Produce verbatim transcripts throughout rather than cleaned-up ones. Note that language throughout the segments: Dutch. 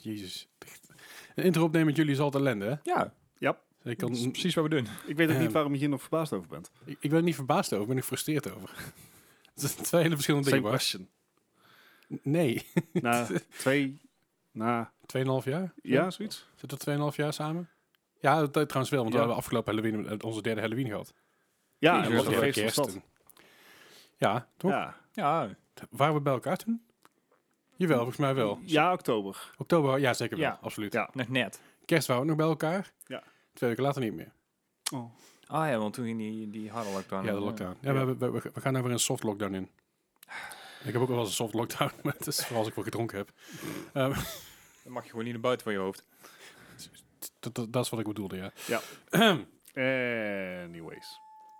jezus. Een intro opnemen met jullie is altijd ellende, hè? Ja, Ja. Ik, kan, dat is precies wat we doen. Ik weet ook Ehm. niet waarom je hier nog verbaasd over bent. ik, ik ben er niet verbaasd over, ik ben er gefrustreerd over. Het zijn twee hele verschillende Same dingen, Bart. question. Nee. Na twee... Na... Tweeënhalf jaar? Ja, zoiets? Zit dat tweeënhalf jaar samen? Ja, dat, dat trouwens wel, want Ja. we hebben afgelopen Halloween eh, onze derde Halloween gehad. Ja, Dus en wat we een hadden feest was kerst dat. en- Ja, toch? Ja. Ja, Waren we bij elkaar toen? Jawel, volgens mij wel. Ja, oktober. Oktober, ja zeker wel, Ja. absoluut. Ja. nog net. Kerst waren we ook nog bij elkaar. Ja. Twee weken later niet meer. Oh. Ah ja, want toen ging die, die harde lockdown. Ja, de eh, lockdown. Ja, Ja. We, hebben- we, we, we gaan daar weer een soft lockdown in. Ik heb ook wel eens een soft lockdown, maar het is vooral als ik wat gedronken heb. Um, Dan mag je gewoon niet naar buiten van je hoofd. dat, dat, dat is wat ik bedoelde, ja. Ja. Ahem. Anyways.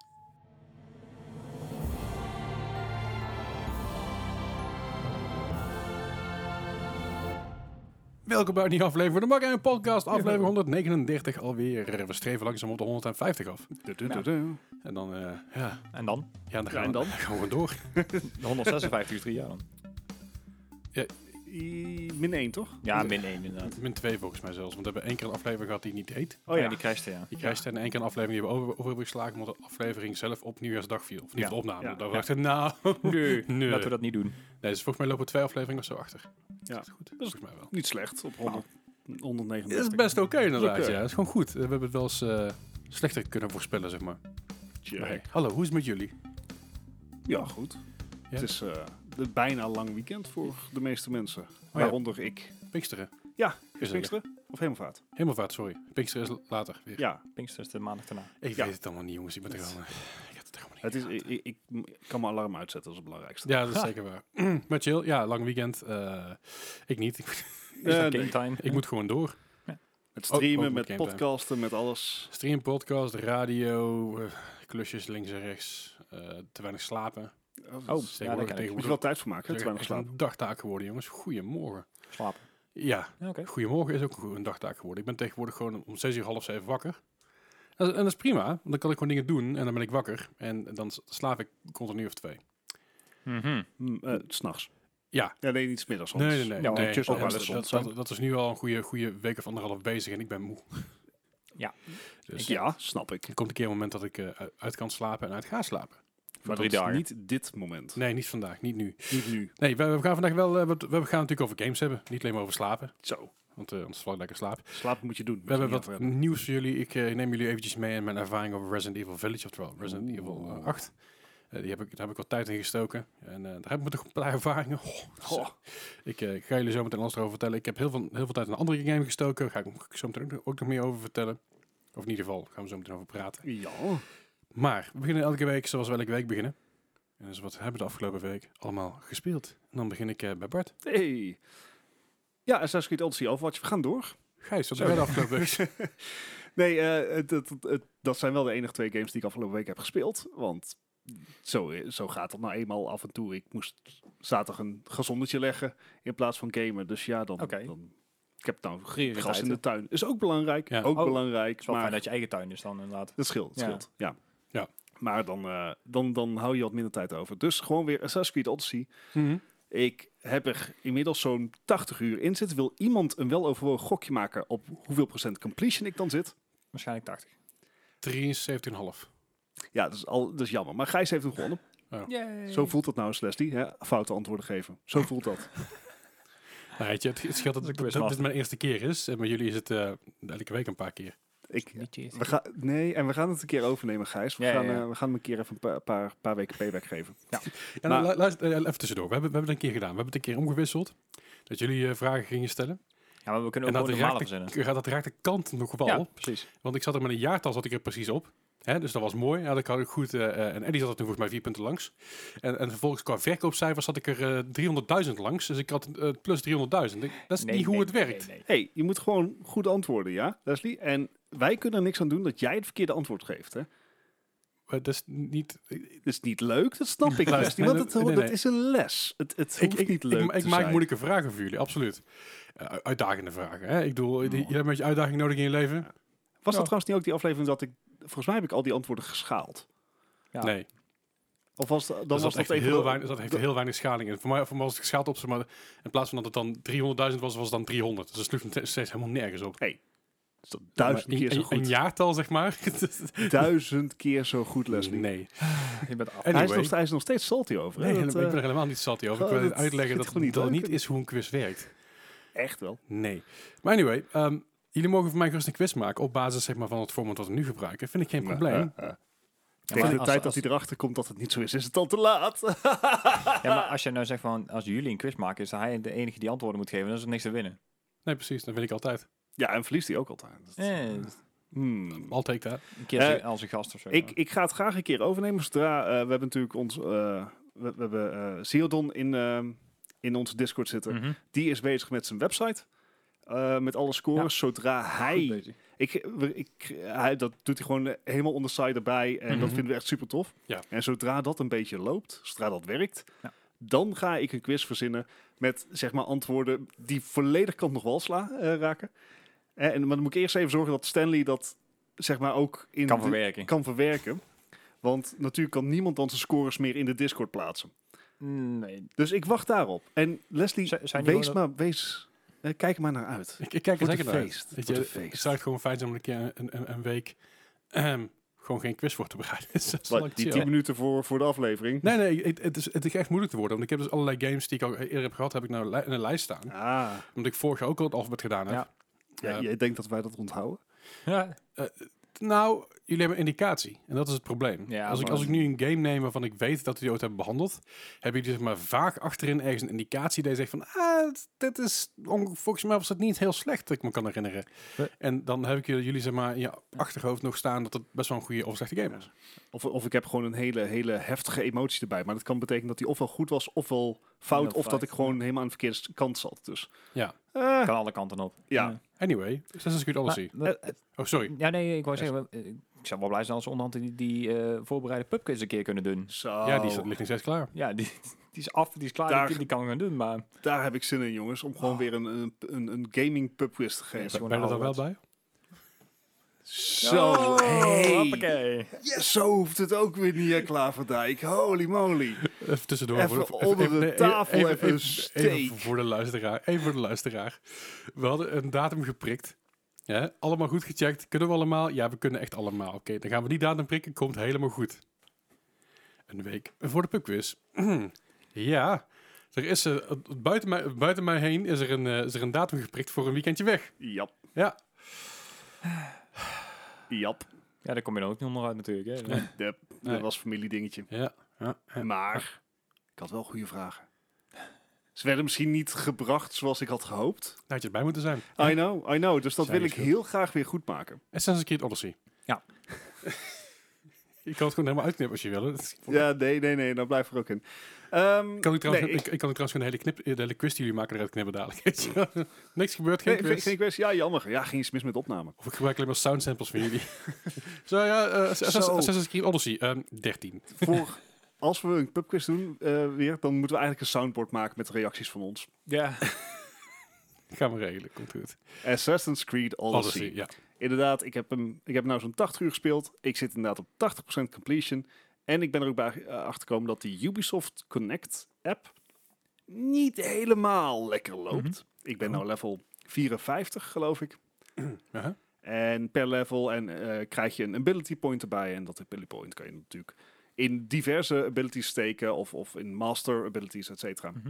Welkom bij een nieuwe aflevering van de Mak en Podcast, aflevering honderdnegenendertig alweer. We streven langzaam op de honderdvijftig af. Du- du- du- du. En dan, uh, ja, En dan? ja, dan Ja, gaan, en we, dan? gaan we gewoon door. De honderdzesenvijftig is drie jaar dan. I- Min één, toch? Ja, min één inderdaad. Min twee volgens mij zelfs, want we hebben één keer een aflevering gehad die niet deed. Oh ja. die krijgst ja. Die krijgt en één keer een aflevering die we over, over hebben geslagen, omdat de aflevering zelf op nieuwjaarsdag viel. Of niet Ja. de opname. Ja. Daar Ja. dacht ik, nou, Nee, nee. laten we dat niet doen. Nee, dus volgens mij lopen twee afleveringen of zo achter. Ja. Is dat goed? Volgens mij wel. Niet slecht op honderd, honderdnegenendertig. Het is best oké inderdaad, Oké. ja. Het is gewoon goed. We hebben het wel eens eh, slechter kunnen voorspellen, zeg maar. Tjie. Maar hey, hallo, hoe is het met jullie? Ja, goed. Ja? Het is eh, de bijna lang weekend voor de meeste mensen. ja. Waaronder ik. Pinksteren. Ja, Is is Pinksteren of Hemelvaart? Hemelvaart, sorry. Pinksteren is later weer. Ja, Pinkster is de maandag daarna. Ik Ja. weet het allemaal niet, jongens. Ik ben er gewoon... eh, ik heb het er gewoon niet het is, in de gaten. ik, ik, ik kan mijn alarm uitzetten, dat is het belangrijkste. Ja, dat is zeker waar. Maar chill, ja, lang weekend. Eh, ik niet. Ik, Is Eh, dat nee. game time? ik moet gewoon door. Met streamen, ook met met gameplay. podcasten, met alles. Stream, podcast, radio, eh, klusjes links en rechts. eh, te weinig slapen. Oh, Dat is ja, dat tegenwoordig- ken ik. Moet je wel tijd voor maken, hè? Het Te is weinig echt slapen. een dagtaak geworden, jongens. Goedemorgen. Slapen. Ja, Ja, oké. goedemorgen is ook een dagtaak geworden. Ik ben tegenwoordig gewoon om zes uur, half zeven wakker. En, en dat is prima, want dan kan ik gewoon dingen doen en dan ben ik wakker. En dan s- slaap ik continu of twee. Mhm. Mm, eh, 's nachts. Ja. Ja, nee, niet 's middags. Nee, soms. nee, nee. Ja, nee, tussen dat, wel dat, eens dat, soms, dat is nu al een goede, goede week of anderhalf bezig en ik ben moe. Ja. Dus Ja, snap ik. er komt een keer een moment dat ik eh, uit kan slapen en uit ga slapen. Voor Maar drie dat is dagen. niet dit moment. Nee, niet vandaag, niet nu. Niet nu. Nee, we, we gaan vandaag wel, eh, wat, we gaan natuurlijk over games hebben. Niet alleen maar over slapen, Zo. want uh, anders val ik lekker slaap. Slapen moet je doen. We hebben wat nieuws voor jullie. Ik uh, neem jullie eventjes mee in mijn ervaring over Resident Evil Village, oftewel Resident Oeh. Evil uh, acht. Uh, die heb ik, daar heb ik wat tijd in gestoken. En uh, daar heb ik toch een paar ervaringen. Oh, Oh. Ik uh, ga jullie zo meteen alles erover vertellen. Ik heb heel veel, heel veel tijd in een andere game gestoken. Daar ga ik zo meteen ook, ook nog meer over vertellen. Of in ieder geval gaan we zo meteen over praten. Ja. Maar we beginnen elke week zoals we elke week beginnen. En dus wat hebben we de afgelopen week allemaal gespeeld? En dan begin ik uh, bij Bart. Hey. Ja, Assassin's Creed Odyssey Overwatch. We gaan door. Gijs, wat Zo. heb jij de afgelopen week? Nee, eh, het, het, het, het- dat zijn wel de enige twee games die ik afgelopen week heb gespeeld. Want zo, zo gaat het nou eenmaal af en toe. Ik moest zaterdag een gezondetje leggen in plaats van gamen. Dus ja, dan... Oké. dan ik heb nou Prioriteit, gras in de hè? tuin. Is ook belangrijk. Ja. Ook Oh, belangrijk. Het is wel Maar fijn dat je eigen tuin is dan inderdaad. dat scheelt. Het Ja. scheelt. Ja. Ja. Maar dan, eh, dan, dan hou je wat minder tijd over. Dus gewoon weer Assassin's Creed Odyssey. Mhm. Ik Ik heb er inmiddels zo'n tachtig uur in zitten. Wil iemand een weloverwogen gokje maken op hoeveel procent completion ik dan zit? Waarschijnlijk tachtig. drieënzeventig komma vijf. Ja, dat is, al, dat is jammer. Maar Gijs heeft hem gewonnen. Yay. Zo voelt dat nou eens, Leslie. Hè? Foute antwoorden geven. Zo voelt dat. Nou, weet je, het, het scheelt dat, Dat is dat, een dat dit quizmaster. mijn eerste keer is. En bij jullie is het uh, elke week een paar keer. Ik, Niet je- we gaan, nee, en we gaan het een keer overnemen, Gijs. We, Ja, ja, gaan, ja. eh, we gaan hem een keer even een paar, paar, paar weken payback geven. Ja, Maar- nou, lu- luister, eh, even tussendoor. We hebben, we hebben het een keer gedaan. We hebben het een keer omgewisseld. Dat jullie uh, vragen gingen stellen. Ja, maar we kunnen En ook dat gewoon normale raakte, verzinnen. dat raakte kant nog wel. Ja, precies. Want ik zat er met een jaartal zat ik er precies op. Hè, dus dat was mooi. Ja, dat had ik goed. Uh, en Eddie zat er toen volgens mij vier punten langs. En, en vervolgens qua verkoopcijfers zat ik er uh, driehonderdduizend langs. Dus ik had uh, plus driehonderdduizend. Ik- Dat is Nee, niet hoe nee, het nee, werkt. nee, nee. hey, je moet gewoon goed antwoorden, ja, Leslie? En wij kunnen er niks aan doen dat jij het verkeerde antwoord geeft, hè? Maar dat is niet... Dat is niet leuk, dat snap ik, Luister, Leslie. nee, Want het, nee, nee. dat is een les. Het, het Ik, hoeft ik, niet ik, leuk ik, te ik maak zijn. moeilijke vragen voor jullie, absoluut. Uh, uitdagende vragen. Hè? Ik bedoel, je, je hebt een beetje uitdaging nodig in je leven. Was dat Ja. trouwens niet ook die aflevering dat ik... Volgens mij heb ik al die antwoorden geschaald. Ja. Nee. Of was het, dan Dus was dat, dat echt even... heel weinig, dat heeft heel weinig schaling in. Voor mij, voor mij was het geschaald op, zeg maar, in plaats van dat het dan driehonderdduizend was, was het dan driehonderd. Dus dat sloeg nog steeds helemaal nergens op. Is dat duizend Maar keer zo een, goed. een jaartal, zeg maar. Duizend keer zo goed, Leslie. Nee. Je bent af. Anyway. Hij, is nog, hij is nog steeds salty over. hè? Nee, Dat, ik ben eh, er helemaal niet salty over. oh, Ik wil dat uitleggen vind dat ik gewoon dat niet niet leuk. is hoe een quiz werkt. echt wel. Nee. Maar anyway, ehm, jullie mogen voor mij gerust een quiz maken op basis, zeg maar, van het format wat we nu gebruiken. Vind ik geen probleem. Ja, ja. Ja, Tegen maar de als- tijd als- dat hij erachter komt dat het niet zo is, is het al te laat. Ja, maar als je nou zegt van, als jullie een quiz maken, is hij de enige die antwoorden moet geven, dan is er niks te winnen. Nee, precies. Dat vind ik altijd. Ja, en verliest hij ook altijd. Dat- Eh, Hmm. I'll take that. een keer Eh, als- als een gast of zo. Ik, ik ga het graag een keer overnemen zodra... eh, we hebben natuurlijk ons... eh, we, we hebben eh Zeodon in, eh, in onze Discord zitten. Mhm. Die is bezig met zijn website. eh, met alle scores. Zodra Goed hij... bezig. Ik, we- ik, hij, dat doet hij gewoon eh, helemaal on the side erbij. En dat Mhm. vinden we echt super tof. Ja. En zodra dat een beetje loopt, zodra dat werkt, Ja. dan ga ik een quiz verzinnen met zeg maar antwoorden die volledig kant nog wal sla, eh, raken. Eh, en, maar dan moet ik eerst even zorgen dat Stanley dat zeg maar ook in Kan de- verwerken. kan verwerken. Want natuurlijk kan niemand dan zijn scores meer in de Discord plaatsen. Nee. Dus ik wacht daarop. En Leslie, Z- zijn die wees gewoon- maar, wees, eh, kijk er maar naar uit. Ik, ik kijk er Wordt zeker een naar uit. feest. Weet Wordt je, een Het feest. zou het gewoon fijn zijn om een keer een, een, een week ehm, gewoon geen quiz voor te bereiden. Dus dat is wel Wat, echt die chill. tien minuten voor, voor de aflevering. Nee, nee, het, het, is, het is echt moeilijk te worden. Want ik heb dus allerlei games die ik al eerder heb gehad, heb ik nou li- in een lijst staan. Ah, Omdat ik vorig jaar ook al het alfabet gedaan heb. Ja. ja, Ja. jij denkt dat wij dat onthouden? Ja. Nou, jullie hebben een indicatie. En dat is het probleem. Ja, als, ik, maar- als ik nu een game neem waarvan ik weet dat we die ooit hebben behandeld, hebben jullie zeg maar vaak achterin ergens een indicatie die zegt van, ah, dit is, on- volgens mij was het niet heel slecht, dat ik me kan herinneren. Nee. En dan heb ik jullie zeg maar in je achterhoofd nog staan dat het best wel een goede of slechte game is. Of, of ik heb gewoon een hele, hele heftige emotie erbij. Maar dat kan betekenen dat die ofwel goed was, ofwel fout. Heel Of dat fout, ik gewoon helemaal aan de verkeerde kant zat. Dus Ja. eh, Kan alle kanten op. Ja. Anyway, Assassin's Creed Odyssey. Maar- maar- Oh, sorry. ja, nee, ik wou zeggen, eh, ik zou wel blij zijn als we onderhand die, die eh, voorbereide pubquiz een keer kunnen doen. zo. Ja, die is- ligt nog steeds klaar. Ja, die, die is af, die is klaar, Daar- die, die kan we gaan doen, maar... Daar heb ik zin in, jongens. Om gewoon weer een, een, een, een gaming pubquiz te Ja, geven. is gewoon Ben je er dan wel ouderwets. bij? Zo. Oh, Hey. hoppakee. Yes, zo hoeft het ook weer niet, hè, Klaverdijk. Holy moly. Even tussendoor. Even voor- onder de nee, tafel, even een steak. even voor de luisteraar. Even voor de luisteraar. We hadden een datum geprikt. Ja, allemaal goed gecheckt. Kunnen we allemaal? Ja, we kunnen echt allemaal. Oké, dan gaan we die datum prikken. Komt helemaal goed. Een week voor de pubquiz. Ja, er is, eh, buiten, mij, buiten mij heen is er, een, eh, is er een datum geprikt voor een weekendje weg. Jap. Ja, Jap. Ja, daar kom je dan ook niet onderuit natuurlijk. Hè. Nee. De, dat Nee. was familiedingetje. ja, ja. ja. Maar ik had wel goede vragen. Ze werden misschien niet gebracht zoals ik had gehoopt. Daar had je erbij moeten zijn. I know, I know. Dus dat Zijn wil ik verschil. heel graag weer goed maken. Assassin's Creed Odyssey. Ja. Je kan het gewoon helemaal uitknippen als je wil. Dat is- Ja, nee, nee, nee. Nou blijf er ook in. Ehm, Kan ik, trouwens, nee, ik, ik kan ik trouwens gewoon een hele, knip, de hele quiz die jullie maken eruit knippen dadelijk. weet je. Niks gebeurt, geen nee, quiz. geen quiz. Ja, jammer. Ja, ging iets mis met opname. Of ik gebruik alleen maar sound samples van jullie. Zo ja, eh, Assassin's, Zo. Assassin's Creed Odyssey, ehm, dertien. Voor, als we een pubquiz doen eh, weer, dan moeten we eigenlijk een soundboard maken met reacties van ons. Ja. Gaan we regelen, komt goed. Assassin's Creed Odyssey. Odyssey, ja. Inderdaad, ik heb, hem, ik heb nou zo'n tachtig uur gespeeld. Ik zit inderdaad op tachtig procent completion. En ik ben er ook bij uh, achtergekomen dat die Ubisoft Connect app niet helemaal lekker loopt. Mhm. Ik ben Oh. nou level vierenvijftig, geloof ik. Uh-huh. En per level en eh, krijg je een ability point erbij. En dat ability point kan je natuurlijk in diverse abilities steken of, of in master abilities, et cetera. Mhm.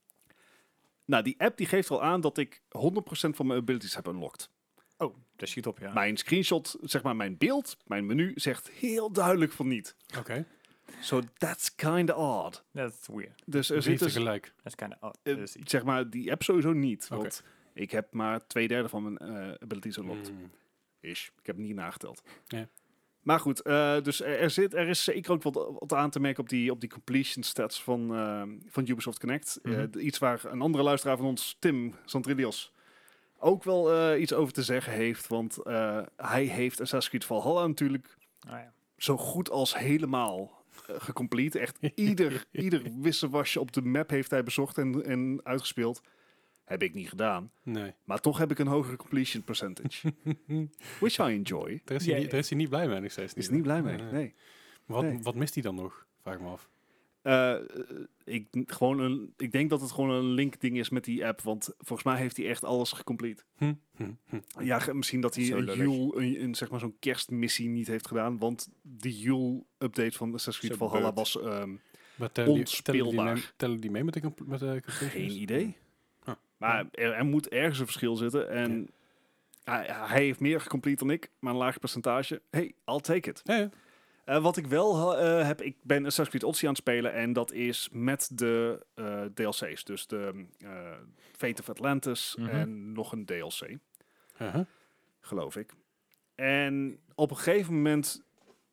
Nou, die app die geeft al aan dat ik honderd procent van mijn abilities heb unlocked. Oh, dat schiet op, ja. Mijn screenshot, zeg maar mijn beeld, mijn menu zegt heel duidelijk van niet. Oké, So that's kind of odd. That's weird. Dus er wie zit heeft er dus, gelijk? That's kind of odd. eh, Dat is iets- zeg maar, die app sowieso niet. Oké. Want ik heb maar twee derde van mijn eh, abilities unlocked. Mm. Ish. Ik heb niet nageteld. Ja. Maar goed, eh, dus er, er, zit, er is zeker ook wat, wat aan te merken op die, op die completion stats van, eh, van Ubisoft Connect. Eh, Mhm. d- iets waar een andere luisteraar van ons, Tim Santrillios, ook wel eh, iets over te zeggen heeft. Want eh, hij heeft Assassin's Creed Valhalla natuurlijk Ah, ja. zo goed als helemaal uh, gecomplete. Echt ieder, ieder wisselwasje op de map heeft hij bezocht en, en uitgespeeld. Heb ik niet gedaan. Nee, Maar toch heb ik een hogere completion percentage. Which I enjoy. daar is, hij Ja, niet, daar is hij niet blij mee nog steeds. Is er niet blij mee. Nee. Nee. Wat, Nee. wat mist hij dan nog? Vraag ik me af. Uh, ik, gewoon een, ik denk dat het gewoon een link ding is met die app. Want volgens mij heeft hij echt alles gecomplete. Hm, hm, hm. Ja, ge- misschien dat hij Zo een lullig. Yule, een, een, zeg maar zo'n kerstmissie niet heeft gedaan. Want die Yule-update van Assassin's Creed Zo Valhalla bugged. was um, Maar tellen die, tellen, die Onspeelbaar. mee, tellen die mee met de, compl- met de completionist? geen idee. Huh. Maar er, er moet ergens een verschil zitten. En hij, hij heeft meer gecomplete dan ik, maar een laag percentage. Hey, I'll take it. Ja, ja. Uh, wat ik wel uh, heb, ik ben Assassin's Creed Odyssey aan het spelen en dat is met de uh, D L C's. Dus de uh, Fate of Atlantis Mhm. en nog een D L C, Uh-huh. geloof ik. En op een gegeven moment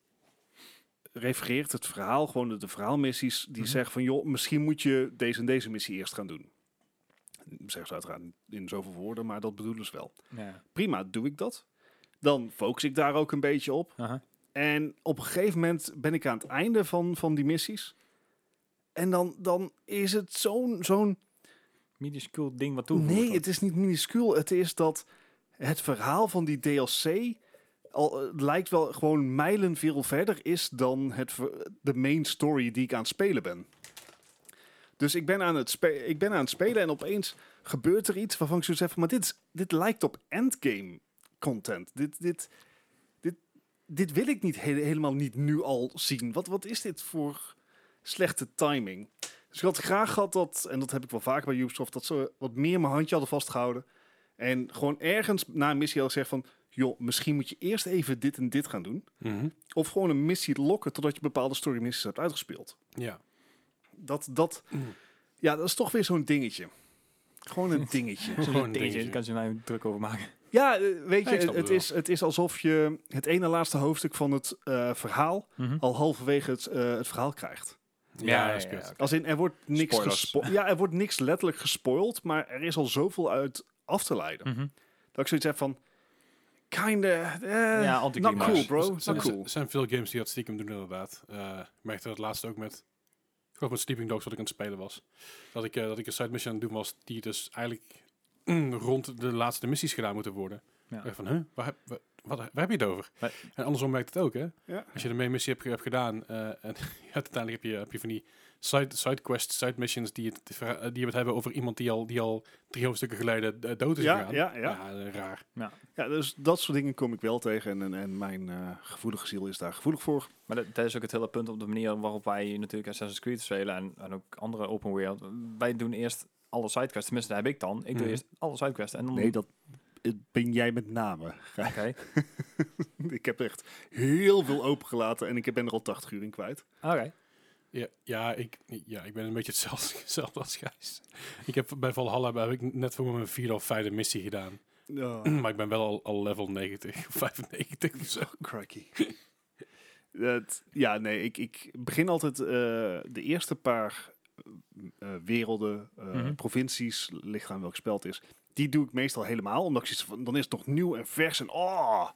refereert het verhaal, gewoon de, de verhaalmissies, die Mhm. zeggen van joh, misschien moet je deze en deze missie eerst gaan doen. Zeggen ze uiteraard niet in zoveel woorden, maar dat bedoelen ze wel. Ja. Prima, doe ik dat. Dan focus ik daar ook een beetje op. Aha. En op een gegeven moment ben ik aan het einde van, van die missies. En dan, dan is het zo'n... zo'n Minuscuul ding wat toevoegt. nee, wordt. het is niet minuscuul. Het is dat het verhaal van die D L C... Al, het lijkt wel gewoon mijlenveel verder is dan het, ver- de main story die ik aan het spelen ben. Dus ik ben aan het, spe- ik ben aan het spelen en opeens gebeurt er iets waarvan ik zoiets heb van... Maar dit, is, dit lijkt op endgame content. Dit... dit Dit wil ik niet he- helemaal niet nu al zien. Wat, wat is dit voor slechte timing? Dus ik had graag gehad dat, en dat heb ik wel vaker bij Ubisoft, dat ze wat meer mijn handje hadden vastgehouden. En gewoon ergens na een missie al gezegd van, joh, misschien moet je eerst even dit en dit gaan doen. Mhm. Of gewoon een missie lokken totdat je bepaalde story missies hebt uitgespeeld. Ja. Dat, dat, Mm. ja, dat is toch weer zo'n dingetje. Gewoon een dingetje. Zo'n Gewoon een dingetje, dingetje. daar kan je mij druk over maken. Ja, eh, weet Ja, je, ik snap het, het wel. is, het is alsof je het ene laatste hoofdstuk van het eh, verhaal al halverwege het, eh, het verhaal krijgt. Ja, ja, dat is ja, kut. ja. Als in, er wordt niks Spoilers. gespo- Ja, er wordt niks letterlijk gespoild, maar er is al zoveel uit af te leiden. Mhm. Dat ik zoiets heb van, kinda, eh, Ja, not anticlimax. cool, bro. Er Not zijn, cool. er zijn veel games die dat stiekem doen, inderdaad. Uh, ik merkte dat laatst ook met... Ik geloof met Sleeping Dogs, wat ik aan het spelen was. Dat ik, uh, dat ik een side mission aan het doen was, die dus eigenlijk mm, rond de laatste missies gedaan moeten worden. Ja. Ik dacht van, huh, waar, heb, waar, wat, waar heb je het over? Maar- En andersom werkt het ook, hè? Ja. Als je de main missie hebt, hebt gedaan, uh, en ja, uiteindelijk heb je, heb je van die side, side quests, side missions, die het, verha- die het hebben over iemand die al, die al drie hoofdstukken geleden uh, dood is Ja, gegaan. ja, ja. uh, raar. Ja, dus dat soort dingen kom ik wel tegen en, en, en mijn uh, gevoelige ziel is daar gevoelig voor. Maar dat, dat is ook het hele punt op de manier waarop wij natuurlijk Assassin's Creed spelen en, en ook andere open world. Wij doen eerst alle sidequests, tenminste dat heb ik dan. Ik doe Mhm. eerst alle sidequests en dan... Nee, dat ben jij met name. Oké. Ik heb echt heel veel opengelaten en ik ben er al tachtig uur in kwijt. Oké. Ja, ja, ik, ja, ik ben een beetje hetzelfde, hetzelfde als Gijs. Ik heb bij Valhalla heb ik net voor mijn vierde of vijfde missie gedaan. Oh, Maar ik ben wel al, al level negentig of vijfennegentig of zo. crikey. Dat, ja, nee, ik, ik begin altijd uh, de eerste paar uh, werelden, uh, Mhm. provincies, ligt aan welk spel het is. Die doe ik meestal helemaal, omdat ik zoiets van, dan is het nog nieuw en vers en oh.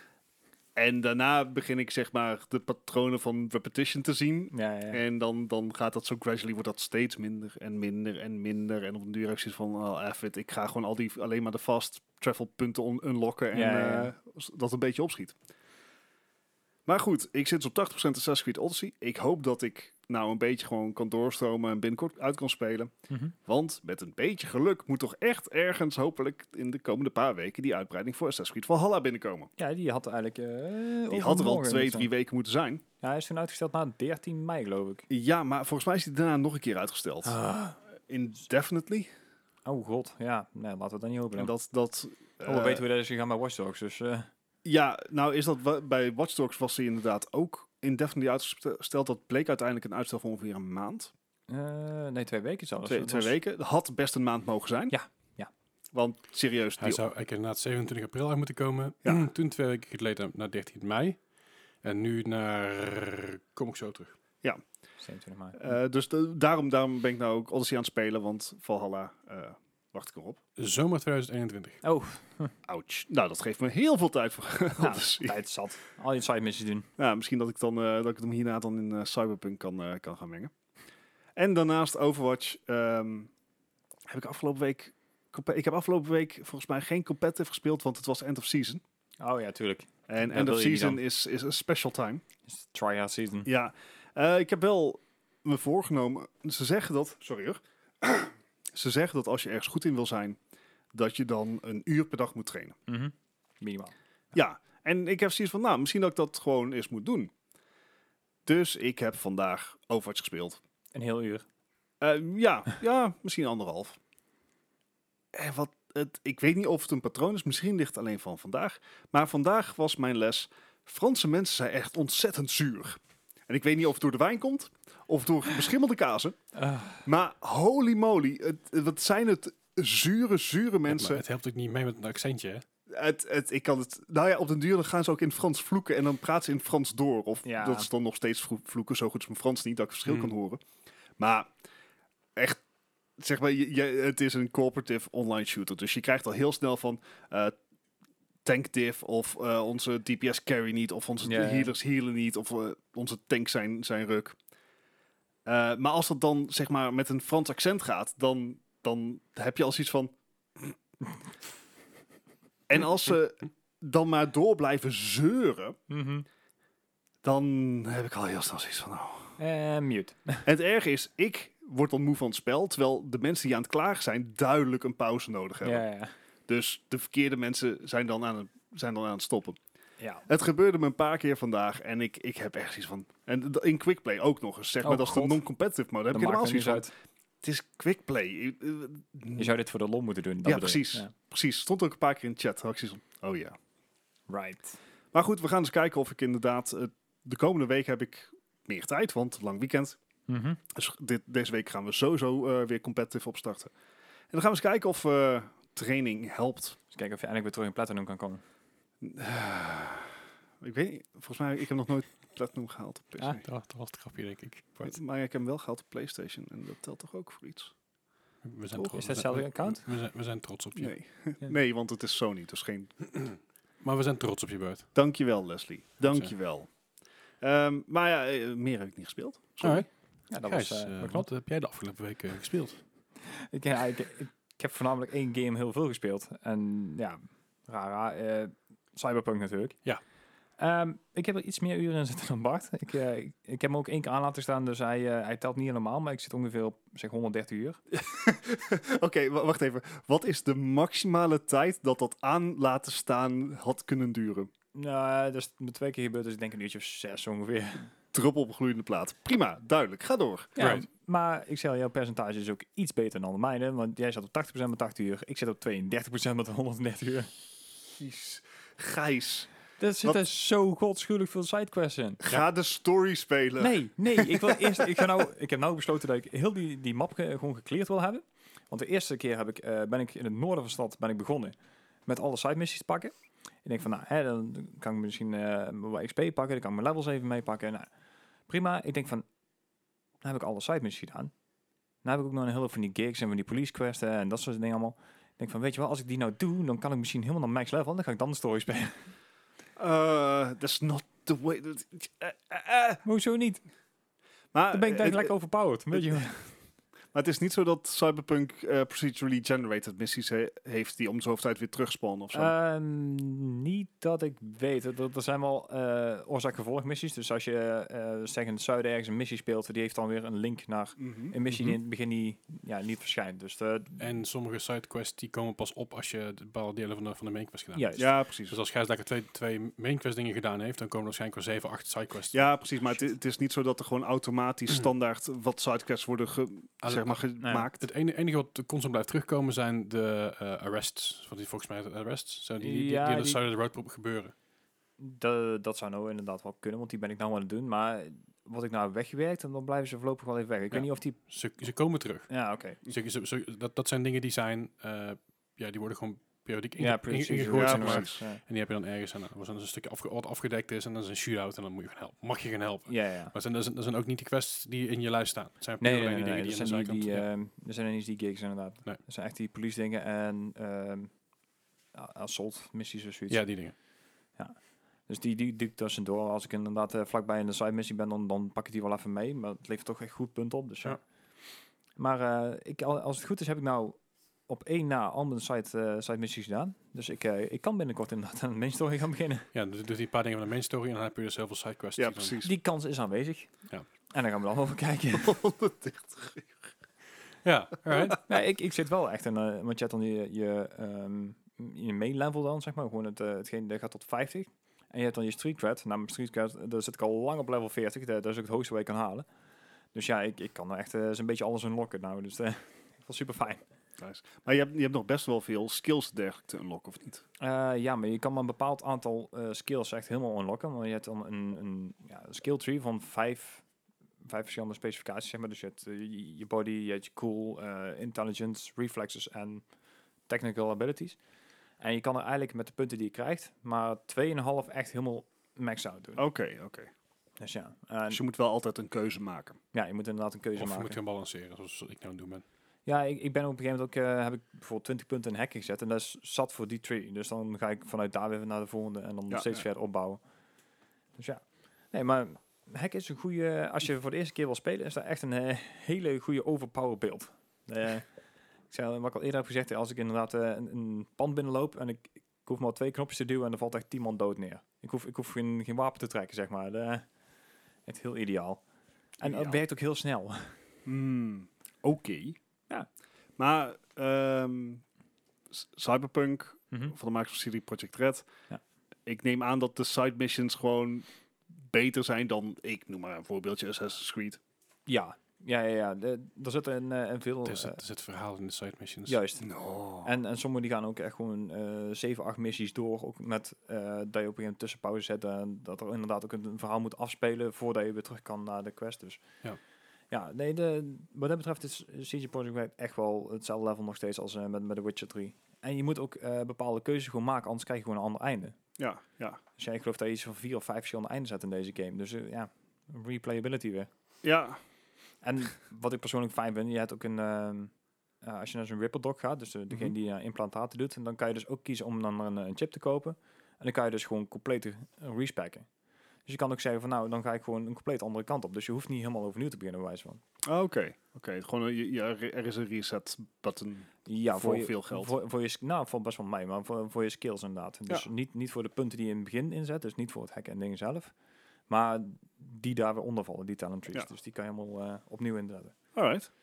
En daarna begin ik zeg maar de patronen van repetition te zien. Ja, ja. En dan, dan gaat dat zo gradually, wordt dat steeds minder en minder en minder. En op een duur heb ik zoiets van, oh, F it, ik ga gewoon al die, alleen maar de fast travel punten on- unlocken en Ja, ja, ja. uh, dat een beetje opschiet. Maar goed, ik zit dus op tachtig procent Assassin's Creed Odyssey. Ik hoop dat ik nou een beetje gewoon kan doorstromen en binnenkort uit kan spelen. Mhm. Want met een beetje geluk moet toch echt ergens, hopelijk in de komende paar weken, die uitbreiding voor Assassin's Creed Valhalla binnenkomen. Ja, die had eigenlijk... eh, Die had er al overmorgen twee, moeten drie weken moeten zijn. zijn. Ja, hij is toen uitgesteld naar dertien mei, geloof ik. Ja, maar volgens mij is die daarna nog een keer uitgesteld. Ah. Indefinitely. Oh god, ja. Nee, laten we dat niet hopen. En dan. dat, dat, oh, we eh, weten hoe dat is gegaan bij Watch Dogs, dus... eh, ja, nou is dat wa- bij Watch Dogs was hij inderdaad ook indefinitely uitgesteld. Dat bleek uiteindelijk een uitstel van ongeveer een maand. eh, nee, twee weken zelfs. Twee, Dat twee was- weken. Dat had best een maand mogen zijn. Ja, ja. Want serieus, Hij die, zou eigenlijk inderdaad zevenentwintig april uit moeten komen. Ja. Toen twee weken geleden naar dertien mei. En nu naar... Kom ik zo terug. zevenentwintig mei. eh, dus de- daarom, daarom ben ik nou ook Odyssey aan het spelen, want Valhalla uh, wacht ik erop. Zomer tweeduizend eenentwintig. Oh, Ouch. Nou, dat geeft me heel veel tijd voor nou, Odyssey. tijd zat. Al je side missies doen. Ja, misschien dat ik, dan, uh, dat ik hem hierna dan in uh, Cyberpunk kan, uh, kan gaan mengen. En daarnaast Overwatch um, heb ik afgelopen week... Ik heb afgelopen week volgens mij geen competitive gespeeld, want het was end of season. Oh ja, tuurlijk. En Ja, end wil of je die season dan? is, is een special time. Is try-out season. Ja, Uh, ik heb wel me voorgenomen... Ze zeggen dat... Sorry hoor. Ze zeggen dat als je ergens goed in wil zijn... dat je dan een uur per dag moet trainen. Mm-hmm. Minimaal. Ja, en ik heb zoiets van... Nou, misschien dat ik dat gewoon eens moet doen. Dus ik heb vandaag Overwatch gespeeld. Een heel uur. Uh, ja, ja, misschien anderhalf. En wat het, ik weet niet of het een patroon is. Misschien ligt het alleen van vandaag. Maar vandaag was mijn les... Franse mensen zijn echt ontzettend zuur. En ik weet niet of het door de wijn komt... of door beschimmelde kazen. Uh. Maar holy moly. Het, wat zijn het zure, zure mensen. Ja, maar het helpt ook niet mee met een accentje, hè? Het, het, ik kan het... Nou ja, op den duur dan gaan ze ook in het Frans vloeken... en dan praten ze in het Frans door. Of Ja. dat is dan nog steeds vloeken. Zo goed is mijn Frans niet, dat ik verschil Hmm. kan horen. Maar echt... Zeg maar, je, je, het is een cooperative online shooter. Dus je krijgt al heel snel van... Uh, tank diff of uh, onze D P S carry niet... of onze Ja, ja. healers healen niet... of uh, onze tanks zijn, zijn ruk. Uh, maar als dat dan zeg maar met een Frans accent gaat... dan, dan heb je al zoiets van... En als ze dan maar door blijven zeuren... Mm-hmm. dan heb ik al heel snel zoiets van... Oh. Uh, mute. En het erge is, ik word dan moe van het spel... terwijl de mensen die aan het klagen zijn... duidelijk een pauze nodig hebben. Ja, ja. Dus de verkeerde mensen zijn dan aan het, zijn dan aan het stoppen. Ja. Het gebeurde me een paar keer vandaag... en ik, ik heb echt iets van... En in quickplay ook nog eens. Zeg maar, Oh, dat is God. de non-competitive mode. Daar heb Dat ik maakt helemaal er zoiets niet van... uit. Het is quickplay. Uh, Je zou dit voor de lol moeten doen. Dat Ja, bedoel ik. precies. Ja. Precies. Stond ook een paar keer in de chat. Had ik zoiets van, oh ja. Right. Maar goed, we gaan eens kijken of ik inderdaad... Uh, de komende week heb ik meer tijd, want lang weekend. Mm-hmm. Dus dit, deze week gaan we sowieso uh, weer competitive opstarten. En dan gaan we eens kijken of uh, training helpt. Dus kijken of je eindelijk weer terug in Platinum kan komen. Uh, ik weet niet, volgens mij, ik heb nog nooit Platinum gehaald op P C. Ah, dat, dat was het grapje, denk ik. Maar, maar ik heb hem wel gehaald op PlayStation en dat telt toch ook voor iets? We zijn Toch? trots. Is dat hetzelfde we- account? We zijn, we zijn trots op je. Nee. Ja. Nee, want het is Sony, dus geen... Maar we zijn trots op je beurt. Dankjewel, Leslie. Dankjewel. Um, maar ja, eh, meer heb ik niet gespeeld. Sorry. Alright. Ja, dat Gijs, was eh, uh, wat knap. heb jij de afgelopen weken uh, gespeeld? Ik, ja, ik, ik, ik heb voornamelijk één game heel veel gespeeld. En ja, raar, raar, eh, Cyberpunk natuurlijk. Ja. Um, ik heb er iets meer uren in zitten dan Bart. Ik, uh, ik, ik heb hem ook één keer aan laten staan, dus hij, uh, hij telt niet helemaal. Maar ik zit ongeveer op zeg honderddertig uur. Oké, okay, w- wacht even. Wat is de maximale tijd dat dat aan laten staan had kunnen duren? Nou, uh, dat is met twee keer gebeurd, dus ik denk een uurtje of zes ongeveer. Druppel op een gloeiende plaat. Prima, duidelijk. Ga door. Ja, Right. maar ik zeg, jouw percentage is ook iets beter dan de mijne. Want jij zat op tachtig procent met tachtig uur. Ik zit op tweeëndertig procent met honderddertig uur. Jeez. Gijs, Er zit Wat? er zo godschuwelijk veel sidequests in. ga de story spelen. Nee, nee. Ik, wil eerst, ik, ga nou, ik heb nou besloten dat ik heel die, die map ge- gewoon gecleared wil hebben. Want de eerste keer heb ik, uh, ben ik in het noorden van de stad ben ik begonnen met alle side missies te pakken. Ik denk van, nou, hè, dan kan ik misschien uh, mijn X P pakken. Dan kan ik mijn levels even meepakken. Nou, prima. Ik denk van, dan heb ik alle side missies gedaan. Dan heb ik ook nog een hele hoop van die gigs en van die police quests en dat soort dingen allemaal. Ik denk van, weet je wel, als ik die nou doe, dan kan ik misschien helemaal naar max level. Dan ga ik dan de story spelen. Uh, that's not the way... Uh, uh, uh. Hoezo niet? Maar, Dan ben ik uh, denk lekker overpowered. Weet je wel. maar het is niet zo dat Cyberpunk uh, procedurally generated missies he- heeft die om de zoveel tijd weer terugspannen of zo. Um, niet dat ik weet. Er, er zijn wel uh, oorzaak-gevolg missies. Dus als je uh, zeg in het zuiden ergens een missie speelt, die heeft dan weer een link naar mm-hmm. een missie die in het begin niet, ja, niet verschijnt. Dus de, En sommige sidequests die komen pas op als je de bepaalde delen van de, van de main quest gedaan juist. hebt. Ja, precies. Dus als Gijs lekker twee, twee main quest dingen gedaan heeft, dan komen er waarschijnlijk wel zeven, acht sidequests. Ja, precies. Maar het, i- het is niet zo dat er gewoon automatisch standaard wat sidequests worden ge, Ah, zeg maar, ah, gemaakt. Het enige, enige wat constant blijft terugkomen zijn de uh, arrests. Wat die volgens mij de arrests zijn die, die, Ja, die aan de die- side of the road pro- gebeuren. De, dat zou nou inderdaad wel kunnen, want die ben ik nou aan het doen. Maar wat ik nou heb weggewerkt, en dan blijven ze voorlopig wel even weg. Ik Ja. weet niet of die... Ze, ze komen terug. Ja, oké. Ze, ze, ze- dat, dat zijn dingen die zijn, uh, ja, die worden gewoon periodiek inge, Ja, inge, precies. ingegooid. Ja, zeg maar. precies. Ja, En die heb je dan ergens, en dan was dan een stukje afge, wat afgedekt is, en dan is een shootout, en dan moet je gaan helpen. Mag je gaan helpen. ja. ja. Maar dat zijn, dat, zijn, dat zijn ook niet de quests die in je lijst staan. Het zijn puur Nee, nee, alleen nee, die nee, dingen dat die zijn aan de niet die, zijkant... ja. ehm, dat zijn niet die gigs inderdaad. Nee. Dat zijn echt die police dingen en ehm, assault missies of zoiets. Ja, die dingen. Dus die, die doe ik tussendoor. Als ik inderdaad uh, vlakbij in de side missie ben, dan, dan pak ik die wel even mee. Maar het levert toch echt goed punt op. Dus, ja. Ja. Maar uh, ik, al- als het goed is, heb ik nou op één na al mijn side, uh, side missies gedaan. Dus ik, uh, ik kan binnenkort inderdaad aan de main story gaan beginnen. Ja, dus doet hij een paar dingen van de main story en dan heb je dus heel veel sidequests. Ja, die dan- precies. Die kans is aanwezig. En dan gaan we dan over kijken. honderddertig uur. Ja, alright. Nee, ik, ik zit wel echt in, uh, want je hebt dan je, je, um, je main level dan, zeg maar. Gewoon het, uh, hetgeen dat gaat tot vijftig. En je hebt dan je street cred. Nou, mijn street cred, daar zit ik al lang op level veertig. Dat, dat is ook het hoogste wat je kan halen. Dus ja, ik, ik kan er echt uh, zo'n beetje alles unlocken nou. Dus uh, wel super fijn. Nice. Maar je hebt, je hebt nog best wel veel skills dergelijke te unlocken, of niet? Uh, ja, maar je kan maar een bepaald aantal uh, skills echt helemaal unlocken. Want je hebt dan een, een ja, skill tree van vijf, vijf verschillende specificaties, zeg maar. Dus je hebt uh, je, je body, je hebt je cool, uh, intelligence, reflexes en technical abilities. En je kan er eigenlijk met de punten die je krijgt, maar twee komma vijf echt helemaal max out doen. Oké, okay, oké. Okay. Dus ja. En Dus je moet wel altijd een keuze maken. ja, je moet inderdaad een keuze Of je maken. moet gaan balanceren, zoals ik nou aan het doen ben. Ja, ik, ik ben op een gegeven moment ook, uh, heb ik bijvoorbeeld twintig punten in hack gezet. En dat is zat voor die tree. Dus dan ga ik vanuit daar weer naar de volgende en dan Ja, steeds ja. verder opbouwen. Dus ja. Nee, maar hack is een goede, als je voor de eerste keer wil spelen, is dat echt een uh, hele goede overpower beeld. Uh, ik zei, wat ik al eerder heb gezegd, als ik inderdaad uh, een, een pand binnenloop en ik, ik hoef maar twee knopjes te duwen en dan valt echt tien man dood neer. Ik hoef, ik hoef geen, geen wapen te trekken, zeg maar. Uh, echt heel ideaal. En Ideaal. het werkt ook heel snel. Hmm, Oké. Okay. Ja. Maar um, Cyberpunk, Mm-hmm. van de makers van C D Projekt Red. Ja. Ik neem aan dat de side missions gewoon beter zijn dan, ik noem maar een voorbeeldje, Assassin's Creed. Ja, ja, ja. ja. De, er zit een, uh, een veel... Het is, uh, het is het verhaal in de side missions. juist. No. En, en sommigen die gaan ook echt gewoon uh, zeven, acht missies door. Ook met uh, dat je op een gegeven moment tussenpauze zet. En dat er inderdaad ook een, een verhaal moet afspelen voordat je weer terug kan naar de quest. Dus Ja. ja, nee, de, wat dat betreft is C D Projekt Red echt wel hetzelfde level nog steeds als uh, met, met The Witcher drie. En je moet ook uh, bepaalde keuzes gewoon maken, anders krijg je gewoon een ander einde. Ja, ja. Dus ja, ik geloof dat je iets van vier of vijf verschillende einden zet in deze game. Dus uh, ja, replayability weer. Ja. En wat ik persoonlijk fijn vind, je hebt ook een... Uh, uh, als je naar zo'n Ripple Doc gaat, dus de, degene Mhm. die uh, implantaten doet, en dan kan je dus ook kiezen om dan een, een chip te kopen. En dan kan je dus gewoon compleet uh, respecken. Dus je kan ook zeggen van nou, dan ga ik gewoon een compleet andere kant op. Dus je hoeft niet helemaal overnieuw te beginnen, bij wijze van. Oké. Oké. Okay. Gewoon, een- ja, er is een reset button. Ja, Voor je, veel geld. Voor, voor je, sk- nou, voor best wel mij, maar voor, voor je skills inderdaad. Dus Ja. niet, niet voor de punten die je in het begin inzet, dus niet voor het hacken en dingen zelf. Maar die daar weer onder vallen, die talent trees. Ja. Dus die kan je helemaal uh, opnieuw inzetten. Alright.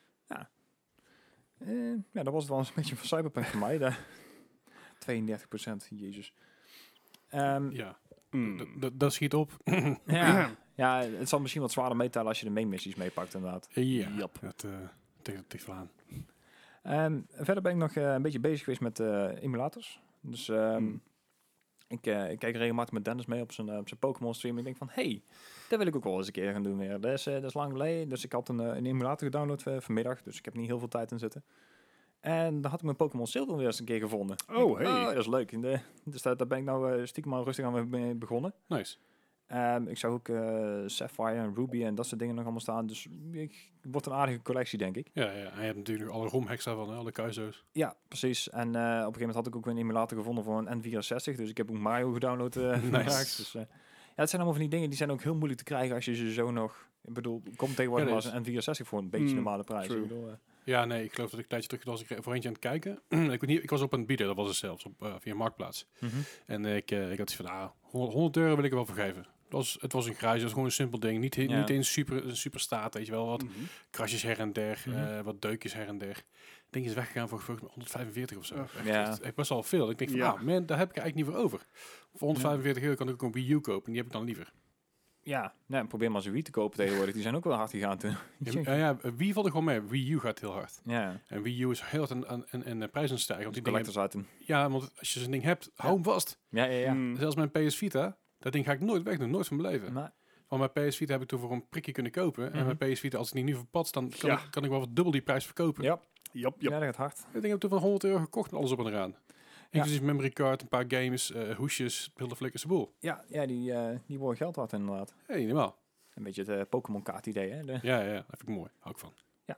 Uh, ja, dat was het wel een beetje van Cyberpunk voor mij. De tweeëndertig procent, jezus. Um, Ja, Hmm. D- d- dat schiet op. ja, ja, het zal misschien wat zwaarder meetellen als je de main missies meepakt inderdaad. Ja, Jap. dat uh, tegen het dicht aan. Um, verder ben ik nog uh, een beetje bezig geweest met uh, emulators. Dus um, Hmm. ik, uh, ik kijk regelmatig met Dennis mee op zijn, uh, op zijn Pokémon stream. En ik denk van, hey, dat wil ik ook wel eens een keer gaan doen weer. Dat is, uh, dat is lang geleden. Dus ik had een, uh, een emulator gedownload uh, vanmiddag. Dus ik heb niet heel veel tijd in zitten. En dan had ik mijn Pokémon Silver weer eens een keer gevonden. Oh, Ik- hey. Oh, dat is leuk. En de, dus daar, daar ben ik nou uh, stiekem al rustig aan mee begonnen. Nice. Um, ik zag ook uh, Sapphire en Ruby en dat soort dingen nog allemaal staan. Dus ik, het wordt een aardige collectie, denk ik. Ja, ja. En je hebt natuurlijk nog alle romhacks daarvan, hè, alle kuizo's. Ja, precies. En uh, op een gegeven moment had ik ook weer een emulator gevonden voor een N vierenzestig. Dus ik heb ook Mario gedownload. Uh, Nice. vandaag. Dus, uh, ja, het zijn allemaal van die dingen die zijn ook heel moeilijk te krijgen als je ze zo nog... Ik bedoel, komt tegenwoordig Ja, maar dat eens een N vierenzestig voor een beetje Mm, normale prijs. true. Ik bedoel, uh, Ja, nee, ik geloof dat ik een tijdje terug was ik voor eentje aan het kijken. ik, weet niet, ik was op een bieden, dat was het zelfs, op, uh, via Marktplaats. mm-hmm. En uh, ik, uh, ik had iets van, ah, honderd euro wil ik er wel voor geven. Het was, het was een grijs, het was gewoon een simpel ding. Niet, Ja. niet eens super, een super staat, weet je wel. Wat Mhm. krasjes her en der, Mhm. uh, wat deukjes her en der. Het ding is weggegaan voor volgens mij honderdvijfenveertig of zo. Ja. Echt, Ja. echt, echt best wel veel. Ik denk van, Ja. ah man, daar heb ik eigenlijk niet voor over. Voor honderdvijfenveertig euro kan ik ook een Wii U kopen. En die heb ik dan liever. Ja, nee, probeer maar zo'n Wii te kopen tegenwoordig. Die zijn ook wel hard gegaan toen. Ja, ja, ja, Wii valt er gewoon mee. Wii U gaat heel hard. Ja, En Wii U is heel hard aan, aan, aan, aan de prijs aan het stijgen. Want die dingen, collectors item. ja, want als je zo'n ding hebt, hou hem vast. Ja, ja, ja. Hmm. Zelfs mijn P S Vita, dat ding ga ik nooit weg doen, nooit van mijn leven. Maar, Want mijn P S Vita heb ik toen voor een prikje kunnen kopen. Mhm. En mijn P S Vita, als ik die nu verpatst, dan kan, Ja. ik, kan ik wel wat dubbel die prijs verkopen. ja, Jap, ja, jap. dat gaat hard. Dat ding heb ik toen voor honderd euro gekocht en alles op en eraan. Inclusief memory card, een paar games, uh, hoesjes, hele flikkers, de boel. Ja, ja die, uh, die worden geld waard inderdaad. Hé, hey, normaal. Een beetje het uh, Pokémon kaart idee, hè. De, Ja, ja, dat vind ik mooi. Hou ik van.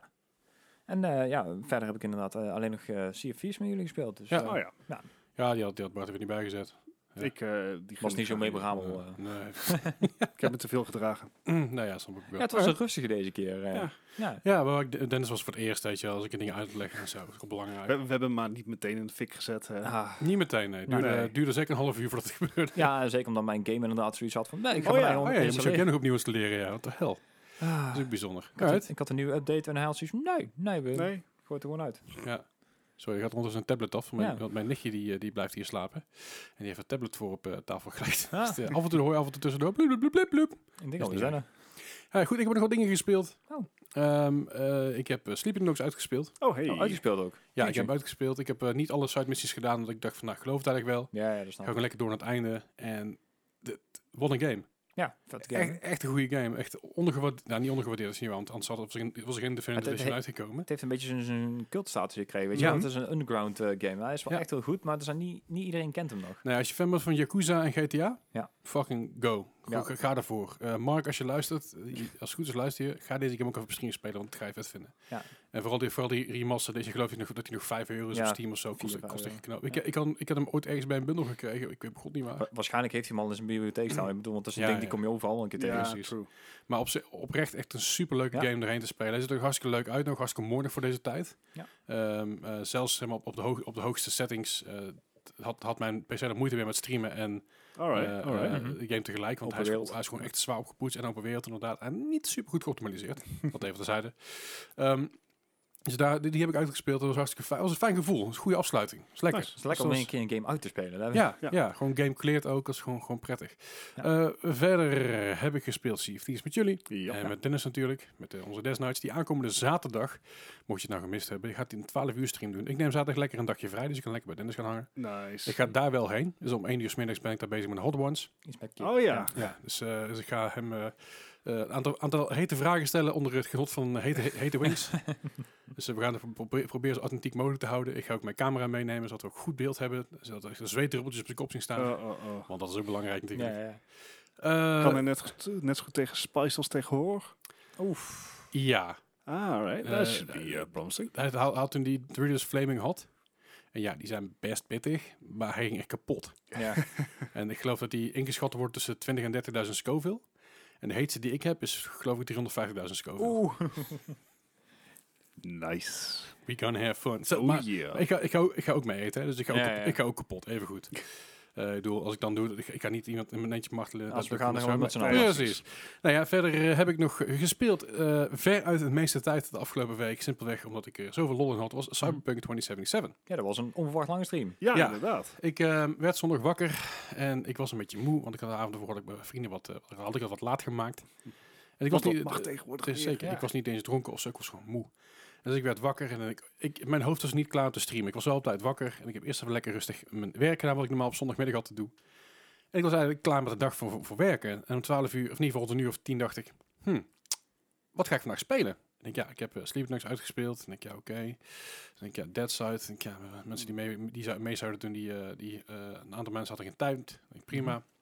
en uh, ja, verder heb ik inderdaad uh, alleen nog uh, Sea of Thieves met jullie gespeeld. Dus, Ja. uh, Oh ja. Ja, die had, die had Bart er weer niet bijgezet. Ja. Ik, uh, die was niet zo mee. memorabel. Uh, uh. nee. Ik heb me te veel gedragen. nou ja, snap ik wel. Ja, het was een rustige deze keer. Uh, Ja. ja. Ja, maar ik- Dennis was voor het eerst, weet je wel, als ik dingen uitleg en zo. Dat is ook belangrijk. We, we hebben hem maar niet meteen in de fik gezet. Hè. Ah, Niet meteen, nee. Het duurde, Nee. duurde zeker een half uur voordat het gebeurde. ja, zeker omdat mijn game inderdaad zoiets had van... Nee, ik ga Oh mijn ja, eigen Oh ja, je moest ook installeren. nog opnieuw installeren, ja. Wat de hel. Ah, Dat is ook bijzonder. ik, had, Alright. ik had een nieuwe update en hij had zoiets van, nee, nee, we Nee? gooien het er gewoon uit. Ja. Sorry, er gaat ondertussen een tablet af. Mijn, Ja. Want mijn nichtje die, eh, die blijft hier slapen. En die heeft een tablet voor op eh, tafel gelegd. Ah. Dus, eh, af en toe hoor je af en toe tussendoor. Blub, blub, blub, blub. Ik denk Is al niet zijn. Ja, goed, ik heb nog wat dingen gespeeld. Oh. Ehm, eh, ik heb uh, Sleeping Dogs uitgespeeld. Oh, hey. Oh, uitgespeeld ook. Ja, ik Jeetje. heb uitgespeeld. Ik heb uh, niet alle side missies gedaan, omdat ik dacht van, nou, ik geloof het eigenlijk wel. Ja, ja, dat Ik snap ga ik. gewoon lekker door naar het einde. En dit- wat een game. Ja, vet game. Echt, echt een goede game. Echt ondergewaardeerd. Nou, niet ondergewaardeerd, dat is niet waar, want anders had het, was er in- was er in Definitive Het- het- Edition uitgekomen. Het heeft een beetje zijn- zijn cultstatus gekregen, weet je Ja. wel. Het is een underground eh, game. Hij is wel Ja. echt heel goed, maar er zijn niet, niet iedereen kent hem nog. Nou, als je fan bent van Yakuza en G T A, Ja. fucking go. Ja. Ga, ga daarvoor. Uh, Mark, als je luistert, uh, je- als het goed is luister je, ga deze game ook even op Steam spelen, want dat ga je vet vinden. Ja. En vooral die, vooral die remaster, deze geloof ik nog, dat hij nog vijf euro is Ja, op Steam of zo. Kost, vier, kost vijf echt euro. knap. Ik, Ja. ik, had, ik had hem ooit ergens bij een bundel gekregen, ik weet god niet waar. Wa- Waarschijnlijk heeft hij hem al in zijn bibliotheek staan. Ik bedoel, want dat is een Ja, ding, die ja. kom je overal een keer tegen. Ja, precies. true. Maar op, zi- oprecht echt een superleuke Ja. game erheen te spelen. Hij ziet er ook hartstikke leuk uit, nog hartstikke mooi nog voor deze tijd. Ja. Ehm, eh, zelfs zeg maar, op, op, de hoog, op de hoogste settings eh, had, had mijn P C er moeite weer met streamen en Alright, eh, alright. eh, Mhm. de game tegelijk. Want Open hij is, wereld. hij is gewoon echt zwaar opgepoetst en open wereld inderdaad. En niet super goed geoptimaliseerd. Dat even terzijde. Ehm dus daar, die, die heb ik uitgespeeld. Dat was hartstikke fijn. Dat was een fijn gevoel. Dat is een goede afsluiting. Dat is lekker. Nice. Het is lekker om Zoals- een keer een game uit te spelen. Daar Ja, ja. Ja. gewoon game cleared ook. Dat is gewoon, gewoon prettig. Ja. Eh, verder heb ik gespeeld Sea of Thieves met jullie. Ja. En met Dennis natuurlijk. Met eh, onze Death Nights. Die aankomende zaterdag, mocht je het nou gemist hebben, je gaat die een twaalf uur stream doen. Ik neem zaterdag lekker een dagje vrij. Dus ik kan lekker bij Dennis gaan hangen. Nice. Ik ga daar wel heen. Dus om één uur 's middags ben ik daar bezig met de Hot Ones. iets met kip. Oh ja. Ja, dus, eh, dus ik ga hem eh, eh, een aantal, aantal hete vragen stellen onder het genot van hete, hete wings. Dus eh, we gaan het probe- proberen zo authentiek mogelijk te houden. Ik ga ook mijn camera meenemen, zodat we ook goed beeld hebben. Zodat er zweetdruppeltjes op zijn kop zien staan. Oh, oh, oh. Want dat is ook belangrijk natuurlijk. Ja, ja. Eh, Kan hij net, goed- net zo goed tegen Spice als tegen horror? Oef. ja, Ah, alright. Eh, That should eh, be uh, promising. hij had, had toen die Doritos Flaming Hot. En ja, die zijn best pittig, maar hij ging echt kapot. Ja. En ik geloof dat die ingeschat wordt tussen twintig en dertigduizend Scoville. En de heetste die ik heb is geloof ik driehonderdvijftigduizend Scoville. Oeh. Nice. We gonna have fun. Zo, Oh maar yeah. ik, ga, ik, ga, ik ga ook mee eten, hè, dus ik ga, ook, Ja, kap- ja. ik ga ook kapot, even goed. Eh, ik bedoel, als ik dan doe, ik, ik ga niet iemand in mijn eentje martelen. Als dat we is gaan ook er gewoon zo, met z'n maar- allen. Precies. Nou ja, verder eh, heb ik nog gespeeld, eh, ver uit het meeste tijd de afgelopen week. Simpelweg omdat ik er zoveel lol in had, was Cyberpunk twintig zevenenzeventig. Ja, dat was een onverwacht lange stream. Ja, Ja. inderdaad. Ik eh, werd zondag wakker en ik was een beetje moe, want ik had de avond ervoor had ik bij vrienden wat, eh, had ik dat wat laat gemaakt. En ik was Want niet, dat mag eh, tegenwoordig het is weer. zeker, ja. ik was niet eens dronken of zo, ik was gewoon moe. Dus ik werd wakker en ik, ik, mijn hoofd was niet klaar om te streamen. Ik was wel op tijd wakker en ik heb eerst even lekker rustig mijn werk gedaan, wat ik normaal op zondagmiddag had te doen. En ik was eigenlijk klaar met de dag voor, voor, voor werken. En om twaalf uur, of in ieder geval een uur of tien, dacht ik, hm, wat ga ik vandaag spelen? En ik, ja, ik heb uh, Sleep Nugs uitgespeeld. En ik, ja, oké. Okay. En ik, ja, Dead Side. En ik, ja, uh, mensen die mee, die zou, mee zouden doen, die, uh, die uh, een aantal mensen hadden geen tijd. En ik, prima. Mm-hmm.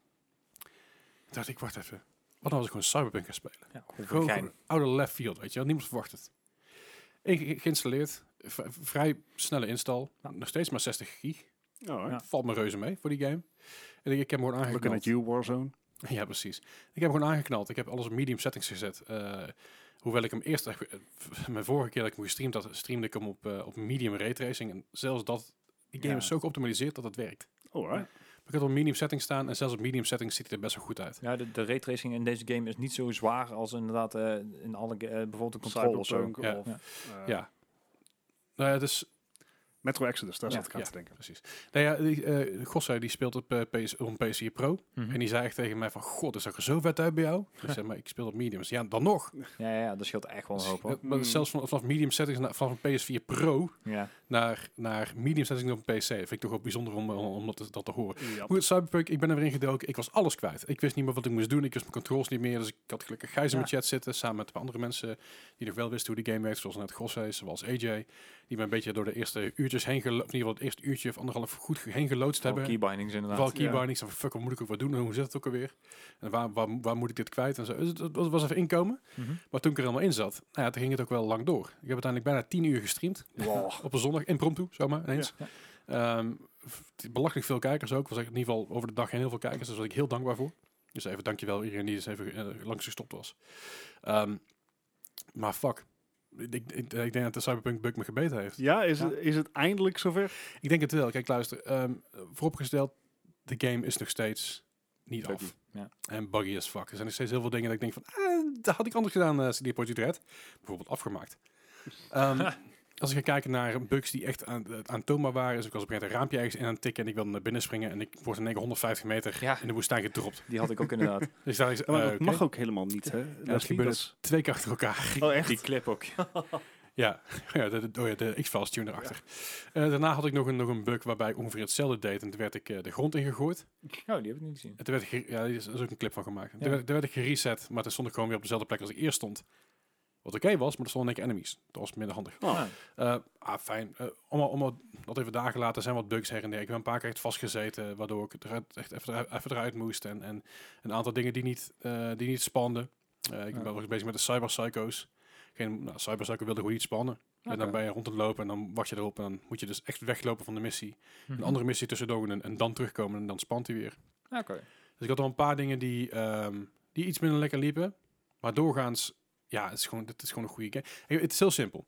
Toen dacht ik, wacht even. Wat nou als ik gewoon Cyberpunk ga spelen? Ja, gewoon voor Gewoon, gein. gewoon out of left field, weet je wel. Niemand verwacht het. Inge ge geïnstalleerd. V vrij snelle install. Ja. Nog steeds maar zestig gig. Alright. Ja. Valt me reuze mee voor die game. En ik, ik heb hem gewoon Looking aangeknald. at you, Warzone. Ja, precies. Ik heb hem gewoon aangeknald. Ik heb alles op medium settings gezet. Uh, hoewel ik hem eerst... Uh, mijn vorige keer dat ik hem gestreamd had, streamde ik hem op, uh, op medium raytracing. En zelfs dat... Die game Ja. is zo geoptimaliseerd dat het werkt. Alright. Ik had op medium settings staan en zelfs op medium settings ziet hij er best wel goed uit. Ja, de, de raytracing in deze game is niet zo zwaar als inderdaad uh, in alle, uh, bijvoorbeeld de controle of zo. Cyberpunk Ja. of... Ja. uh, Ja. Nou ja, dus... Metro Exodus, daar Ja, zat ik aan ja. te denken. Precies. Nou ja, die, uh, Gosse, die speelt op uh, P S, op P S vier Pro. Mhm. En die zei echt tegen mij van... God, is dat er zo vet uit bij jou? Ik zeg, maar ik speel op medium. Dus ja, dan nog. Ja, ja, dat scheelt echt wel een hoop, hoor. Uh, maar Mm. zelfs van, vanaf medium settings, na- vanaf een P S vier Pro... Ja. naar, naar medium settings op een P C. Vind ik toch wel bijzonder om, om, om dat, te, dat te horen. Ja. Goed, Cyberpunk, ik ben er weer ingedoken. Ik was alles kwijt. Ik wist niet meer wat ik moest doen. Ik wist mijn controls niet meer. Dus ik had gelukkig Gijs in mijn Ja. chat zitten. Samen met een paar andere mensen die nog wel wisten hoe die game werkt. Zoals net Gosse, zoals A J. Die me een beetje door de eerste uurtjes heen geloodst. In ieder geval het eerste uurtje of anderhalf goed ge- heen geloodst Vooral hebben. keybindings inderdaad. Vooral Ja. keybindings. Van fuck, wat moet ik ook wat doen? En hoe zit het ook alweer? En waar, waar, waar moet ik dit kwijt? En zo. Dus het, het was even inkomen. Mhm. Maar toen ik er helemaal in zat, nou ja, toen ging het ook wel lang door. Ik heb uiteindelijk bijna tien uur gestreamd. Wow. Op een zondag, impromptu, zomaar, ineens. Ja. Ehm, v- belachelijk veel kijkers ook. Was echt in ieder geval over de dag heen heel veel kijkers. Dus daar was ik heel dankbaar voor. Dus even dankjewel iedereen die dus even uh, langs gestopt was. Ehm, maar fuck. Ik, ik, ik denk dat de Cyberpunk bug me gebeten heeft. Ja, is, Ja. Het, is het eindelijk zover? Ik denk het wel. Kijk, luister. Um, vooropgesteld, de game is nog steeds niet Buggy, af. ja. En buggy as fuck. Er zijn nog steeds heel veel dingen dat ik denk van, eh, dat had ik anders gedaan, uh, C D Projekt Red. Bijvoorbeeld afgemaakt. Um, als ik ga kijken naar bugs die echt aan, aantoonbaar waren, is ik was op een gegeven moment een raampje ergens in aan het tikken en ik wilde naar binnen springen en ik word in één keer honderdvijftig meter Ja. in de woestijn gedropt. Die had ik ook inderdaad. Dus daar is, Ja, maar uh, dat oké. mag ook helemaal niet, hè? Ja, dat Leslie, gebeurde dat is- twee keer achter elkaar. Oh, echt? Die clip ook. Ja, ja de, de, oh ja, de X-Files tune erachter. Uh, daarna had ik nog een, nog een bug waarbij ik ongeveer hetzelfde deed. En toen werd ik uh, de grond ingegooid. Oh, die heb ik niet gezien. En toen werd ik, ge- ja, er is, er is ook een clip van gemaakt. En Ja. Toen, werd, toen werd ik gereset, maar toen stond ik gewoon weer op dezelfde plek als ik eerst stond. Wat oké was, maar er stonden een keer enemies. Dat was minder handig. Oh. Ah. Uh, ah, fijn. Uh, om, om wat even dagen later zijn wat bugs her en der. Ik ben een paar keer echt vastgezeten, waardoor ik eruit, echt even eruit, even eruit moest. En, en een aantal dingen die niet, uh, die niet spanden. Uh, ik Ja. ben wel eens bezig met de cyberpsycho's. Geen, nou, cyberpsycho wilde gewoon niet spannen. En dan Oké. ben je rond het lopen en dan wacht je erop. En dan moet je dus echt weglopen van de missie. Mhm. Een andere missie tussendoor en, en dan terugkomen en dan spant hij weer. Oké. Dus ik had al een paar dingen die, um, die iets minder lekker liepen. Maar doorgaans, ja, het is gewoon, het is gewoon een goede game. Hey, het is heel simpel.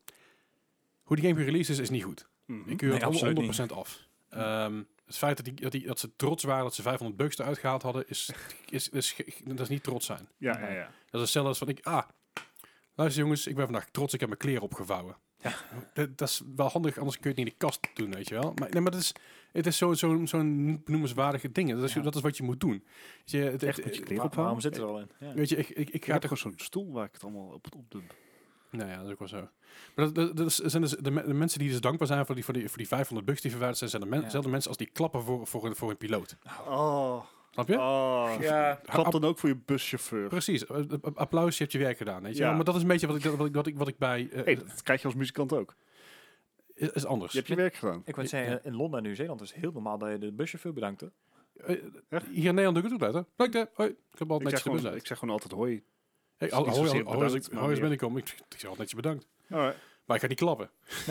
Hoe die game gereleased is, is niet goed. Mhm. Ik keur Nee, het absoluut honderd procent af. Um, het feit dat, die, dat, die, dat ze trots waren dat ze vijfhonderd bugs eruit gehaald hadden, is, is, is, is, dat is niet trots zijn. Ja, ja, ja. Dat is hetzelfde als van ik, ah, luister jongens, ik ben vandaag trots, ik heb mijn kleren opgevouwen. Ja. Dat, dat is wel handig, anders kun je het niet in de kast doen, weet je wel. Maar, nee, maar het is, het is zo'n zo, zo'n niet benoemenswaardige ding. Dat is, Ja. dat is wat je moet doen. Weet je, het, Echt het- met je het- kleren Waar- ophouden? waarom zit er al in? Ja. weet je, ik, ik, ik Ik ga heb toch... gewoon zo'n stoel waar ik het allemaal op, op dump. Nou ja, dat is ook wel zo. Maar dat, dat, dat is- zijn dus de, me- de mensen die dus dankbaar zijn voor die, voor die, voor die vijfhonderd bugs die verwijderd zijn, zijn de men, Ja. dezelfde mensen als die klappen voor, voor, een, voor een piloot. Oh, Snap je? oh. Ja. Klap dan ook voor je buschauffeur. Precies. Uh, uh, applaus, je hebt je werk gedaan. Weet je? Ja. wel? Maar dat is een beetje wat ik, wat ik, wat ik, wat ik bij... uh, Hey, dat krijg je als muzikant ook. is, is anders. Je hebt je werk gedaan. Ik wou zeggen, in Londen en Nieuw-Zeeland is het heel normaal dat je de buschauffeur bedankt. Hè? Uh, Echt? hier in Nederland doe ik het ook uit, hè? Dank je. Hoi. Ik heb altijd Ik zeg, netjes de bus gewoon, uit. ik zeg gewoon altijd hoi. Hey, is al- niet hoi, zozeer hoi, hoi, bedankt, hoi, maar hoi, is meer- binnenkomen. Ik, ik zeg altijd netjes bedankt. Alright. Maar ik ga niet klappen.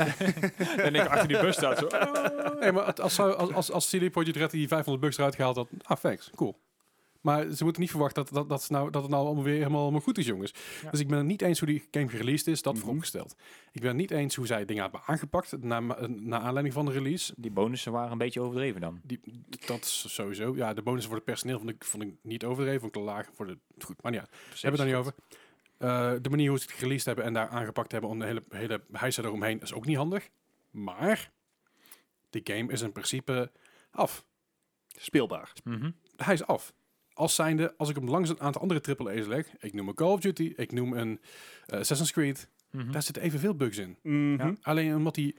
En ik achter die bus staat zo. Nee, maar als, als, als, als, als C D Projekt Red die vijfhonderd bucks eruit gehaald had, ah, thanks, cool. Maar ze moeten niet verwachten dat, dat, dat, ze nou, dat het nou allemaal weer helemaal, helemaal goed is, jongens. Ja. Dus ik ben het niet eens hoe die game gereleased is, dat Mhm. vooropgesteld. Ik ben het niet eens hoe zij dingen hebben aangepakt, na, na aanleiding van de release. Die bonussen waren een beetje overdreven dan. Die, dat is sowieso. Ja, de bonussen voor het personeel vond ik, vond ik niet overdreven, vond ik te laag voor de... Goed, maar ja, we hebben het daar niet over. Uh, de manier hoe ze het gereleased hebben en daar aangepakt hebben om de hele, hele heisa eromheen is ook niet handig. Maar de game is in principe af. Speelbaar. Mhm. Hij is af. Als zijnde, als ik hem langs een aantal andere triple A's leg, ik noem een Call of Duty, ik noem een uh, Assassin's Creed, Mhm. daar zitten evenveel bugs in. Mhm. Ja. Alleen omdat die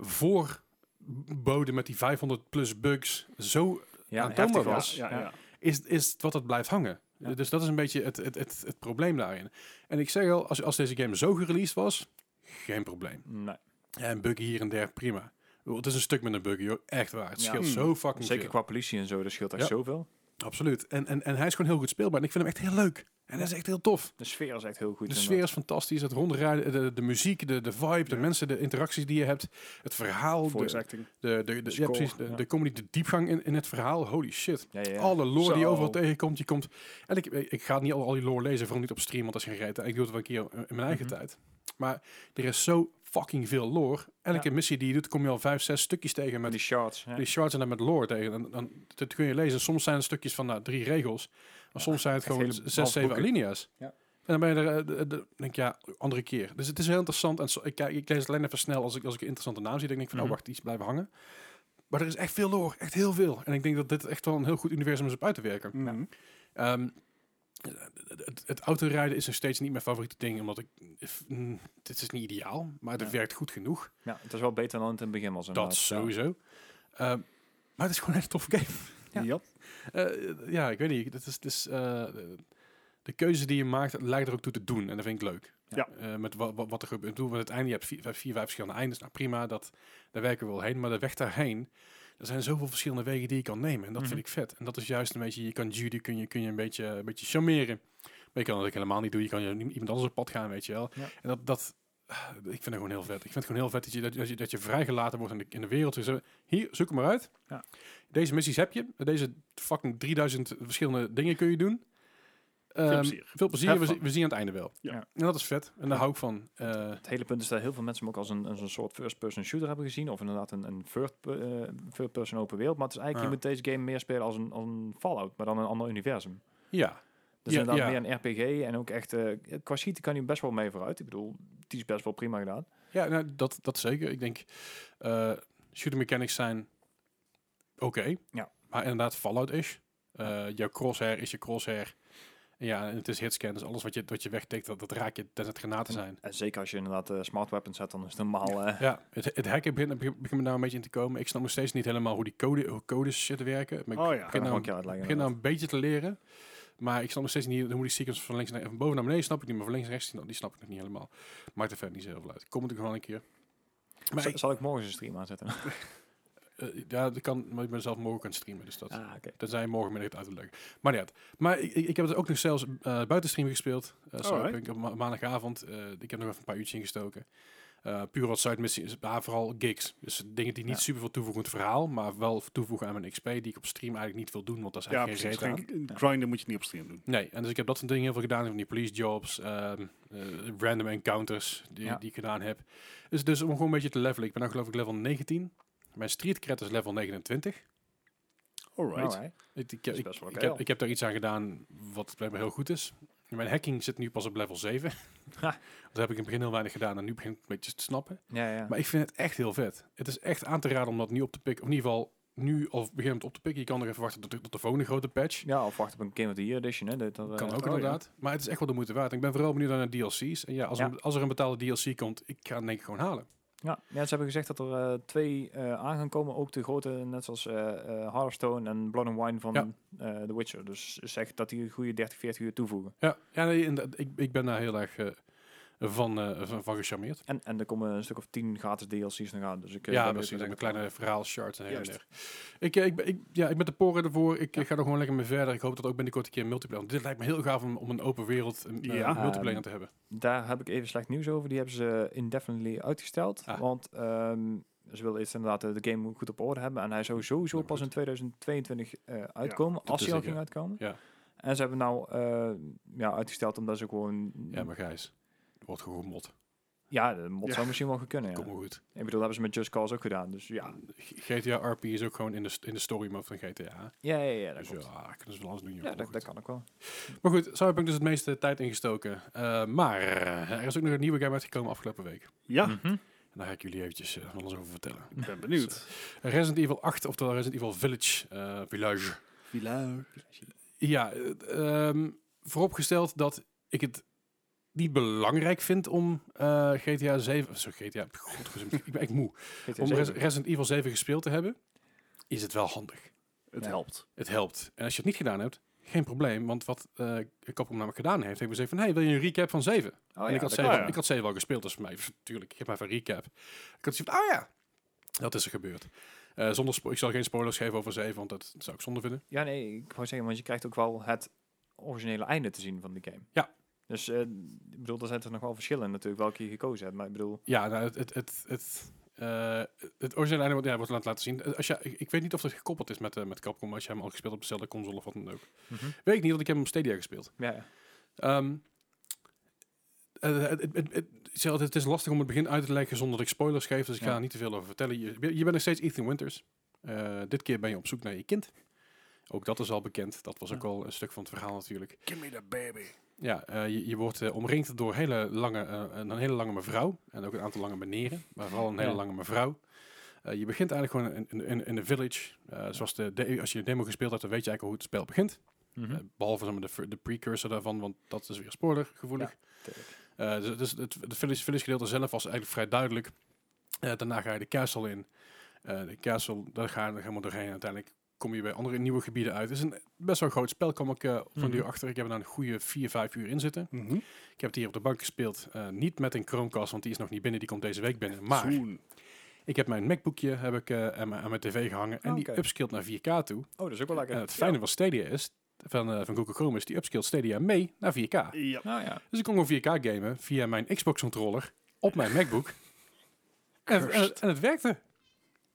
voorbode met die vijfhonderd plus bugs zo Ja, aantoonbaar heftig was, Ja, ja, ja. is, is wat het blijft hangen. Ja. Dus dat is een beetje het, het, het, het probleem daarin. En ik zeg al, als, als deze game zo gereleased was, geen probleem. Nee. En buggy hier en der, prima. Ik bedoel, het is een stuk met een buggy, hoor. Echt waar. Het Ja. scheelt Mm. zo fucking Zeker veel. qua politie en zo, dat scheelt echt Ja. zoveel. Absoluut. En, en, en hij is gewoon heel goed speelbaar. En ik vind hem echt heel leuk. En dat is echt heel tof. De sfeer is echt heel goed. De inderdaad. sfeer is fantastisch. Het rondrijden, de, de muziek, de, de vibe, de Ja. mensen, de interacties die je hebt. Het verhaal, Voice de, acting. de, de, de, ja, score, precies, de, ja. de comedy, de diepgang in, in het verhaal. Holy shit. Ja, ja, ja. Alle lore die je Zo. overal tegenkomt. Je komt, en ik, ik ga niet al, al die lore lezen, vooral niet op stream, want dat is geen reet. Ik doe het wel een keer in mijn eigen Mhm. tijd. Maar er is zo fucking veel lore. Elke Ja. missie die je doet, kom je al vijf, zes stukjes tegen Met met die shards. Ja. die shards en dan met lore tegen. En dan, dat kun je lezen. Soms zijn het stukjes van nou, drie regels. Maar soms zijn het echt gewoon hele zes, zeven boeken. alinea's. Ja. En dan ben je er, eh, de- de- denk ik, ja, andere keer. Dus het is heel interessant. En zo, ik, kijk, ik lees het alleen even snel als ik, als ik een interessante naam zie. Dan denk ik van, Mhm. oh wacht, iets blijven hangen. Maar er is echt veel lore. Echt heel veel. En ik denk dat dit echt wel een heel goed universum is op uit te werken. Mhm. Ehm, het, het, het autorijden is nog steeds niet mijn favoriete ding. Omdat ik, if, mm, dit is niet ideaal. Maar het Ja. werkt goed genoeg. Ja, het is wel beter dan het in het begin was. Dat inderdaad. sowieso. Ehm, maar het is gewoon een hele toffe game. Ja. Ja. Eh, ja, ik weet niet. Dat is, het is, eh, de, de keuze die je maakt lijkt er ook toe te doen. En dat vind ik leuk. Ja. Eh, met wat, wat, wat er gebeurt. Ik bedoel, met het einde, je hebt vier, vier, vijf verschillende eindes. Nou prima, dat, daar werken we wel heen. Maar de weg daarheen, er zijn zoveel verschillende wegen die je kan nemen. En dat Mhm. vind ik vet. En dat is juist een beetje, je kan judy, kun je, kun je een beetje, een beetje charmeren. Maar je kan dat ook helemaal niet doen. Je kan je iemand anders op pad gaan, weet je wel. Ja. En dat, dat, ah, ik vind het gewoon heel vet. Ik vind het gewoon heel vet dat je, dat, dat je, dat je vrijgelaten wordt in de, in de wereld. Dus, eh, hier, zoek hem maar uit. Ja. Deze missies heb je. Deze fucking drieduizend verschillende dingen kun je doen. Ehm, plezier. Veel plezier. Have We, fun. zi- we zien aan het einde wel. Ja. En dat is vet. En daar hou ik van. Eh, Het hele punt is dat heel veel mensen hem ook als een, als een soort first-person shooter hebben gezien. Of inderdaad een, een third, uh, third-person open wereld. Maar het is eigenlijk, Ja. je moet deze game meer spelen als een, als een Fallout, maar dan een ander universum. ja. Dus Ja, inderdaad ja. meer een R P G en ook echt, uh, qua schieten kan hij best wel mee vooruit. Ik bedoel, het is best wel prima gedaan. Ja, nou, dat, dat zeker. Ik denk, uh, shooting mechanics zijn oké. Ja. Maar inderdaad, Fallout-ish. Uh, jouw crosshair is je crosshair. En ja, en het is hitscan, dus alles wat je, wat je wegtikt, dat, dat raak je tenzij het granaten zijn. En zeker als je inderdaad uh, smart weapons hebt, dan is het normaal... Uh, Ja, het, het hacken begint, begint me nou een beetje in te komen. Ik snap nog steeds niet helemaal hoe die code, hoe codes zitten werken. Maar ik Oh ja. begin, nou, een keer uitleggen, begin nou een beetje te leren. Maar ik snap nog steeds niet hoe die sequence van links naar van boven naar beneden snap ik niet, maar van links naar rechts die snap ik nog niet helemaal. Maakt er verder niet zo heel veel uit. Kom het gewoon een keer. Maar Z- ik, zal ik morgen eens een stream aanzetten? uh, ja, dat kan, maar ik ben zelf morgen kan streamen, dus dat. Ah, oké. Tenzij je morgenmiddag het uit te leggen. Maar niet uit. Maar ik, ik, ik heb het ook nog zelfs uh, buiten stream gespeeld. Uh, Cyberpunk op ma maandagavond. Uh, ik heb nog even een paar uurtjes ingestoken. Uh, puur wat side missies, uh, vooral gigs. Dus dingen die niet Ja. super veel toevoegen aan het verhaal, maar wel toevoegen aan mijn X P, die ik op stream eigenlijk niet wil doen, want dat is Ja, eigenlijk precies. geen reet aan. Geen- Grinden moet je niet op stream doen. Nee, en dus ik heb dat soort dingen heel veel gedaan, van die police jobs, um, uh, random encounters die, Ja. die ik gedaan heb. Dus, dus om gewoon een beetje te levelen. Ik ben nu geloof ik level negentien. Mijn street cred is level negenentwintig. Alright. Alright. Ik, ik, Dat is ik, best wel ik, oké heb, al. ik heb daar iets aan gedaan wat blijkbaar heel goed is. Mijn hacking zit nu pas op level zeven. Ha. Dat heb ik in het begin heel weinig gedaan en nu begin ik een beetje te snappen. Ja, ja. Maar ik vind het echt heel vet. Het is echt aan te raden om dat nu op te pikken. Of in ieder geval nu of beginnend op te pikken. Je kan nog even wachten tot de, tot de volgende grote patch. ja, of wacht op een Game of the Year edition. Hè. Dat, dat, Kan uh, ook oh, ja. inderdaad. Maar het is echt wel de moeite waard. Ik ben vooral benieuwd naar de D L C's. En ja, als, Ja. Er, als er een betaalde D L C komt, ik ga hem denk ik gewoon halen. Ja, ja, ze hebben gezegd dat er uh, twee uh, aan gaan komen. Ook de grote, net zoals uh, uh, Hearthstone en Blood and Wine van Ja. uh, The Witcher. Dus zegt dat die een goede dertig, veertig uur toevoegen. Ja, ja nee, inderdaad, ik, ik ben daar heel erg uh, van, uh, van, van gecharmeerd. En, en er komen een stuk of tien gratis D L C's nog aan. Dus ik, uh, Ja, ben precies. benieuwd Met wat er kleine verhaalcharts en her en Juist. der. Ik, eh, ik, ben- ik, ja, ik ben de poren ervoor. Ik eh, ga er gewoon lekker mee verder. Ik hoop dat ook binnenkort een keer multiplayer. Want dit lijkt me heel gaaf om, om een open wereld een, eh, Ja. multiplayer Um, te hebben. Daar heb ik even slecht nieuws over. Die hebben ze indefinitely uitgesteld. Ah. Want um, ze willen eerst inderdaad uh, de game goed op orde hebben. En hij zou sowieso Nou, pas goed. in tweeduizend tweeëntwintig uh, uitkomen. dat als is hij al zeker. ging uitkomen. Ja. En ze hebben nou uh, ja, uitgesteld omdat ze gewoon... Ja, maar Gijs, het wordt gewoon gemod. Ja, de mod Ja. zou misschien wel gaan kunnen. Ja. Komt maar goed. Ik bedoel, dat hebben ze met Just Cause ook gedaan. Dus ja, G T A R P is ook gewoon in de, st- in de story mode van G T A. ja, ja, ja dat Dus klopt. ja, kunnen ze wel alles doen. joh. Ja, Maar dat, goed. dat kan ook wel. Maar goed, zo heb ik dus het meeste tijd ingestoken. Uh, maar uh, er is ook nog een nieuwe game uitgekomen afgelopen week. Ja, Mhm. En daar ga ik jullie eventjes uh, alles over vertellen. ik ben benieuwd. Uh, Resident Evil acht, oftewel Resident Evil Village. Uh, Village. Village. Ja, uh, um, vooropgesteld dat ik het niet belangrijk vind om uh, G T A zeven... Zo, G T A... God, ik ben echt moe. G T A Om zeven. Res- Resident Evil zeven gespeeld te hebben, is het wel handig. Het Ja. helpt. Het helpt. En als je het niet gedaan hebt, geen probleem. Want wat uh, Capcom namelijk gedaan heeft, heeft gezegd van, hey, wil je een recap van zeven? Oh, en ja, ik, had dat zeven kan, al, ja. ik had zeven al gespeeld, dus voor mij, natuurlijk, geef maar even een recap. Ik had zoiets van, oh ja, dat is er gebeurd. Uh, zonder spo- ik zal geen spoilers geven over zeven, want dat zou ik zonde vinden. Ja, nee, ik wou zeggen, want je krijgt ook wel het originele einde te zien van die game. Ja. Dus, uh, ik bedoel, er zijn er nog wel verschillen in natuurlijk welke je gekozen hebt. Maar ik bedoel, Ja, nou, het, het, het, het, uh, het originele einde wordt, ja, wordt laten, laten zien. Als je, ik, ik weet niet of het gekoppeld is met, uh, met Capcom, als je hem al gespeeld hebt op dezelfde console of wat dan ook. Weet ik niet, want ik heb hem op Stadia gespeeld. ja, ja. Um, uh, het, het, het, het, het is lastig om het begin uit te leggen zonder dat ik spoilers geef, dus ik ga Ja. er niet te veel over vertellen. Je, je bent nog steeds Ethan Winters. Uh, dit keer ben je op zoek naar je kind. Ook dat is al bekend. Dat was ook Ja. al een stuk van het verhaal natuurlijk. Give me the baby. Ja, uh, je, je wordt uh, omringd door hele lange, uh, een hele lange mevrouw. En ook een aantal lange meneren. Maar vooral een hele Ja. lange mevrouw. Uh, je begint eigenlijk gewoon in, in, in de village. Uh, zoals de, de, als je de demo gespeeld hebt, dan weet je eigenlijk hoe het spel begint. Mhm. Uh, behalve zeg maar, de, de precursor daarvan, want dat is weer spoilergevoelig. Uh, dus dus het, het village, village gedeelte zelf was eigenlijk vrij duidelijk. Uh, daarna ga je de castle in. Uh, de castle, daar ga je er helemaal doorheen. En uiteindelijk kom je bij andere nieuwe gebieden uit. Het is een best wel groot spel, kom ik uh, van Mhm. nu achter. Ik heb er nou een goede vier, vijf uur in zitten. Mhm. Ik heb het hier op de bank gespeeld. Uh, niet met een Chromecast, want die is nog niet binnen. Die komt deze week binnen. Maar Soon. ik heb mijn MacBookje heb ik, uh, aan, mijn, aan mijn tv gehangen. En Oh, die oké. upskilled naar vier K toe. Oh, dat is ook wel lekker. En het fijne van Stadia is, van, uh, van Google Chrome is, die upskilled Stadia mee naar vier K. Ja. Nou ja. Dus ik kon gewoon vier K gamen via mijn Xbox controller op mijn MacBook. En, en, het- en het werkte.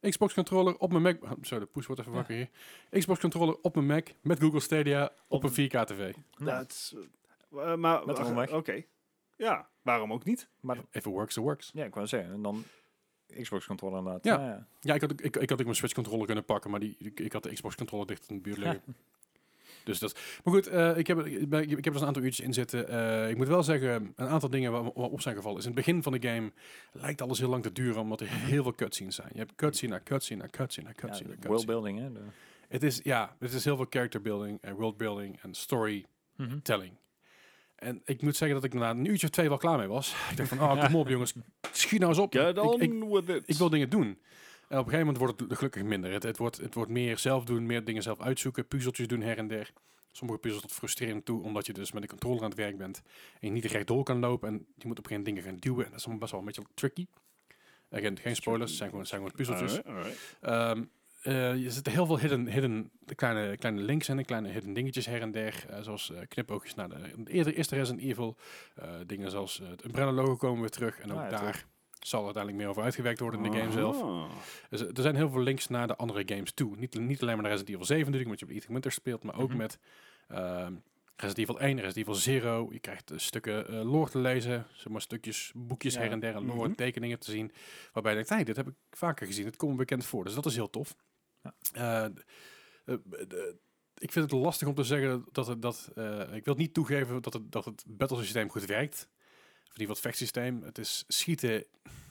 Xbox controller op mijn Mac. Oh, zo, de poes wordt even wakker hier. Xbox controller op mijn Mac met Google Stadia op een vier K tv. Dat is, uh, maar Met uh, een weg. Oké. Ja, waarom ook niet? Maar If it works, it works. ja, ik wou zeggen. En dan Xbox controller inderdaad. Ja. Ja, ja. Ja, ik had, ook- ik, ik had ook mijn Switch controller kunnen pakken, maar die, ik, ik had de Xbox controller dicht in de buurt liggen. Dus dat. Maar goed, uh, ik, heb, ik, ben, ik heb er dus een aantal uurtjes in zitten. Uh, ik moet wel zeggen, een aantal dingen waar, waar op zijn gevallen is. In het begin van de game lijkt alles heel lang te duren, omdat er heel veel cutscenes zijn. Je hebt cutscene na cutscene na cutscene na Ja, cutscene na de cutscene. worldbuilding, hè. De, Het is, ja, het is heel veel character building, en world building en story Mhm. telling. En ik moet zeggen dat ik na een uurtje of twee wel klaar mee was. Ik dacht van, oh, kom op jongens, schiet nou eens op. Get on ik, ik, with it. ik wil dingen doen. En op een gegeven moment wordt het gelukkig minder. Het, het, wordt, het wordt meer zelf doen, meer dingen zelf uitzoeken, puzzeltjes doen her en der. Sommige puzzels tot frustrerend toe, omdat je dus met de controller aan het werk bent en je niet recht door kan lopen en je moet op geen dingen gaan duwen. En dat is allemaal best wel een beetje tricky. Again, geen spoilers, het zijn gewoon, het zijn gewoon puzzeltjes. Alright, alright. Um, uh, er zitten heel veel hidden, hidden de kleine, kleine links in, en kleine hidden dingetjes her en der. Uh, zoals uh, knipoogjes naar de, de eerder, eerste Resident Evil. Uh, dingen zoals uh, het Umbrella logo komen weer terug. En ook Ah, ja, daar tof. zal uiteindelijk meer over uitgewerkt worden in de game zelf. Ah. Dus, uh, er zijn heel veel links naar de andere games toe. Niet, niet alleen maar naar Resident Evil zeven natuurlijk, want je op Ethan Winter speelt. Maar ook Mhm. met um, Resident Evil één, Resident Evil Zero. Je krijgt uh, stukken uh, lore te lezen. Zeg maar stukjes, boekjes Ja. her en der. En lore Mhm. tekeningen te zien. Waarbij je denkt, hey, dit heb ik vaker gezien. Het komt me bekend voor. Dus dat is heel tof. Ja. Uh, d- uh, d- ik vind het lastig om te zeggen dat het dat. Uh, ik wil niet toegeven dat het, dat het battlesysteem goed werkt. Of niet wat vechtsysteem. Het is schieten.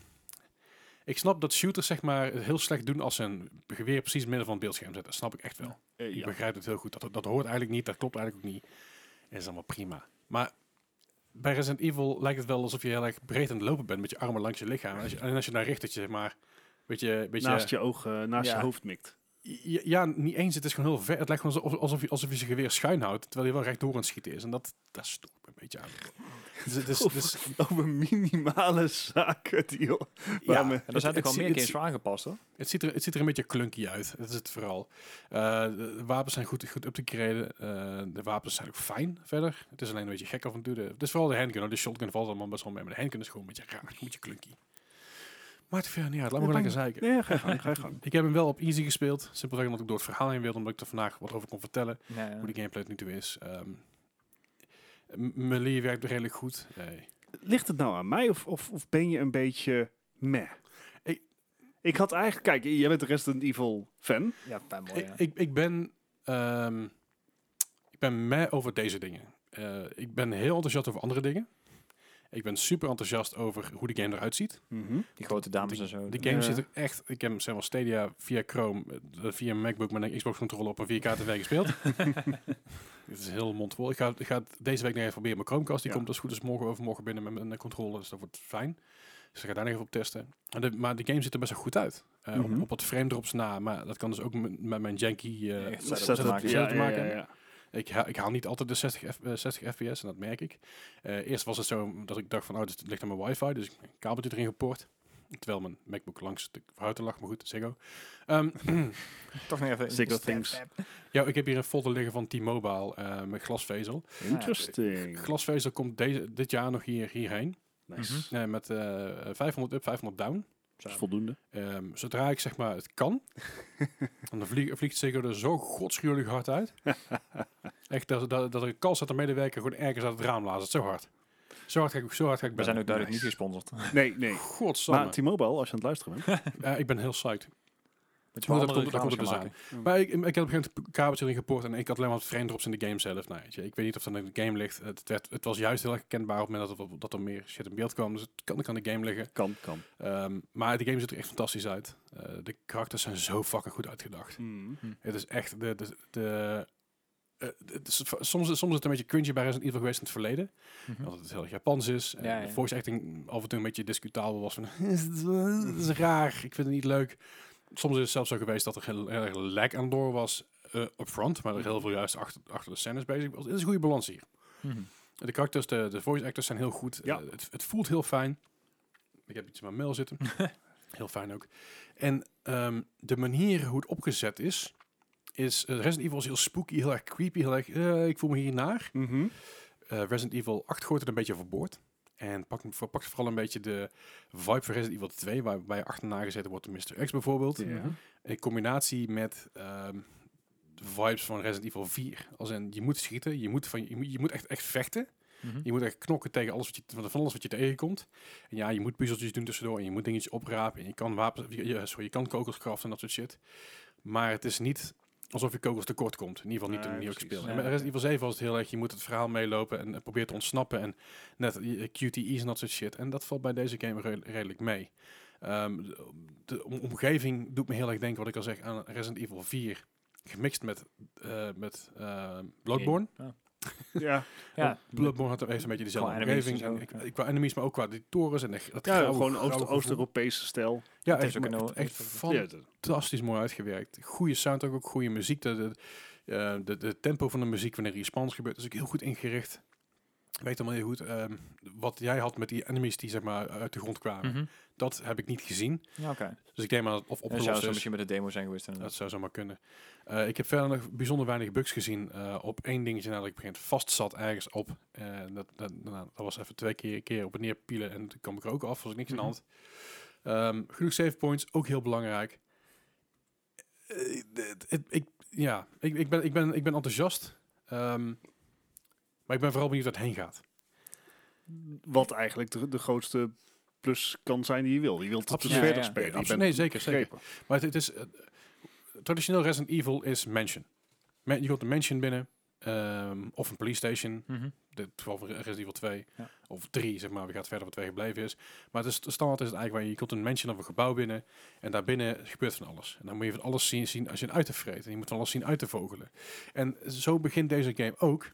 Ik snap dat shooters zeg maar het heel slecht doen als ze een geweer precies in het midden van het beeldscherm zetten. Dat snap ik echt wel. Eh, Ik ja. begrijp het heel goed. Dat, dat hoort eigenlijk niet. Dat klopt eigenlijk ook niet. Het is allemaal prima. Maar bij Resident Evil lijkt het wel alsof je heel erg breed aan het lopen bent met je armen langs je lichaam. En als je, en als je naar richt, dat je zeg maar beetje, beetje Naast je oog, uh, naast Ja. je hoofd mikt. Ja, ja, niet eens. Het is gewoon heel ver. Het lijkt gewoon alsof, alsof, je, alsof je zijn geweer schuin houdt, terwijl je wel rechtdoor aan het schieten is. En dat, dat stoort me een beetje aan. Dus, het is, het is, Over minimale zaken die ja, waar me- En daar zijn het- ook al het- meer het- games voor aangepast, hoor. Het ziet, er, het ziet er een beetje clunky uit. Dat is het vooral. Uh, de wapens zijn goed, goed up te graden. Uh, de wapens zijn ook fijn verder. Het is alleen een beetje gek af en toe. De, het is vooral de handgun. Hoor. De shotgun valt allemaal best wel mee. Maar de handgun is gewoon een beetje raar. Een beetje clunky. Maar het verder niet uit. Laat me Ja, gewoon lekker zeiken. Nee, ga je gang, ga je gang. Ik heb hem wel op easy gespeeld. Simpelweg omdat ik door het verhaal heen wilde. Omdat ik er vandaag wat over kon vertellen. Ja, ja. Hoe de gameplay tot nu toe is. Um, m- melee werkt redelijk goed. Nee. Ligt het nou aan mij of, of, of ben je een beetje meh? Ik- Ik had eigenlijk... Kijk, jij bent de Resident Evil fan. Ja, fanboy, Ik, ja. ik, ik ben... Um, ik ben meh over deze dingen. Uh, ik ben heel enthousiast over andere dingen. Ik ben super enthousiast over hoe de game eruit ziet. Die grote dames en zo. De game Ja. ziet er echt... Ik heb zeg maar Stadia via Chrome, uh, via een MacBook met een Xbox controller op een vier K tv gespeeld. Het is heel mondvol. Ik ga, ik ga het deze week nog even proberen. Mijn Chromecast die Ja. komt als goed is morgen overmorgen binnen met mijn controller. Dus dat wordt fijn. Dus ik ga daar nog even op testen. En de, maar de game ziet er best wel goed uit. Uh, Mhm. op, op wat frame drops na. Maar dat kan dus ook met, met mijn janky uh, Echt setup setup te maken. setup Ja, te ja, maken. ja, ja. Ik, ha ik haal niet altijd de zestig, F, uh, zestig F P S en dat merk ik. Uh, eerst was het zo dat ik dacht van, oh, dit ligt aan mijn wifi. Dus ik heb een kabeltje erin gepoord. Terwijl mijn MacBook langs de ruiten lag. Maar goed, Ziggo. Um, Toch nog even... Ziggo Stab, things. stab. ja, ik heb hier een folder liggen van T-Mobile uh, met glasvezel. Interesting. Glasvezel komt deze, dit jaar nog hier, hierheen. Nice. Uh, met uh, vijfhonderd up, vijfhonderd down. Dat is voldoende. Um, zodra ik zeg maar het kan, dan vlieg, vliegt Ziggo er zo godschuwelijk hard uit. Echt, dat, dat, dat er een callcenter medewerker gewoon ergens uit het raam laat. Zo hard. Zo hard ga ik, zo hard ga ik We zijn bellen. ook duidelijk Nice. niet gesponsord. Nee, nee. Godsamme. Maar T-Mobile, als je aan het luisteren bent. Uh, ik ben heel psyched. Met Maar dat andere komt- dat komt reclames er dus gaan maken. Maar ik, ik heb op een gegeven moment een kabeltje erin gepoord en ik had alleen maar wat frame drops in de game zelf. Nou, weet je, ik weet niet of dat in de game ligt. Het, werd, het was juist heel erg herkenbaar op het moment dat er, dat er meer shit in beeld kwam. Dus het kan, kan de game liggen. Kan, kan. Um, maar de game ziet er echt fantastisch uit. Uh, de karakters zijn zo fucking goed uitgedacht. Mm. Het is echt de... de, de uh, het is, soms, soms is het een beetje cringy bij Resident Evil geweest in het verleden. Mhm. Dat het heel erg Japans is. En Ja, ja. de voice acting af en toe een beetje discutabel was. Van, het is raar, ik vind het niet leuk. Soms is het zelfs zo geweest dat er heel heel erg lag aan door was uh, up front. Maar er heel veel juist achter, achter de scènes bezig was. Het is een goede balans hier. Mhm. De karakters, de, de voice actors zijn heel goed. Ja. Uh, het, het voelt heel fijn. Ik heb iets in mijn mail zitten. Heel fijn ook. En um, de manier hoe het opgezet is, is uh, Resident Evil is heel spooky, heel erg creepy, heel erg, uh, ik voel me hier naar. Mhm. Uh, Resident Evil acht gooit het een beetje overboord. En pak, pak vooral een beetje de vibe van Resident Evil twee, waarbij je achterna gezeten wordt door mister X bijvoorbeeld. Ja. In combinatie met um, de vibes van Resident Evil vier. Als in, je moet schieten, je moet, van, je moet, je moet echt, echt vechten. Mhm. Je moet echt knokken tegen alles wat je, van alles wat je tegenkomt. En ja, je moet puzzeltjes doen tussendoor en je moet dingetjes oprapen. En je kan wapens, je, sorry, je kan kogels craften en dat soort shit. Maar het is niet alsof je kogels tekort komt. In ieder geval niet Nee, toen ik niet ook precies. speelde. Ja, En bij ja. Resident Evil zeven was het heel erg, je moet het verhaal meelopen en, en probeert te ontsnappen. En net eh, Q T E's en dat soort shit. En dat valt bij deze game re- redelijk mee. Um, de, de om- omgeving doet me heel erg denken, wat ik al zeg, aan Resident Evil vier. Gemixt met, uh, met uh, Bloodborne. Ja. Ja, Ja, Bloodborne had heeft een beetje dezelfde Qua enemies omgeving. en zo, En ik, ja. ik, qua enemies, maar ook qua die torens en de, dat ja grauwe- gewoon grauwe Oost- gevoel. Oost-Europese stijl. Ja, Het echt, heeft ook maar een echt, heel- echt Ja, dat- fantastisch mooi uitgewerkt. Goede soundtrack, ook goede muziek. De, de, uh, de, de tempo van de muziek wanneer respawns gebeurt, is ook heel goed ingericht. Ik weet allemaal heel goed. Um, wat jij had met die enemies die zeg maar uit de grond kwamen, Mhm. dat heb ik niet gezien. Ja, oké. Dus ik denk maar dat het of Dat zou opgelost zo is. misschien met de demo zijn geweest. inderdaad. Dat zou zomaar kunnen. Uh, ik heb verder nog bijzonder weinig bugs gezien uh, op één dingetje nadat ik begint vast zat ergens op. Uh, dat, dat, nou, dat was even twee keer, keer op en neer pielen en toen kwam ik er ook af, was ik niks Mhm. aan de hand. Um, genoeg save points, ook heel belangrijk. Uh, het- het- ik, ja, ik, ik, ben, ik, ben, ik ben enthousiast. Um, maar ik ben vooral benieuwd waar het heen gaat. Wat eigenlijk de, de grootste plus kan zijn die je wil. Je wilt het dus Absoluut. verder Ja, ja. spelen. Je Absoluut. bent Nee, zeker, zeker. begrepen. Maar het, het is... Uh, traditioneel Resident Evil is mansion. Man, je komt een mansion binnen. Um, of een police station. Mhm. De geval van Resident Evil twee. Ja. Of drie, zeg maar. We gaan verder wat twee gebleven is. Maar het is, de standaard is het eigenlijk waar je, je komt een mansion of een gebouw binnen. En daarbinnen gebeurt van alles. En dan moet je van alles zien, zien als je een uit te vreten. En je moet van alles zien uit te vogelen. En zo begint deze game ook.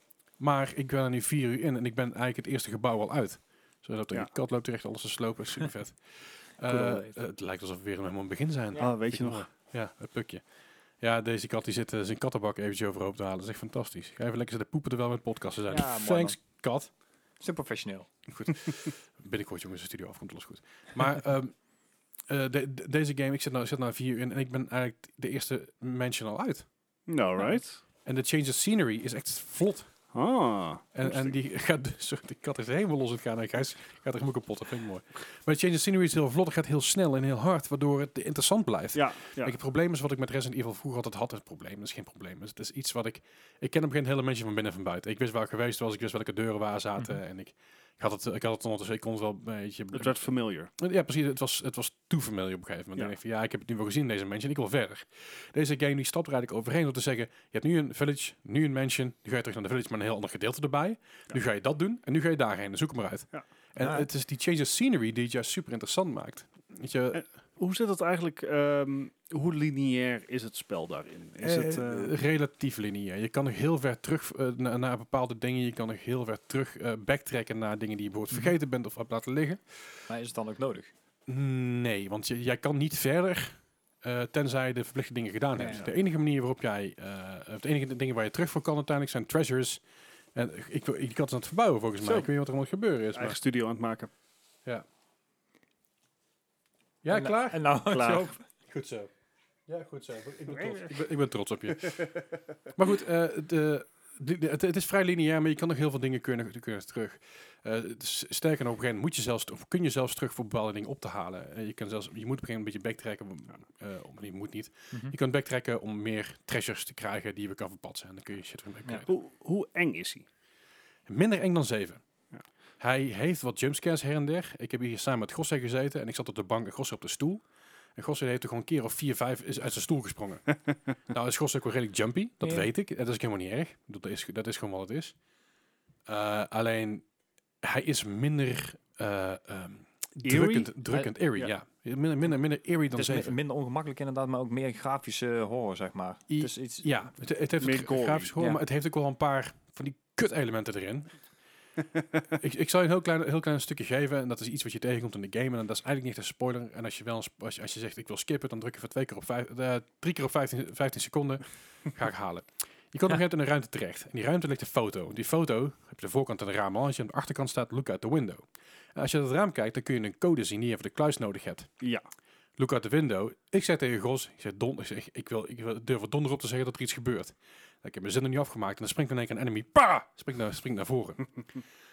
Maar ik ben er nu vier uur in. En ik ben eigenlijk het eerste gebouw al uit. Zodat de Ja. kat loopt terecht alles te slopen. Super vet. Cool, Uh, dat het lijkt alsof we weer helemaal aan het begin zijn. Ah, weet je Vind ik nog? mooi. Ja, het pukje. Ja, deze kat die zit uh, zijn kattenbak eventjes overhoop te halen. Dat is echt fantastisch. Ga even lekker zitten poepen terwijl we met podcasten zijn. Ja, mooi, Thanks, kat. Super professioneel. Binnenkort jongens, de studio af, komt alles goed. Maar um, uh, de, de- deze game, ik zit nou, ik zit nou vier uur in en ik ben eigenlijk de eerste mansion al uit. Nou, right. En de change of scenery is echt vlot. Ah. En, en die gaat dus, sorry, die kat is helemaal los aan het gaan. En Gijs gaat er helemaal kapot. Dat vind ik mooi. Maar de change of scenery is heel vlot. Het gaat heel snel en heel hard, waardoor het interessant blijft. Ja, ja. Kijk, het probleem is wat ik met Resident Evil vroeger altijd had. Het probleem, dat is geen probleem. Het is iets wat ik... Ik ken op een gegeven moment hele mensen van binnen en van buiten. Ik wist waar ik geweest was. Ik wist welke deuren waar zaten. Mhm. En ik, ik had het, ik had het ondertussen. Ik kon het wel een beetje... Het werd familiar. Ja, precies. Het was, het was too familiar op een gegeven moment. Ja. Dan denk ik van, ja, ik heb het nu wel gezien, deze mansion. Ik wil verder. Deze game die stapt er eigenlijk overheen door te zeggen... Je hebt nu een village, nu een mansion. Nu ga je terug naar de village met een heel ander gedeelte erbij. Ja. Nu ga je dat doen. En nu ga je daarheen. Zoek hem maar uit. Ja. En Ja. het is die change of scenery die het juist super interessant maakt. Weet je... En Hoe zit het eigenlijk? ehm, hoe lineair is het spel daarin? Is Eh, het, eh, relatief lineair. Je kan nog heel ver terug uh, na- naar bepaalde dingen. Je kan nog heel ver terug uh, backtracken naar dingen die je bijvoorbeeld Mhm. vergeten bent of hebt laten liggen. Maar is het dan ook nodig? Nee, want je, jij kan niet verder uh, tenzij je de verplichte dingen gedaan Ja, hebt. ja. De enige manier waarop jij, uh, of de enige dingen waar je terug voor kan uiteindelijk zijn treasures. En ik, wil- ik had het aan het verbouwen volgens mij. Zo. Ik weet niet wat er allemaal gebeuren is. eigen Maar, studio aan het maken? ja. Ja, En- klaar? En nou, Klaar. zo. Goed zo. Ja, goed zo. Ik ben trots, ik ben, ik ben trots op je. Maar goed, eh, de, de, de- het, het is vrij lineair, maar je kan nog heel veel dingen kunnen, kunnen terug. Eh, het is- sterker nog, op een gegeven moment moet je zelfs, of kun je zelfs terug voor bepaalde dingen op te halen. Eh, je, kan zelfs, je moet op een gegeven moment een beetje backtracken. eh om, je moet niet. Mhm. Je kan backtracken om meer treasures te krijgen die we kan verpatsen. En dan kun je shit van upgraden. Hoe, hoe eng is hij? Minder eng dan zeven. Ja. Hij heeft wat jumpscares her en der. Ik heb hier samen met Gosse gezeten en ik zat op de bank en Gosse op de stoel. En Gosse heeft er gewoon een keer of vier, vijf is uit zijn stoel gesprongen. Nou is Gosse ook wel redelijk jumpy, dat Ja. weet ik. Dat is ook helemaal niet erg. Dat is, dat is gewoon wat het is. Uh, alleen, hij is minder uh, um, drukkend, drukkend Hij- eerie, ja. ja. Minder, minder, minder eerie Het dan is mi- zeven. minder ongemakkelijk inderdaad, maar ook meer grafische horror, zeg maar. I- Het is iets... Ja, het, het heeft Meer het gory, grafisch gehoord, ja. maar het heeft ook wel een paar van die kut-elementen erin. ik, ik zal je een heel klein, heel klein stukje geven. En dat is iets wat je tegenkomt in de game. En dat is eigenlijk niet echt een spoiler. En als je wel een sp- als je, als je zegt ik wil skippen, dan druk je voor twee keer op vijf, uh, drie keer op vijftien, vijftien seconden. Ga ik halen. Je komt nog net in een ruimte terecht. En die ruimte ligt een foto. Die foto heb je de voorkant aan de raam al. Als je aan de achterkant staat, look out the window. En als je uit het raam kijkt, dan kun je een code zien die je voor de kluis nodig hebt. Ja. Look out the window. Ik zei tegen Gros, ik zeg, don, ik, zeg ik, wil, ik wil durf er donder op te zeggen dat er iets gebeurt. Ik heb mijn zin nog niet afgemaakt en dan springt er in één keer een enemy. Pa! Springt naar, springt naar voren.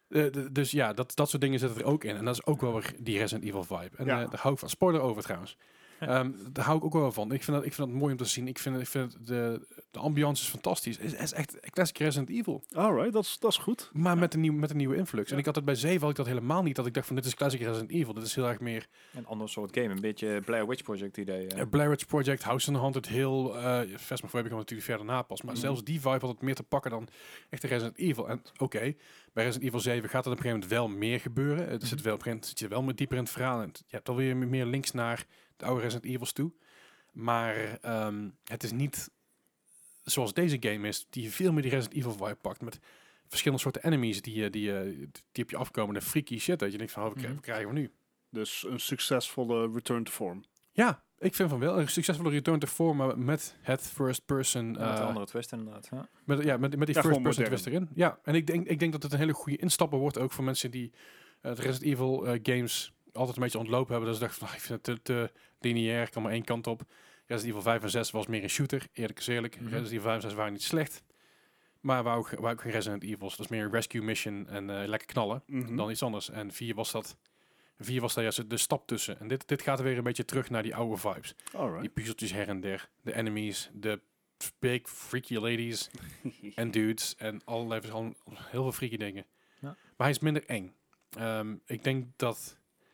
Uh, d- dus ja, dat, dat soort dingen zitten er ook in. En dat is ook wel weer die Resident Evil vibe. En Ja. uh, daar hou ik van. Spoiler over trouwens. Um, daar hou ik ook wel van. Ik vind dat, ik vind dat mooi om te zien. Ik vind, ik vind de, de ambiance is fantastisch. Het is, is echt classic Resident Evil. Alright, dat is, dat is goed. Maar Ja. met, een nieuw, met een nieuwe influx. Ja. En ik had het bij zeven had ik dat helemaal niet. Dat ik dacht van dit is classic Resident Evil. Dit is heel erg meer Een ander soort game. Een beetje Blair Witch Project idee. uh, Ja. Blair Witch Project, House on the Haunted Hill. Uh, Phasmophobia kwam natuurlijk verder na pas. Maar Mhm. zelfs die vibe had het meer te pakken dan echt de Resident Evil. En oké, okay, bij Resident Evil zeven gaat er op een gegeven moment wel meer gebeuren. Er zit wel op een gegeven moment zit je wel meer dieper in het verhaal. En je hebt alweer meer links naar de oude Resident Evils toe. Maar um, het is niet zoals deze game is, die veel meer die Resident Evil vibe pakt. Met verschillende soorten enemies die, die, die, die op je afkomen. En freaky shit. Dat je denkt van, oh, wat Mhm. krijgen we nu? Dus een succesvolle return to form. Ja, ik vind van wel een succesvolle return to form, maar met het first person. Ja, met Uh, een andere twist inderdaad. Ja. met, ja, met, met die Ja, first gewoon person modern. twist erin. Ja, en ik denk, ik denk dat het een hele goede instapper wordt ook voor mensen die uh, de Resident Evil uh, games altijd een beetje ontlopen hebben. Dus ik dacht van, ik vind het te, te lineair, ik kan maar één kant op. Resident Evil vijf en zes was meer een shooter, eerlijk is eerlijk. Mhm. Resident Evil vijf en zes waren niet slecht. Maar wou ook, wou ook geen Resident Evils. Dat is meer een rescue mission en uh, lekker knallen Mhm. dan iets anders. En vier was dat, vier was daar juist de stap tussen. En dit, dit gaat weer een beetje terug naar die oude vibes. Alright. Die puzzeltjes her en der. De enemies, de big freaky ladies en dudes. En allerlei verschillende, heel veel freaky dingen. Ja. Maar hij is minder eng. Um, ik denk dat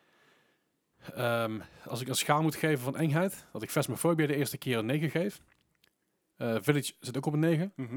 um, als ik een schaal moet geven van engheid, dat ik Phasmophobia de eerste keer een negen geef. Uh, Village zit ook op een negen. Mhm.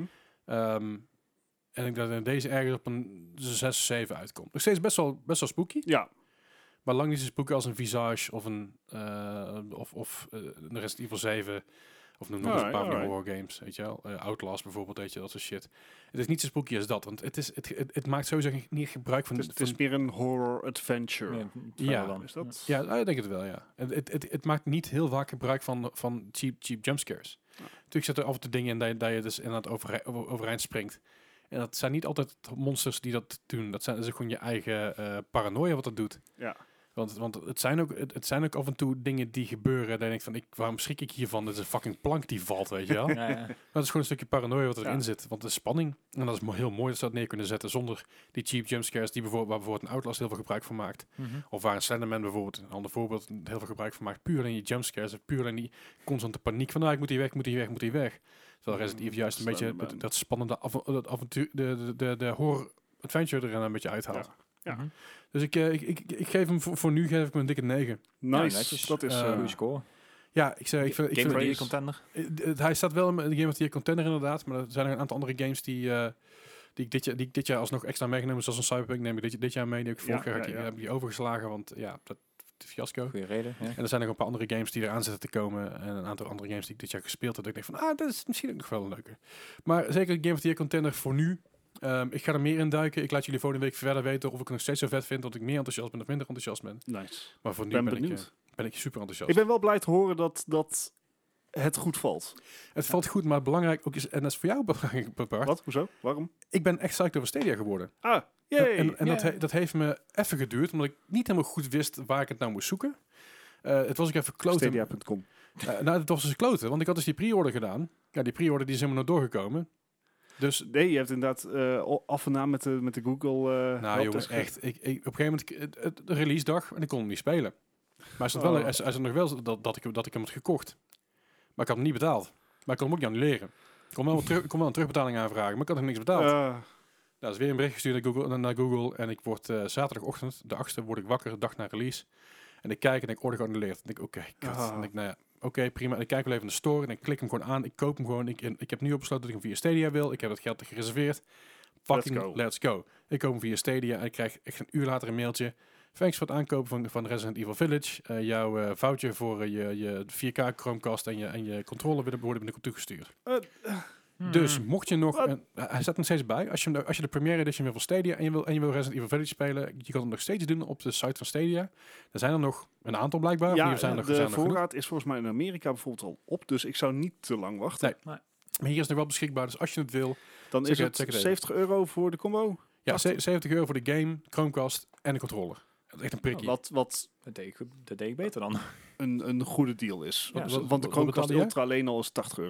Um, en ik denk dat deze ergens op een zes, zeven uitkomt. Nog steeds best wel, best wel spooky. Ja, Maar lang niet zo spooky als een Visage of een uh, of, of uh, een Resident Evil zeven. Of noem nog eens een Alright, paar van die alright. horror games, weet je wel. Uh, Outlast bijvoorbeeld, weet je, dat soort shit. Het is niet zo spooky als dat, want het, is, het, het, het maakt sowieso niet gebruik van... het is, het van is meer een horror adventure. Meer Ja, verder dan. Is dat? ja, uh, ik denk het wel, ja. Het, het, het, het maakt niet heel vaak gebruik van, van cheap, cheap jumpscares. Ja. Natuurlijk zitten er af en toe dingen in dat je, dat je dus inderdaad overei- over, overeind springt. En dat zijn niet altijd monsters die dat doen. Dat, zijn, dat is gewoon je eigen uh, paranoia wat dat doet. Ja. Want, want het, zijn ook, het, het zijn ook af en toe dingen die gebeuren. Dat je denkt van, ik, waarom schrik ik hiervan? Dat is een fucking plank die valt, weet je wel. Ja, ja. Maar het is gewoon een stukje paranoia wat erin Ja. zit. Want de spanning, en dat is mo- heel mooi dat ze dat neer kunnen zetten zonder die cheap jumpscares die bijvoorbeeld, waar bijvoorbeeld een Outlast heel veel gebruik van maakt. Mhm. Of waar een Slenderman bijvoorbeeld, een ander voorbeeld, heel veel gebruik van maakt. Puur alleen die jumpscares, of puur alleen die constante paniek van, nou, ik moet hier weg, ik moet hier weg, ik moet hier weg. Terwijl Resident Evil juist een beetje Slenderman. dat, dat spannende av- dat avontuur, de, de, de, de horror adventure er een beetje uithaalt. Ja. Ja. Mhm. Dus ik, uh, ik, ik, ik geef hem voor, voor nu geef ik hem een dikke negen. Nice. netjes. dat is... Eh, eh, Goeie score. Ja, ik, zeg, ik vind, ik Game vind of the het- Year contender. Eh, d- Hij staat wel in de Game of the Year contender inderdaad, maar er zijn er een aantal andere games die, uh, die, ik dit jaar, die ik dit jaar alsnog extra meegenomen, zoals een Cyberpunk neem ik dit, dit jaar mee, die heb ik vorig Ja, jaar ja, heb ik- ja. heb ik die overgeslagen, want ja, dat is fiasco. Goeie reden. Ja. En er zijn nog een paar andere games die eraan zitten te komen en een aantal andere games die ik dit jaar gespeeld heb, dat ik denk van, ah, dat is misschien ook nog wel een leuke. Maar zeker Game of the Year contender voor nu. Um, ik ga er meer in duiken. Ik laat jullie volgende week verder weten of ik het nog steeds zo vet vind, dat ik meer enthousiast ben of minder enthousiast ben. nice. Maar voor nu Ben ben, ik, benieuwd. uh, ben ik super enthousiast. Ik ben wel blij te horen dat, dat het goed valt. Het valt goed, maar belangrijk ook is, en dat is voor jou belangrijk, Bart. Wat? Hoezo? Waarom? Ik ben echt psyched over Stadia geworden. Ah, yay! En, en dat, Ja. he- dat heeft me even geduurd, omdat ik niet helemaal goed wist waar ik het nou moest zoeken. Uh, het was ook even kloten. Stadia punt com. Uh, nou, het was dus kloten, want ik had dus die pre-order gedaan. Ja, die pre-order die is helemaal nog doorgekomen. Dus, Nee, je hebt inderdaad eh, af en aan met de, met de Google... eh nou jongen, helpdesk ge- echt. Ik, ik, op een gegeven moment, het, het, de release dag, en ik kon hem niet spelen. Maar hij stond wel, Oh. hij, hij stond nog wel dat, dat, ik, dat ik hem had gekocht. Maar ik had hem niet betaald. Maar ik kon hem ook niet annuleren. Ik kon wel, wat terug, ik kon wel een terugbetaling aanvragen, maar ik had nog niks betaald. Eh, Nou, er is weer een bericht gestuurd naar Google, naar Google en ik word uh, zaterdagochtend, de achtste, word ik wakker, dag na release. En ik kijk en ik order geannuleerd. En ik, oké, okay, Ah. En ik, nou ja, oké, okay, prima. En ik kijk wel even in de store en ik klik hem gewoon aan. Ik koop hem gewoon. Ik, en ik heb nu op besloten dat ik hem via Stadia wil. Ik heb het geld gereserveerd. Fucking Let's let's go. go. Ik koop hem via Stadia en ik krijg echt een uur later een mailtje. Thanks voor het aankopen van, van Resident Evil Village. Uh, jouw uh, voucher voor uh, je, je vier K Chromecast en je, en je controller worden binnenkort toegestuurd. eh, Hmm. Dus mocht je nog, Wat? een, hij staat nog steeds bij. Als je, hem, als je de Premiere Edition wil van Stadia en je wil, en je wil Resident Evil Village spelen, je kan hem nog steeds doen op de site van Stadia. Er zijn er nog een aantal blijkbaar. ja, die zijn er, de zijn er genoeg. voorraad is volgens mij in Amerika bijvoorbeeld al op, dus ik zou niet te lang wachten. Nee. Maar hier is nog wel beschikbaar, dus als je het wil. Dan Check is het, het check het even. zeventig euro voor de combo. Ja, Wacht. ze- zeventig euro voor de game, Chromecast en de controller. Dat is echt een prikkie. Wat, wat Dat deed, ik, goed- dat deed ik beter dan. een, een goede deal is. Ja, Want- wat- Want de wat Chromecast betaalde jij? Ultra alleen al is tachtig euro.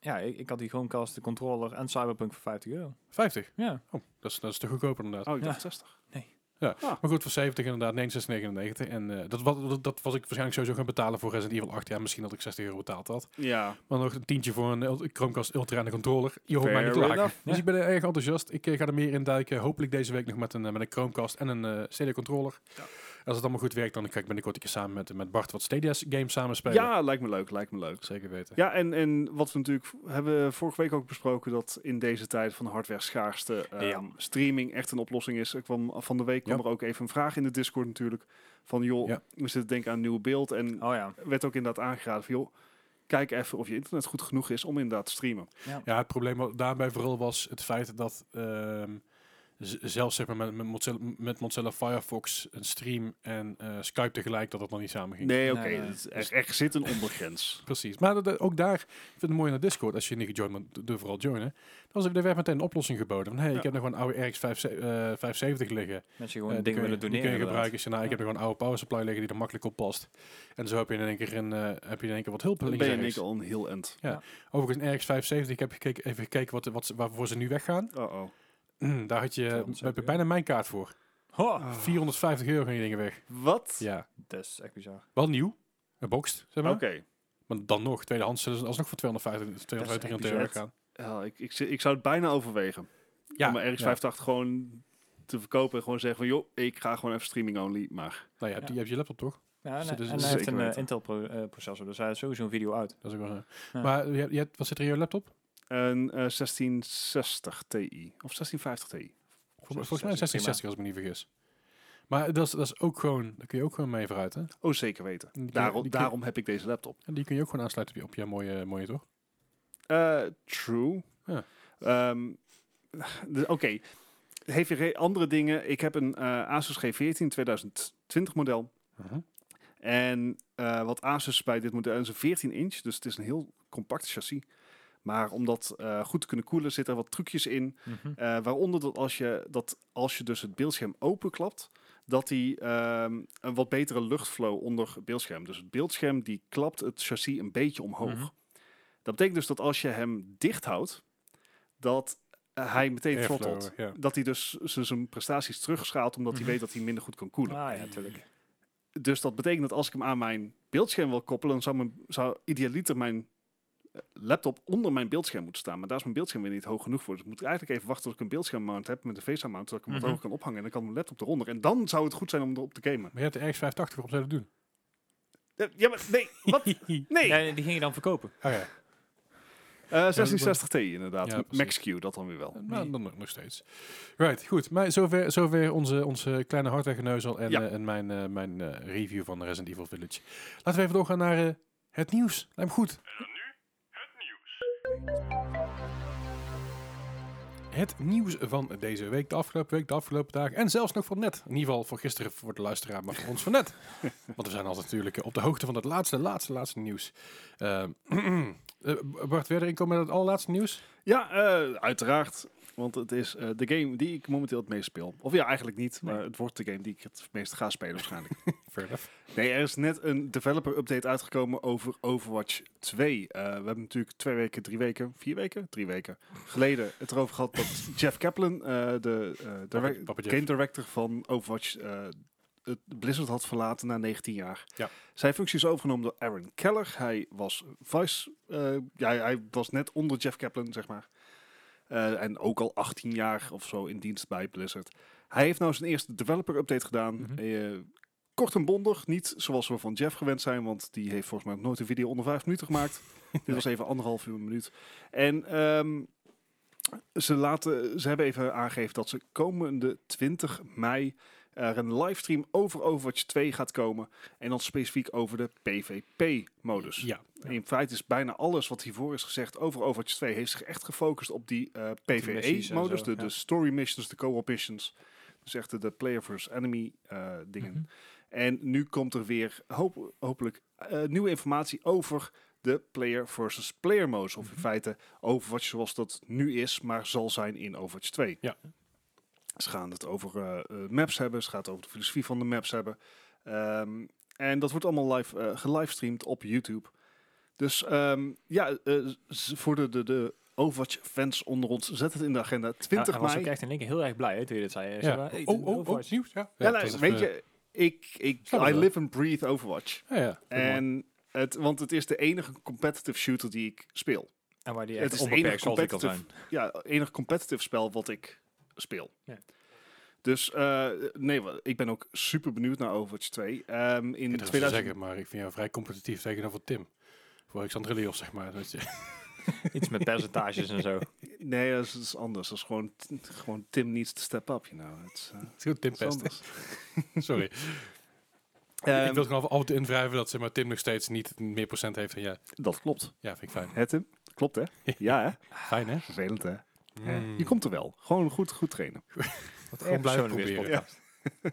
Ja, ik, ik had die Chromecast, de controller en Cyberpunk voor vijftig euro. vijftig? Ja. Oh, dat is, dat is te goedkoper inderdaad. Oh, ik dacht Ja. zestig. Ja, Ah. maar goed, voor zeventig inderdaad, negenenzestig negenennegentig. En uh, dat, was, dat, dat was ik waarschijnlijk sowieso gaan betalen voor Resident Evil acht. Ja, misschien dat ik zestig euro betaald had. Ja. Maar nog een tientje voor een Ul- Chromecast Ultra en een controller. Je hoort mij niet Fair klagen. enough. Dus Ja. ik ben erg enthousiast. Ik uh, ga er meer in duiken. Hopelijk deze week nog met een, uh, met een Chromecast en een uh, Stadia controller. Ja. Als het allemaal goed werkt, dan ga ik binnenkort een keer samen met, met Bart wat Stadia games samen spelen. Ja, lijkt me leuk, lijkt me leuk. Zeker weten. Ja, en, en wat we natuurlijk v- hebben vorige week ook besproken, dat in deze tijd van hardware schaarste ehm, Ja. streaming echt een oplossing is. Ik kwam, van de week kwam Ja. er ook even een vraag in de Discord natuurlijk, van joh, Ja. we zitten denken aan een nieuw beeld. En Oh ja. werd ook inderdaad aangeraden van joh, kijk even of je internet goed genoeg is om inderdaad te streamen. Ja, het probleem wat daarbij vooral was het feit dat ehm, z- zelfs zeg maar, met, met, Mozilla, met Mozilla Firefox een stream en eh, Skype tegelijk dat het nog niet samen ging. Nee, oké, Nee, nee. het is- er, er zit een ondergrens. Precies. Maar dat- dat- ook daar, ik vind het mooi aan de Discord, als je niet gejoined bent, doe vooral joinen. Dan was er, er werd meteen een oplossing geboden. Van, hey, Ja. ik heb nog gewoon een oude R X vijfhonderdzeventig liggen. Mensen Eh, gewoon die dingen kun je, willen die doneren. kun je inderdaad. gebruiken. Ik zei, nou, ik Ja. heb nog gewoon een oude power supply liggen die er makkelijk op past. En zo heb je in één keer, een, eh, heb je in één keer wat hulp Dan links ben je en in één rechts. keer al een heel end. Overigens, een R X vijfhonderdzeventig, ik heb gekeken, even gekeken wat, wat, ze- waarvoor ze nu weggaan. Uh-oh. Daar had je, tweehonderdzeventig heb je bijna mijn kaart voor. Ho, Ah. vierhonderdvijftig euro gaan die dingen weg. Wat? Ja, dat is echt bizar. wel nieuw. Geboxed, zeg maar. Oké. Maar dan nog, tweedehands zullen ze alsnog voor tweehonderdvijftig, tweehonderdvijftig echt euro bizar. gaan. Ja, ik, ik, zi- ik zou het bijna overwegen. Ja, om mijn R X ja. vijfentachtig gewoon te verkopen en gewoon zeggen van joh, ik ga gewoon even streaming only, maar Nou, je hebt, Ja. je hebt je laptop toch? Ja, en, Dus- dus- en dus hij heeft zeker een eh, weten. Intel pro, eh, processor, dus hij heeft sowieso een video uit. Dat is ook wel zo. Ja. Maar je, hebt- je hebt, wat zit er in je laptop? een eh, zestienzestig Ti of zestienvijftig Ti. Vol- Volgens mij een zestienzestig als ik me niet vergis. Maar dat is, dat is ook gewoon, daar kun je ook gewoon mee vooruit, hè? Oh, zeker weten. Die kun je- Daarom, die kun je- daarom heb ik deze laptop. En die kun je ook gewoon aansluiten op je, op je mooie monitor. Eh, true. Ja. Ehm, de- Oké. Heeft weer re- andere dingen. Ik heb een eh, Asus G veertien tweeduizend twintig model. Uh-huh. En eh, wat Asus bij dit model is een veertien inch, dus het is een heel compact chassis. Maar om dat eh, goed te kunnen koelen, zitten er wat trucjes in. Mhm. Eh, waaronder dat als, je, dat als je dus het beeldscherm openklapt, dat die ehm, een wat betere luchtflow onder het beeldscherm. Dus het beeldscherm die klapt het chassis een beetje omhoog. Mhm. Dat betekent dus dat als je hem dicht houdt, dat eh, hij meteen Airflow, throttelt. ja. Dat hij dus z- zijn prestaties terugschaalt, omdat Mhm. hij weet dat hij minder goed kan koelen. Ah ja, natuurlijk. Dus dat betekent dat als ik hem aan mijn beeldscherm wil koppelen, dan zou, mijn, zou idealiter mijn eh, laptop onder mijn beeldscherm moeten staan. Maar daar is mijn beeldscherm weer niet hoog genoeg voor. Dus ik moet eigenlijk even wachten tot ik een beeldschermmount heb met een FaceTime mount, zodat ik hem Mhm. wat hoger kan ophangen. En dan kan mijn laptop eronder. En dan zou het goed zijn om erop te gamen. Maar je hebt de R X vijfentachtig, waarom zou je dat doen? Eh, Ja, maar nee, wat? Nee. Ja, die ging je dan verkopen. Oh ja, Eh zestienzestig Ti inderdaad. Ja, precies. Max-Q, dat dan weer wel. nou, dan nog, nog steeds. Right, goed. Maar zover, zover onze, onze kleine hardware geneuzel en, Ja. eh, en mijn, eh, mijn eh, review van Resident Evil Village. Laten we even doorgaan naar eh, het nieuws. Lijkt me goed. Het nieuws van deze week, de afgelopen week, de afgelopen dagen en zelfs nog van net. In ieder geval voor gisteren voor de luisteraar, maar voor ons van net. Want we zijn altijd natuurlijk op de hoogte van het laatste, laatste, laatste nieuws. Uh, Bart, weer erin komen met het allerlaatste nieuws? Ja, eh, uiteraard. Want het is eh, de game die ik momenteel het meest speel. Of ja, eigenlijk niet. Maar het wordt de game die ik het meest ga spelen waarschijnlijk. Fair enough. Nee, er is net een developer update uitgekomen over Overwatch twee. Uh, we hebben natuurlijk twee weken, drie weken, vier weken, drie weken geleden het erover gehad dat Jeff Kaplan, uh, de uh, direct, Papa Jeff. game director van Overwatch, uh, het Blizzard had verlaten na negentien jaar. Ja. Zijn functie is overgenomen door Aaron Keller. Hij was vice, uh, ja, hij was net onder Jeff Kaplan, zeg maar. Uh, en ook al achttien jaar of zo in dienst bij Blizzard. Hij heeft nou zijn eerste developer update gedaan. Mm-hmm. Uh, kort en bondig, niet zoals we van Jeff gewend zijn, want die heeft volgens mij nog nooit een video onder vijf minuten gemaakt. Dit was even anderhalf uur een minuut. En um, ze, laten, ze hebben even aangegeven dat ze komende twintig mei er een livestream over Overwatch twee gaat komen. En dan specifiek over de PvP-modus. Ja. In feite is bijna alles wat hiervoor is gezegd over Overwatch twee heeft zich echt gefocust op die uh, PvE-modus. De, ja. de story missions, de co-op missions. Dus echt de, de player versus enemy uh, dingen. Mm-hmm. En nu komt er weer hoop, hopelijk uh, nieuwe informatie over de player versus player modus. Of in Mm-hmm. feite Overwatch zoals dat nu is, maar zal zijn in Overwatch twee. Ja. Ze gaan het over uh, uh, maps hebben. Ze gaan het over de filosofie van de maps hebben. Um, en dat wordt allemaal live uh, gelivestreamd op YouTube. Dus um, ja, uh, z- voor de, de, de Overwatch-fans onder ons, zet het in de agenda. twintig Hij was mei. ook echt in één keer heel erg blij, hè, toen je dit zei. Hij Ja. zei, hey, Oh, oh, oh, Overwatch. nieuws, ja. Ja, Ja, nee, het was weet even- je, ik, ik, Snap het I wel. live and breathe Overwatch. Ja, ja. En het, want het is de enige competitive shooter die ik speel. En waar die Het echt is de onbeperkt enige salty kan zijn. competitive, ja, enige competitive spel wat ik speel. Ja. Dus uh, nee, wa- ik ben ook super benieuwd naar Overwatch twee. Um, Ik in kan het tweeduizend zeggen, maar ik vind jou vrij competitief tegenover Tim. Voor Alexander Leos, zeg maar. Weet je. Iets met percentages en zo. Nee, dat is, dat is anders. Dat is gewoon, t- gewoon Tim needs to step up, you know. Het is, uh, Het is goed, Tim het is pesten. anders. Sorry. Ehm, ik wil gewoon altijd invrijven dat zeg maar, Tim nog steeds niet meer procent heeft dan jij. Dat klopt. Ja, vind ik fijn. Hè, Tim? Klopt, hè? Ja, hè? Fijn, hè? Vervelend, hè? Mm. Je komt er wel. Gewoon goed, goed trainen. Wat Gewoon blijven persoonlijk is proberen. podcast.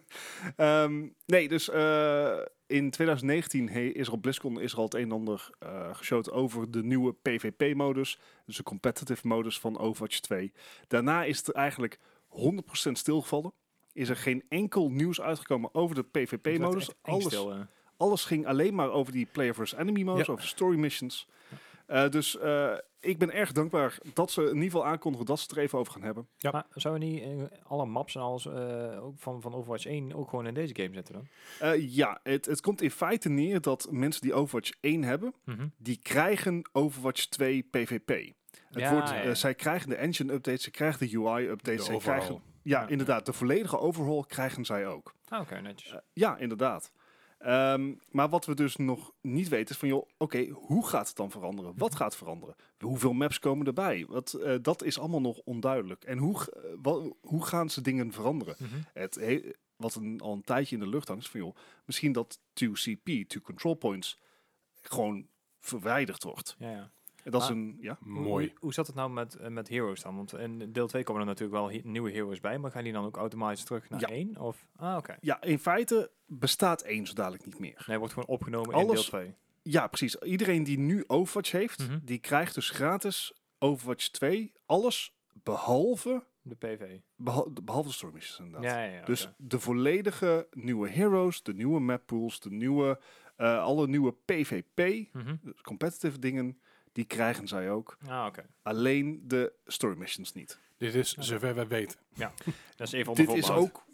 Um, nee, dus uh, in twintig negentien hey, is er op BlizzCon is er al het een en ander uh, geshowd over de nieuwe P V P-modus. Dus de competitive modus van Overwatch twee. Daarna is het eigenlijk honderd procent stilgevallen. Is er geen enkel nieuws uitgekomen over de P V Ik werd P-modus. echt eng Alles, stil, eh. alles ging alleen maar over die player versus enemy modus, Ja. over de story missions. Uh, dus uh, ik ben erg dankbaar dat ze in ieder geval aankondigen dat ze het er even over gaan hebben. Ja. Maar zouden we niet eh, alle maps en alles uh, ook van, van Overwatch één ook gewoon in deze game zetten dan? Uh, ja, het, het komt in feite neer dat mensen die Overwatch één hebben, Mm-hmm. die krijgen Overwatch twee P V P. Het Ja, wordt, ja, uh, ja. zij krijgen de engine updates, ze krijgen de U I updates, De zij overhaul. krijgen, ja, Ja. inderdaad, de volledige overhaul krijgen zij ook. Ah, oké, netjes. Uh, ja, inderdaad. Um, maar wat we dus nog niet weten is van, joh, oké, okay, hoe gaat het dan veranderen? Wat gaat veranderen? Hoeveel maps komen erbij? Wat, uh, dat is allemaal nog onduidelijk. En hoe, uh, wat, hoe gaan ze dingen veranderen? Mm-hmm. Het, he, wat een, al een tijdje in de lucht hangt, is van, joh, misschien dat twee C P, two control points, gewoon verwijderd wordt. Ja, ja. En dat Maar- is een, ja. Mooi. Hoe, hoe zat het nou met, uh, met Heroes dan? Want in deel twee komen er natuurlijk wel he- nieuwe Heroes bij, maar gaan die dan ook automatisch terug naar Ja. één? Of? Ah, oké. Ja, in feite bestaat één zo dadelijk niet meer. Nee, wordt gewoon opgenomen Alles- in deel twee. Ja, precies. Iedereen die nu Overwatch heeft, Mhm. die krijgt dus gratis Overwatch twee. Alles behalve, De P V. behal- behalve de story missions inderdaad. Ja, ja, ja. Dus oké. de volledige nieuwe heroes, de nieuwe map pools, de nieuwe, uh, alle nieuwe P V P, Mhm. dus competitive dingen, die krijgen zij ook. Ah, oké. Alleen de story missions niet. Dit is zover wij weten. Dat is even onder Dit is voorbehoud. ook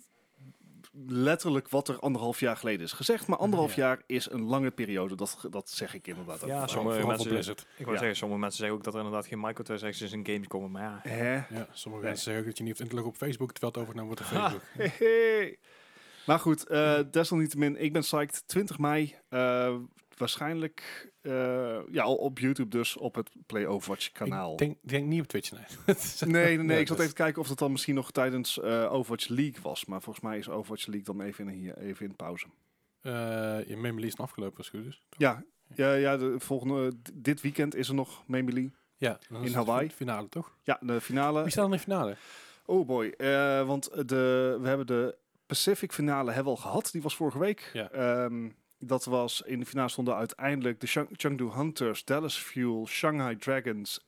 letterlijk wat er anderhalf jaar geleden is gezegd. Maar anderhalf Ja. jaar is een lange periode. Dat, dat zeg ik inderdaad ook. Ja, wel. sommige Vooral voor mensen- Blizzard. Ik wou Ja. zeggen, sommige mensen zeggen ook dat er inderdaad geen microtransactions in games komen, maar ja. Hè? Ja, sommige Nee. mensen zeggen ook dat je niet hoeft in te loggen op Facebook, terwijl het overgenomen wordt op Ha. Facebook. Hehe. Maar goed, uh, desalniettemin, ik ben psyched. twintig mei, uh, waarschijnlijk uh, ja, al op YouTube dus, op het Play Overwatch kanaal. Ik denk, denk niet op Twitch, nee. Nee, nee, nee. Ja, ik zat dat- even te kijken of dat dan misschien nog tijdens uh, Overwatch League was. Maar volgens mij is Overwatch League dan even in, hier, even in pauze. Uh, je memory is afgelopen, als het goed is. Ja, ja, ja de volgende, d- dit weekend is er nog Melee. Ja, dan is In het Hawaii? de finale, toch? Ja, de finale. Wie staat dan in de finale? Oh boy, uh, want de, we hebben de Pacific finale hebben we al gehad. Die was vorige week. Ja. Um, dat was, in de finale stonden uiteindelijk de Cheng- Chengdu Hunters, Dallas Fuel, Shanghai Dragons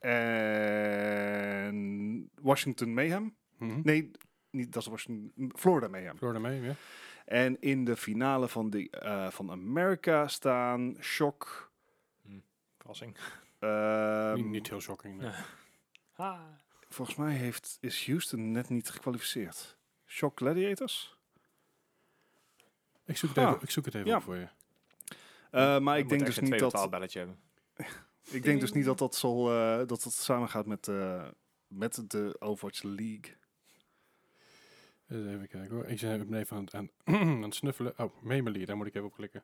en Washington Mayhem. Mhm. Nee, niet, dat is Washington, Florida Mayhem. Florida mee, ja. En in de finale van, de, uh, van Amerika staan Shock. Verrassing. Um, niet, niet heel shocking. Nee. Ja. Ah. Volgens mij heeft, is Houston net niet gekwalificeerd. Shock Gladiators? Ik, zoek het Ah. even, ik zoek het even Ja. op voor je. Uh, maar Je ik moet denk echt dus een niet dat... tweebetaalbelletje hebben. Ik denk dus niet dat dat, zal, uh, dat, dat samen gaat met, uh, met de Overwatch League. Eens even kijken hoor. Ik ben even aan het, aan, aan het snuffelen. Oh, Memory, daar moet ik even op klikken.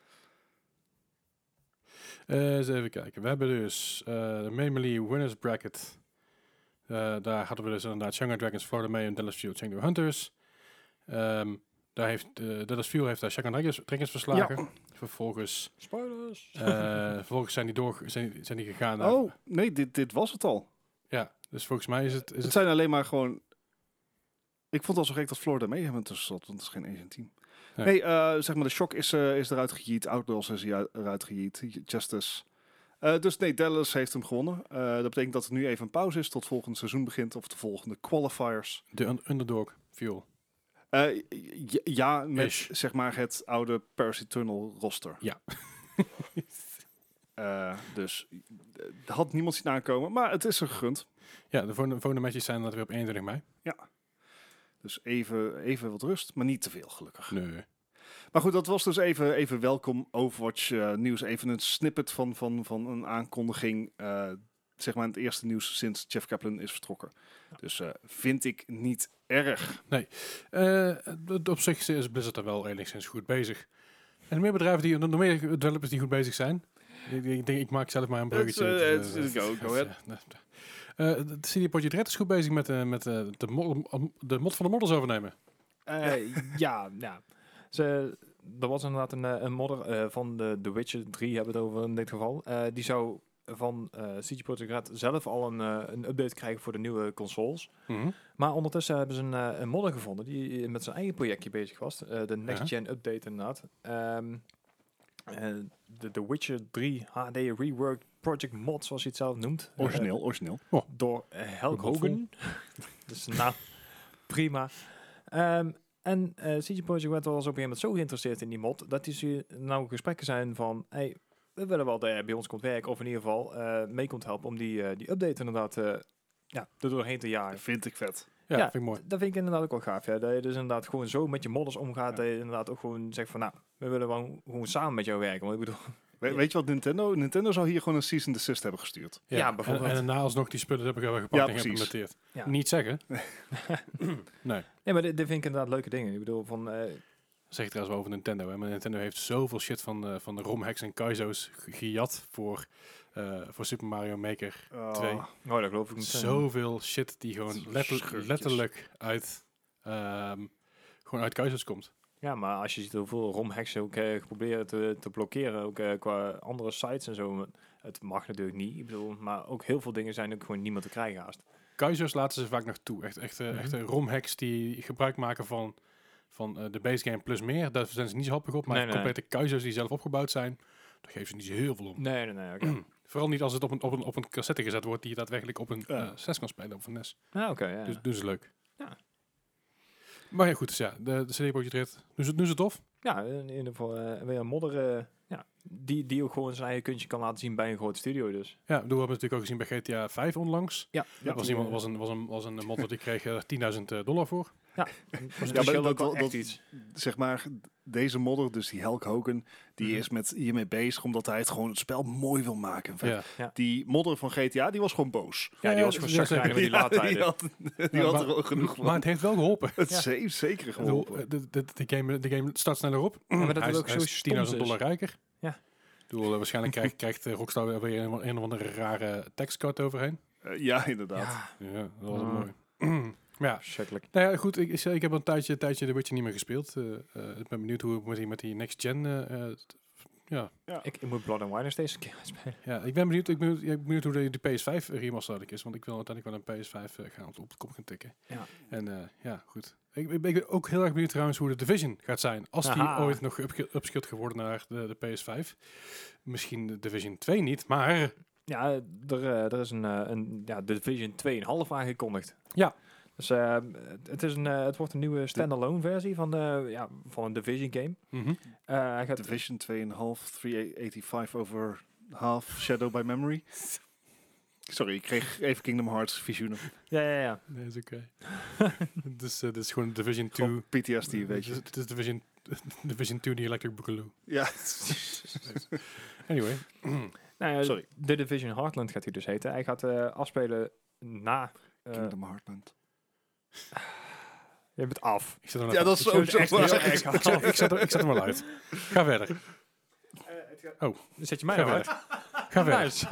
Uh, eens even kijken. We hebben dus uh, de Memory Winners Bracket. Uh, daar hadden we dus inderdaad Shanghai Dragons, Florida Mayhem, Dallas Fuel, Chengdu Hunters. Um, daar heeft uh, Dallas Fuel heeft daar Shanghai Dragons, Dragons verslagen. Ja. Vervolgens, Spoilers. uh, vervolgens zijn die door, zijn, zijn die gegaan naar... Oh, nee, dit, dit was het al. Ja, dus volgens mij is het... Is Het het zijn alleen maar gewoon... Ik vond het al zo gek dat Florida Mayhem tussen zat, want het is geen Asian team. Nee. Nee, uh, zeg maar de Shock is, uh, is eruit gejiet. Outlaws is hier eruit gejiet. Justice. Uh, dus nee, Dallas heeft hem gewonnen. Uh, dat betekent dat er nu even een pauze is tot volgend seizoen begint. Of de volgende qualifiers. de un- underdog Fuel. Uh, ja, ja, met Ish. zeg maar het oude Paris Eternal roster. Ja. Uh, dus er had niemand zien aankomen, maar het is er gegund. Ja, de volgende, volgende matches zijn dat weer op eenentwintig mei. Ja, dus even, even wat rust, maar niet te veel gelukkig. Nee. Maar goed, dat was dus even, even welkom Overwatch uh, nieuws. Even een snippet van, van, van een aankondiging. Uh, zeg maar het eerste nieuws sinds Jeff Kaplan is vertrokken. Ja. Dus uh, vind ik niet erg. Nee, uh, op zich is Blizzard er wel enigszins goed bezig. En meer bedrijven die, nog meer developers die goed bezig zijn. Ik, ik denk, ik maak zelf maar een bruggetje. It's, uh, it's, uh, go, go ahead. Uh, de C D Projekt Red is goed bezig met, uh, met uh, de, mod, de mod van de modders overnemen. Uh, ja, ja. Ze, er was inderdaad een, een modder uh, van de The Witcher drie, hebben we het over in dit geval. Uh, die zou van uh, C D Projekt Red zelf al een, uh, een update krijgen voor de nieuwe consoles. Mm-hmm. Maar ondertussen hebben ze een, uh, een modder gevonden die met zijn eigen projectje bezig was. Uh, de Next Gen Update inderdaad. Um, uh, de The Witcher drie H D Reworked Project Mod, zoals je het zelf noemt. Origineel, uh, origineel. Oh. Door uh, Hulk Hogan. Dus nou, prima. Um, En uh, C D Projekt Red was op een gegeven moment zo geïnteresseerd in die mod, dat die nou gesprekken zijn van, hey, we willen wel dat hij bij ons komt werken, of in ieder geval uh, mee komt helpen om die, uh, die update inderdaad uh, ja, er doorheen te jagen. Dat vind ik vet. Ja, ja, vind ik mooi. Dat vind ik inderdaad ook wel gaaf. Ja. Dat je dus inderdaad gewoon zo met je modders omgaat, ja. Dat je inderdaad ook gewoon zegt van, nou, we willen wel gewoon samen met jou werken. Want ik bedoel... We, weet je wat Nintendo? Nintendo zou hier gewoon een cease and desist hebben gestuurd. Ja, ja bijvoorbeeld. En, en daarna alsnog die spullen hebben we gepakt ja, en geïmplementeerd. Ja. Niet zeggen. Nee. Nee, maar dit, dit vind ik inderdaad leuke dingen. Ik bedoel, van... Uh, zeg ik trouwens wel over Nintendo. Hè? Maar Nintendo heeft zoveel shit van, uh, van de ROM-hacks en Kaizo's gejat voor, uh, voor Super Mario Maker oh. twee. Oh, dat geloof ik niet. Zoveel shit die gewoon letter- letterlijk uit, um, gewoon uit Kaizo's komt. Ja, maar als je ziet hoeveel ROM-hacks ook uh, geprobeerd te, te blokkeren, ook uh, qua andere sites en zo. Het mag natuurlijk niet, ik bedoel, maar ook heel veel dingen zijn ook gewoon niemand te krijgen haast. Kaizo's laten ze vaak nog toe. Echt, echt, mm-hmm. Echte ROM-hacks die gebruik maken van, van uh, de base game plus meer. Daar zijn ze niet zo happig op, maar nee, nee, complete nee. Kaizo's die zelf opgebouwd zijn, daar geven ze niet zo heel veel om. Nee, nee, nee. Okay. Vooral niet als het op een, op, een, op een cassette gezet wordt die je daadwerkelijk op een ja. uh, zes kan spelen of een N E S. Ah, oké, okay, ja. Dus doen ze leuk. Ja. Maar ja, goed, dus ja, de, de C D Projekt Red, doen ze, doen ze tof? Ja, in, in ieder geval uh, weer een modder, uh, ja, die, die ook gewoon zijn eigen kunstje kan laten zien bij een grote studio dus. Ja, we hebben natuurlijk ook gezien bij G T A vijf onlangs. Ja. ja was, iemand, was, een, was, een, was een mod dat ik kreeg uh, tienduizend dollar voor. Ja, dus ja maar dat, dat, dat, iets. Zeg maar, deze modder, dus die Hulk Hogan, die mm-hmm. is met hiermee bezig omdat hij het gewoon het spel mooi wil maken. Ja. Ja. Die modder van G T A, die was gewoon boos. Ja, die ja, was gewoon chagrijnig met die laadtijden. Die had, die ja, had er ook genoeg van. Maar het heeft wel geholpen. Het ja. heeft zeker geholpen. De, de, de, de, game, de game staat sneller op. Ja, maar dat hij is ook is, zo tienduizend dollar rijker. Ja. Doe, uh, waarschijnlijk krijgt, krijgt uh, Rockstar weer een, een of andere rare tekstcode overheen. Uh, ja, inderdaad. Ja, ja dat was uh. mooi. Ja, schrikkelijk. Nou ja, goed. Ik, ik heb een tijdje, tijdje de Witcher niet meer gespeeld. Uh, uh, ik ben benieuwd hoe met die, met die next gen. Uh, uh, ja. ja. Ik, ik moet Blood and Wine nog steeds een keer spelen. Ja, ik ben benieuwd. Ik ben, ik ben benieuwd hoe de, de P S vijf remaster is, want ik wil uiteindelijk wel een P S vijf uh, gaan op, op de kop gaan tikken. Ja. En uh, ja, goed. Ik, ik ben ook heel erg benieuwd trouwens hoe de Division gaat zijn. Als Aha. die ooit nog upscaled geworden naar de, de P S vijf. Misschien de Division twee niet, maar... Ja, er, er is een, een ja, de Division twee komma vijf aangekondigd. Ja. Dus uh, het, is een, uh, het wordt een nieuwe standalone versie van, de, ja, van een Division game. Mm-hmm. Uh, hij gaat Division twee komma vijf, driehonderdvijfennegentig over half Shadow by Memory. Sorry, ik kreeg even Kingdom Hearts visioenen. Ja, ja, ja. Nee, is oké. Dus uh, dit is gewoon Division twee. Gewoon P T S D, weet je. Het is Division, Division twee, die Electric Boogaloo. Ja. Anyway. Nou ja, sorry. The Division Heartland gaat hij dus heten. Hij gaat uh, afspelen na... Uh, Kingdom Heartland. Je bent af. Ik zet er ja, dat is ook zo. Ik zet er, ik zet hem wel uit. Ga verder. Uh, ga, oh. Dan zet je mij Ga nou uit. Ga verder. Nice.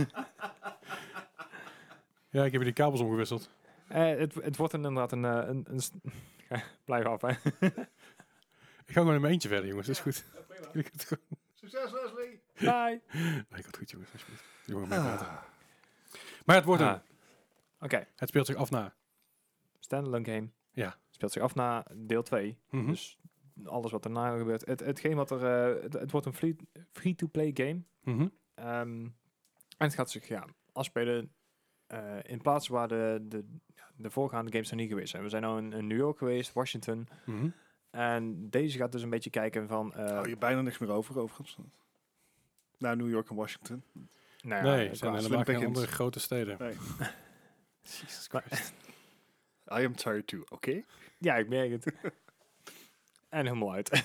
Ja, ik heb die kabels omgewisseld. Uh, het, het wordt inderdaad een... een, een, een blijf af, hè. Ik ga gewoon in mijn eentje verder, jongens. Dat is goed. Ja, succes, Leslie. Bye. Nee, gaat goed, jongens. Alsjeblieft. Jongen, ah. Maar het wordt ah. een... Oké. Okay. Het speelt zich af na... Standalone game. Ja. Speelt zich af na deel twee. Mm-hmm. Dus alles wat erna gebeurt. Het, hetgeen wat er... Uh, het, het wordt een free-to-play game. Mm-hmm. Um, en het gaat zich ja, afspelen uh, in plaatsen waar de, de, de voorgaande games nog niet geweest zijn. We zijn nu in, in New York geweest, Washington. Mm-hmm. En deze gaat dus een beetje kijken van... Uh, Hou je bijna niks meer over, overigens. naar New York en Washington. Nou nee, ik het zijn wou- helemaal geen Pickens. andere grote steden. Nee. Jesus Christ. I am tired too, oké? Ja, ik merk het. En helemaal uit.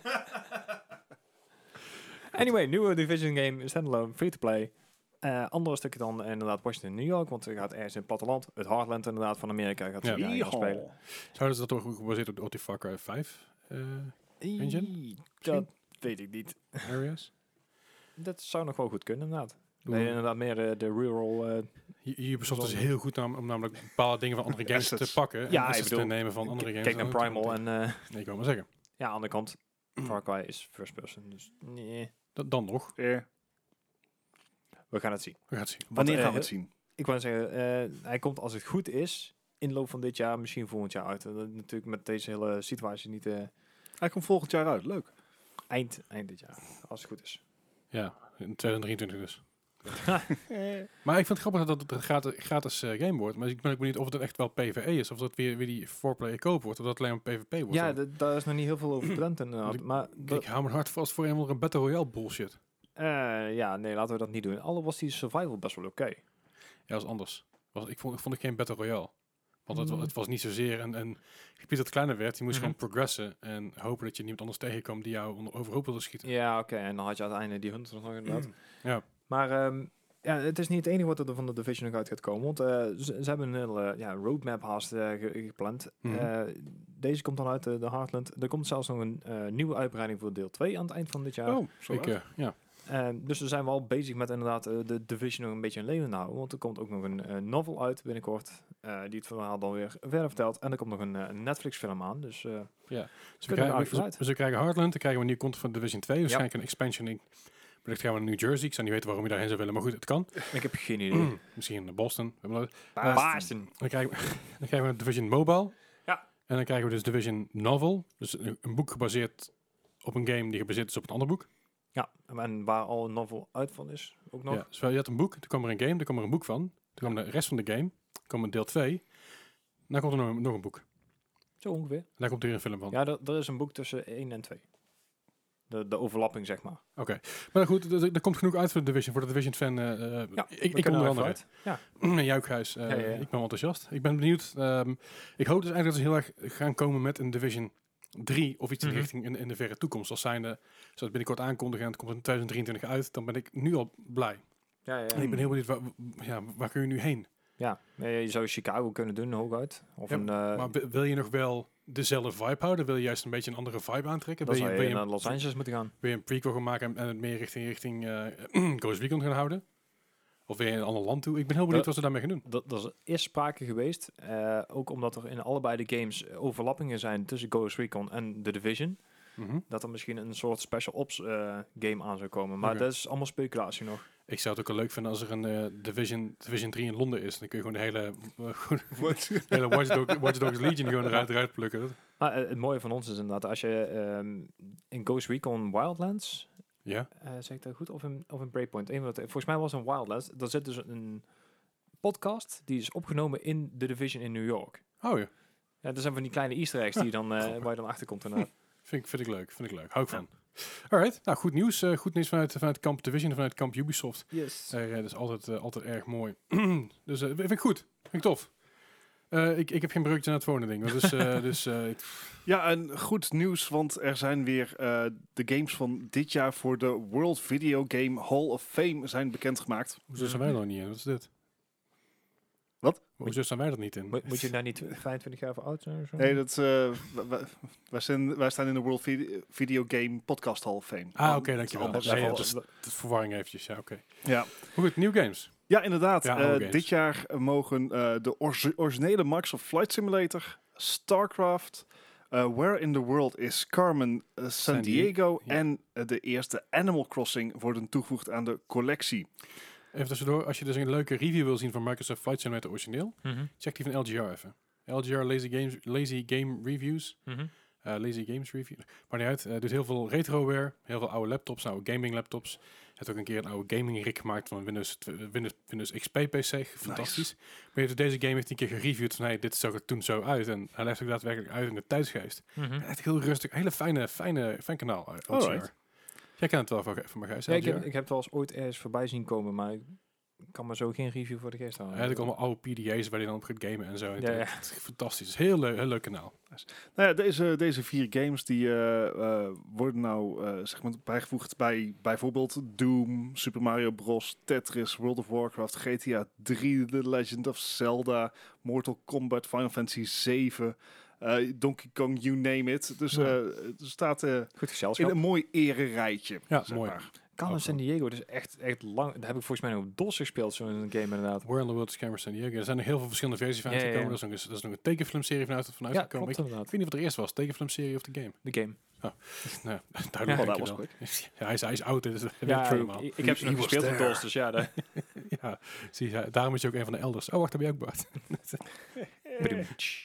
Anyway, nieuwe Division game, standalone, free-to-play. Uh, andere stukje dan inderdaad Washington, New York, want je gaat ergens in het platteland, het Heartland inderdaad van Amerika, gaat Ja. je ja. spelen. Zouden ze dat toch ook gebaseerd op de O T Far Cry vijf uh, engine? Ii, Dat weet ik niet. areas? Dat zou nog wel goed kunnen, inderdaad. Oeh. Nee, inderdaad meer uh, de rural... Uh, Ubisoft is heel goed nam, om namelijk bepaalde dingen van andere games Assets. te pakken en Ja, ik assets te bedoel, nemen van andere games. kijk naar Oh, Primal en... Uh, nee, ik wil maar zeggen. ja, aan de andere kant, Far Cry is first person, dus nee. Dat, dan nog. Yeah. We gaan het zien. We gaan het zien. Wanneer Want, gaan we uh, het zien? Ik wou zeggen, uh, hij komt als het goed is, inloop van dit jaar, misschien volgend jaar uit. Uh, dat natuurlijk met deze hele situatie niet uh, Hij komt volgend jaar uit, leuk. eind, eind dit jaar, als het goed is. Ja, in tweeduizend drieëntwintig dus. Maar ik vind het grappig dat het een gratis, gratis uh, game wordt. Maar ik ben ook benieuwd of het echt wel P V E is. Of dat weer, weer die four-player koop wordt. Of dat alleen maar P V P wordt. Ja, d- daar is nog niet heel veel over bekend inderdaad. Ik- Maar Ik hou mijn hart vast voor helemaal een Battle Royale bullshit. uh, ja, nee, laten we dat niet doen. Alle was die survival best wel oké. Ja, dat is anders. Was, ik, vond, ik vond het geen Battle Royale. Want het, wa- Mm. het was niet zozeer een, een gebied dat kleiner werd. Je moest Mhm. gewoon progressen. En hopen dat je niemand anders tegenkwam die jou onder- overhoop wilde schieten. Ja, oké. En dan had je uiteindelijk die hunter nog inderdaad. Ja. Maar um, ja, het is niet het enige wat er van de Division nog uit gaat komen. Want uh, ze, ze hebben een hele ja, roadmap haast uh, ge- gepland. Mhm. Uh, deze komt dan uit uh, de Heartland. Er komt zelfs nog een uh, nieuwe uitbreiding voor deel twee aan het eind van dit jaar. Oh, zo Ik, laat. uh, ja. Uh, dus we zijn wel bezig met inderdaad uh, de Division nog een beetje in leven te houden. Want er komt ook nog een uh, novel uit binnenkort. Uh, die het verhaal dan weer verder vertelt. En er komt nog een uh, Netflix film aan. Dus uh, Dus we, Kunnen we krijgen, uit we, vooruit. dus we krijgen Heartland. Dan krijgen we een nieuw content van Division twee. Waarschijnlijk een expansion. In, wellicht gaan we naar New Jersey. Ik zou niet weten waarom je daarheen zou willen. Maar goed, het kan. ik heb geen idee. Misschien naar Boston. We hebben nooit- Boston. Dan krijgen, we, dan krijgen we Division Mobile. Ja. En dan krijgen we dus Division Novel. Dus een, een boek gebaseerd op een game die gebaseerd is op een ander boek. Ja, en waar al een novel uit van is. Ook nog. Ja, dus je had een boek, toen kwam er een game, toen kwam er een boek van. Toen kwam de rest van de game, toen kwam een deel twee. Dan komt er nog, nog een boek. Zo ongeveer. En daar komt er weer een film van. Ja, er, er is een boek tussen één en twee. De, de overlapping, zeg maar. Oké. Maar goed, er, er komt genoeg uit voor de Division, voor de Division fan. Uh, Ja, ik we ik kunnen onder er andere. even uit. Ja. Juikhuis. Uh, Ja, ja, ja. Ik ben enthousiast. Ik ben benieuwd. Um, ik hoop dus eigenlijk dat ze heel erg gaan komen met een Division drie of iets in Mhm. de richting in, in de verre toekomst. Als zijnde, zoals het binnenkort aankondigen en het komt in tweeduizend drieëntwintig uit, dan ben ik nu al blij. Ja, ja, En ja. ik ben heel benieuwd, waar, ja, waar kun je nu heen? ja. Nee, je zou Chicago kunnen doen, hooguit. Of Ja, een... Uh, Maar wi- wil je nog wel dezelfde vibe houden? Wil je juist een beetje een andere vibe aantrekken? dan Wil zou je, je wil je, naar Los Angeles moeten gaan. wil je een prequel gaan maken en, en het meer richting, richting uh, Ghost Recon gaan houden? Of wil je een ander land toe? Ik ben heel benieuwd Dat- wat ze daarmee gaan doen. Dat, dat is eerst sprake geweest. Uh, ook omdat er in allebei de games overlappingen zijn tussen Ghost Recon en The Division. Mhm. Dat er misschien een soort special ops uh, game aan zou komen. Maar Oké. dat is allemaal speculatie nog. Ik zou het ook wel leuk vinden als er een uh, Division, Division drie in Londen is. Dan kun je gewoon de hele, uh, gewoon de hele Watch, Dog, Watch Dogs Legion gewoon eruit, eruit plukken. Maar uh, het mooie van ons is inderdaad, als je um, in Ghost Recon Wildlands... Ja? Uh, zeg ik dat goed? Of in, of in Breakpoint? Een van de twee. Volgens mij was het een Wildlands. Daar zit dus een podcast die is opgenomen in The Division in New York. Oh ja. Ja, dat zijn van die kleine easter eggs die je dan, uh, waar je dan achter komt. Inderdaad. Vind ik, vind ik leuk. Vind ik leuk. Hou ik van. Alright. Nou, goed nieuws. Uh, goed nieuws vanuit, vanuit Camp Division en vanuit Camp Ubisoft. Yes. Uh, dat is altijd, uh, altijd erg mooi. Dus uh, vind ik goed. Vind ik tof. Uh, ik, ik heb geen breukje naar het volgende ding. Dus, uh, dus, uh, Ja, en goed nieuws, want er zijn weer uh, de games van dit jaar voor de World Video Game Hall of Fame zijn bekendgemaakt. hoezo zijn wij er nog niet in? Wat is dit? Wat? Hoezo zijn wij er niet in? Mo- moet je daar niet vijfentwintig jaar voor oud zijn? Of zo? Nee, dat, uh, w- w- wij, zijn, wij staan in de World Video, Video Game Podcast Hall of Fame. Ah, oké, okay, dankjewel. Anders Nee, even- dat is, dat is verwarring eventjes. Ja, oké. Ja. Maar goed, nieuw games. Ja, inderdaad. Ja, Uh, oude games. dit jaar mogen uh, de orgi- originele Microsoft Flight Simulator, StarCraft, uh, Where in the World is Carmen, uh, San, San Diego Diego, ja. en uh, de eerste Animal Crossing worden toegevoegd aan de collectie. Even tussendoor, als je dus een leuke review wil zien van Microsoft Flight Simulator origineel, Mhm. check die van L G R even. L G R Lazy, Games, Lazy Game Reviews. Mhm. Uh, Lazy Games Review. Maar niet uit. Uh, doet heel veel retroware, heel veel oude laptops, oude gaming laptops. Hij heeft ook een keer een oude gaming rig gemaakt van Windows, tw- Windows, Windows X P P C. Fantastisch. Maar hij heeft deze game heeft een keer gereviewd van hey, dit zag er toen zo uit. En hij legt ook daadwerkelijk uit in de tijdsgeest. Mhm. Echt heel rustig. Hele fijne, fijne, fijn kanaal. uh, L G R. Alright. Jij kent het wel van, van mijn Gijs. Ja, ik, L G R. heb, ik heb het wel eens ooit ergens voorbij zien komen, maar ik kan me zo geen review voor de geest houden. Eigenlijk allemaal oude P D A's waar je dan op gaat gamen en zo. Ja, ja. Het is fantastisch. Het is een heel, leuk, heel leuk kanaal. Nou ja, deze, deze vier games die eh, eh, worden nou eh, zeg maar bijgevoegd bij bijvoorbeeld Doom, Super Mario Bros, Tetris, World of Warcraft, G T A drie, The Legend of Zelda, Mortal Kombat, Final Fantasy zeven, eh, Donkey Kong, you name it. Dus Ja. eh, het staat eh, Goed in gezelschap. een mooi ererijtje. Ja, zeg mooi. maar. Carmen San Diego, dus echt, echt lang. Daar heb ik volgens mij nog op DOS gespeeld, zo'n game inderdaad. World of World Cameron San Diego. Er zijn nog heel veel verschillende versies van Ja, ja, ja. uitgekomen. Er is nog een, er is nog een tekenfilmserie vanuit, vanuit Ja, gekomen. klopt Ik, inderdaad. ik weet niet wat er eerst was. Tekenfilmserie of de game. De game. Nou, Ja, duidelijk. dat dankjewel. was Ja, hij, is, hij is oud, dus dat weet Ja, ik ik, helemaal. ik, ik heb ze nog He was gespeeld op there. DOS, dus ja. daar- Ja, zie je, daarom is je ook een van de elders. Oh, wacht, daar ben je ook Bart. Bedoemtsch.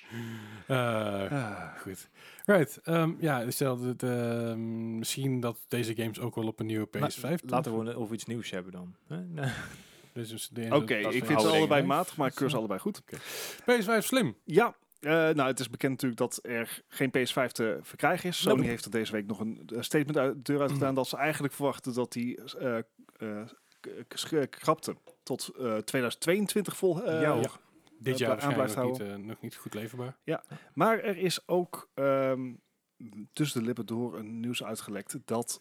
Eh, Ah. goed. Right. ehm, ja, stel dat, ehm, misschien dat deze games ook wel op een nieuwe P S vijf. La- Laten we over iets nieuws hebben dan. Hè? Nee. Dus is de- Oké, dat is ik van vind oude ze allebei dingen, hè? matig, maar ik keur ze allebei goed. P S vijf slim. Ja, eh, nou het is bekend natuurlijk dat er geen P S vijf te verkrijgen is. Sony Nope. heeft er deze week nog een eh, statement uit de deur uit gedaan dat ze eigenlijk verwachten dat die eh eh, k- k- krapte tot eh, tweeduizend tweeëntwintig vol. eh, Ja, hoor. Ja. Dit eh, jaar aan blijft waarschijnlijk niet, houden. eh, nog niet goed leverbaar. Maar er is ook ehm, tussen de lippen door een nieuws uitgelekt dat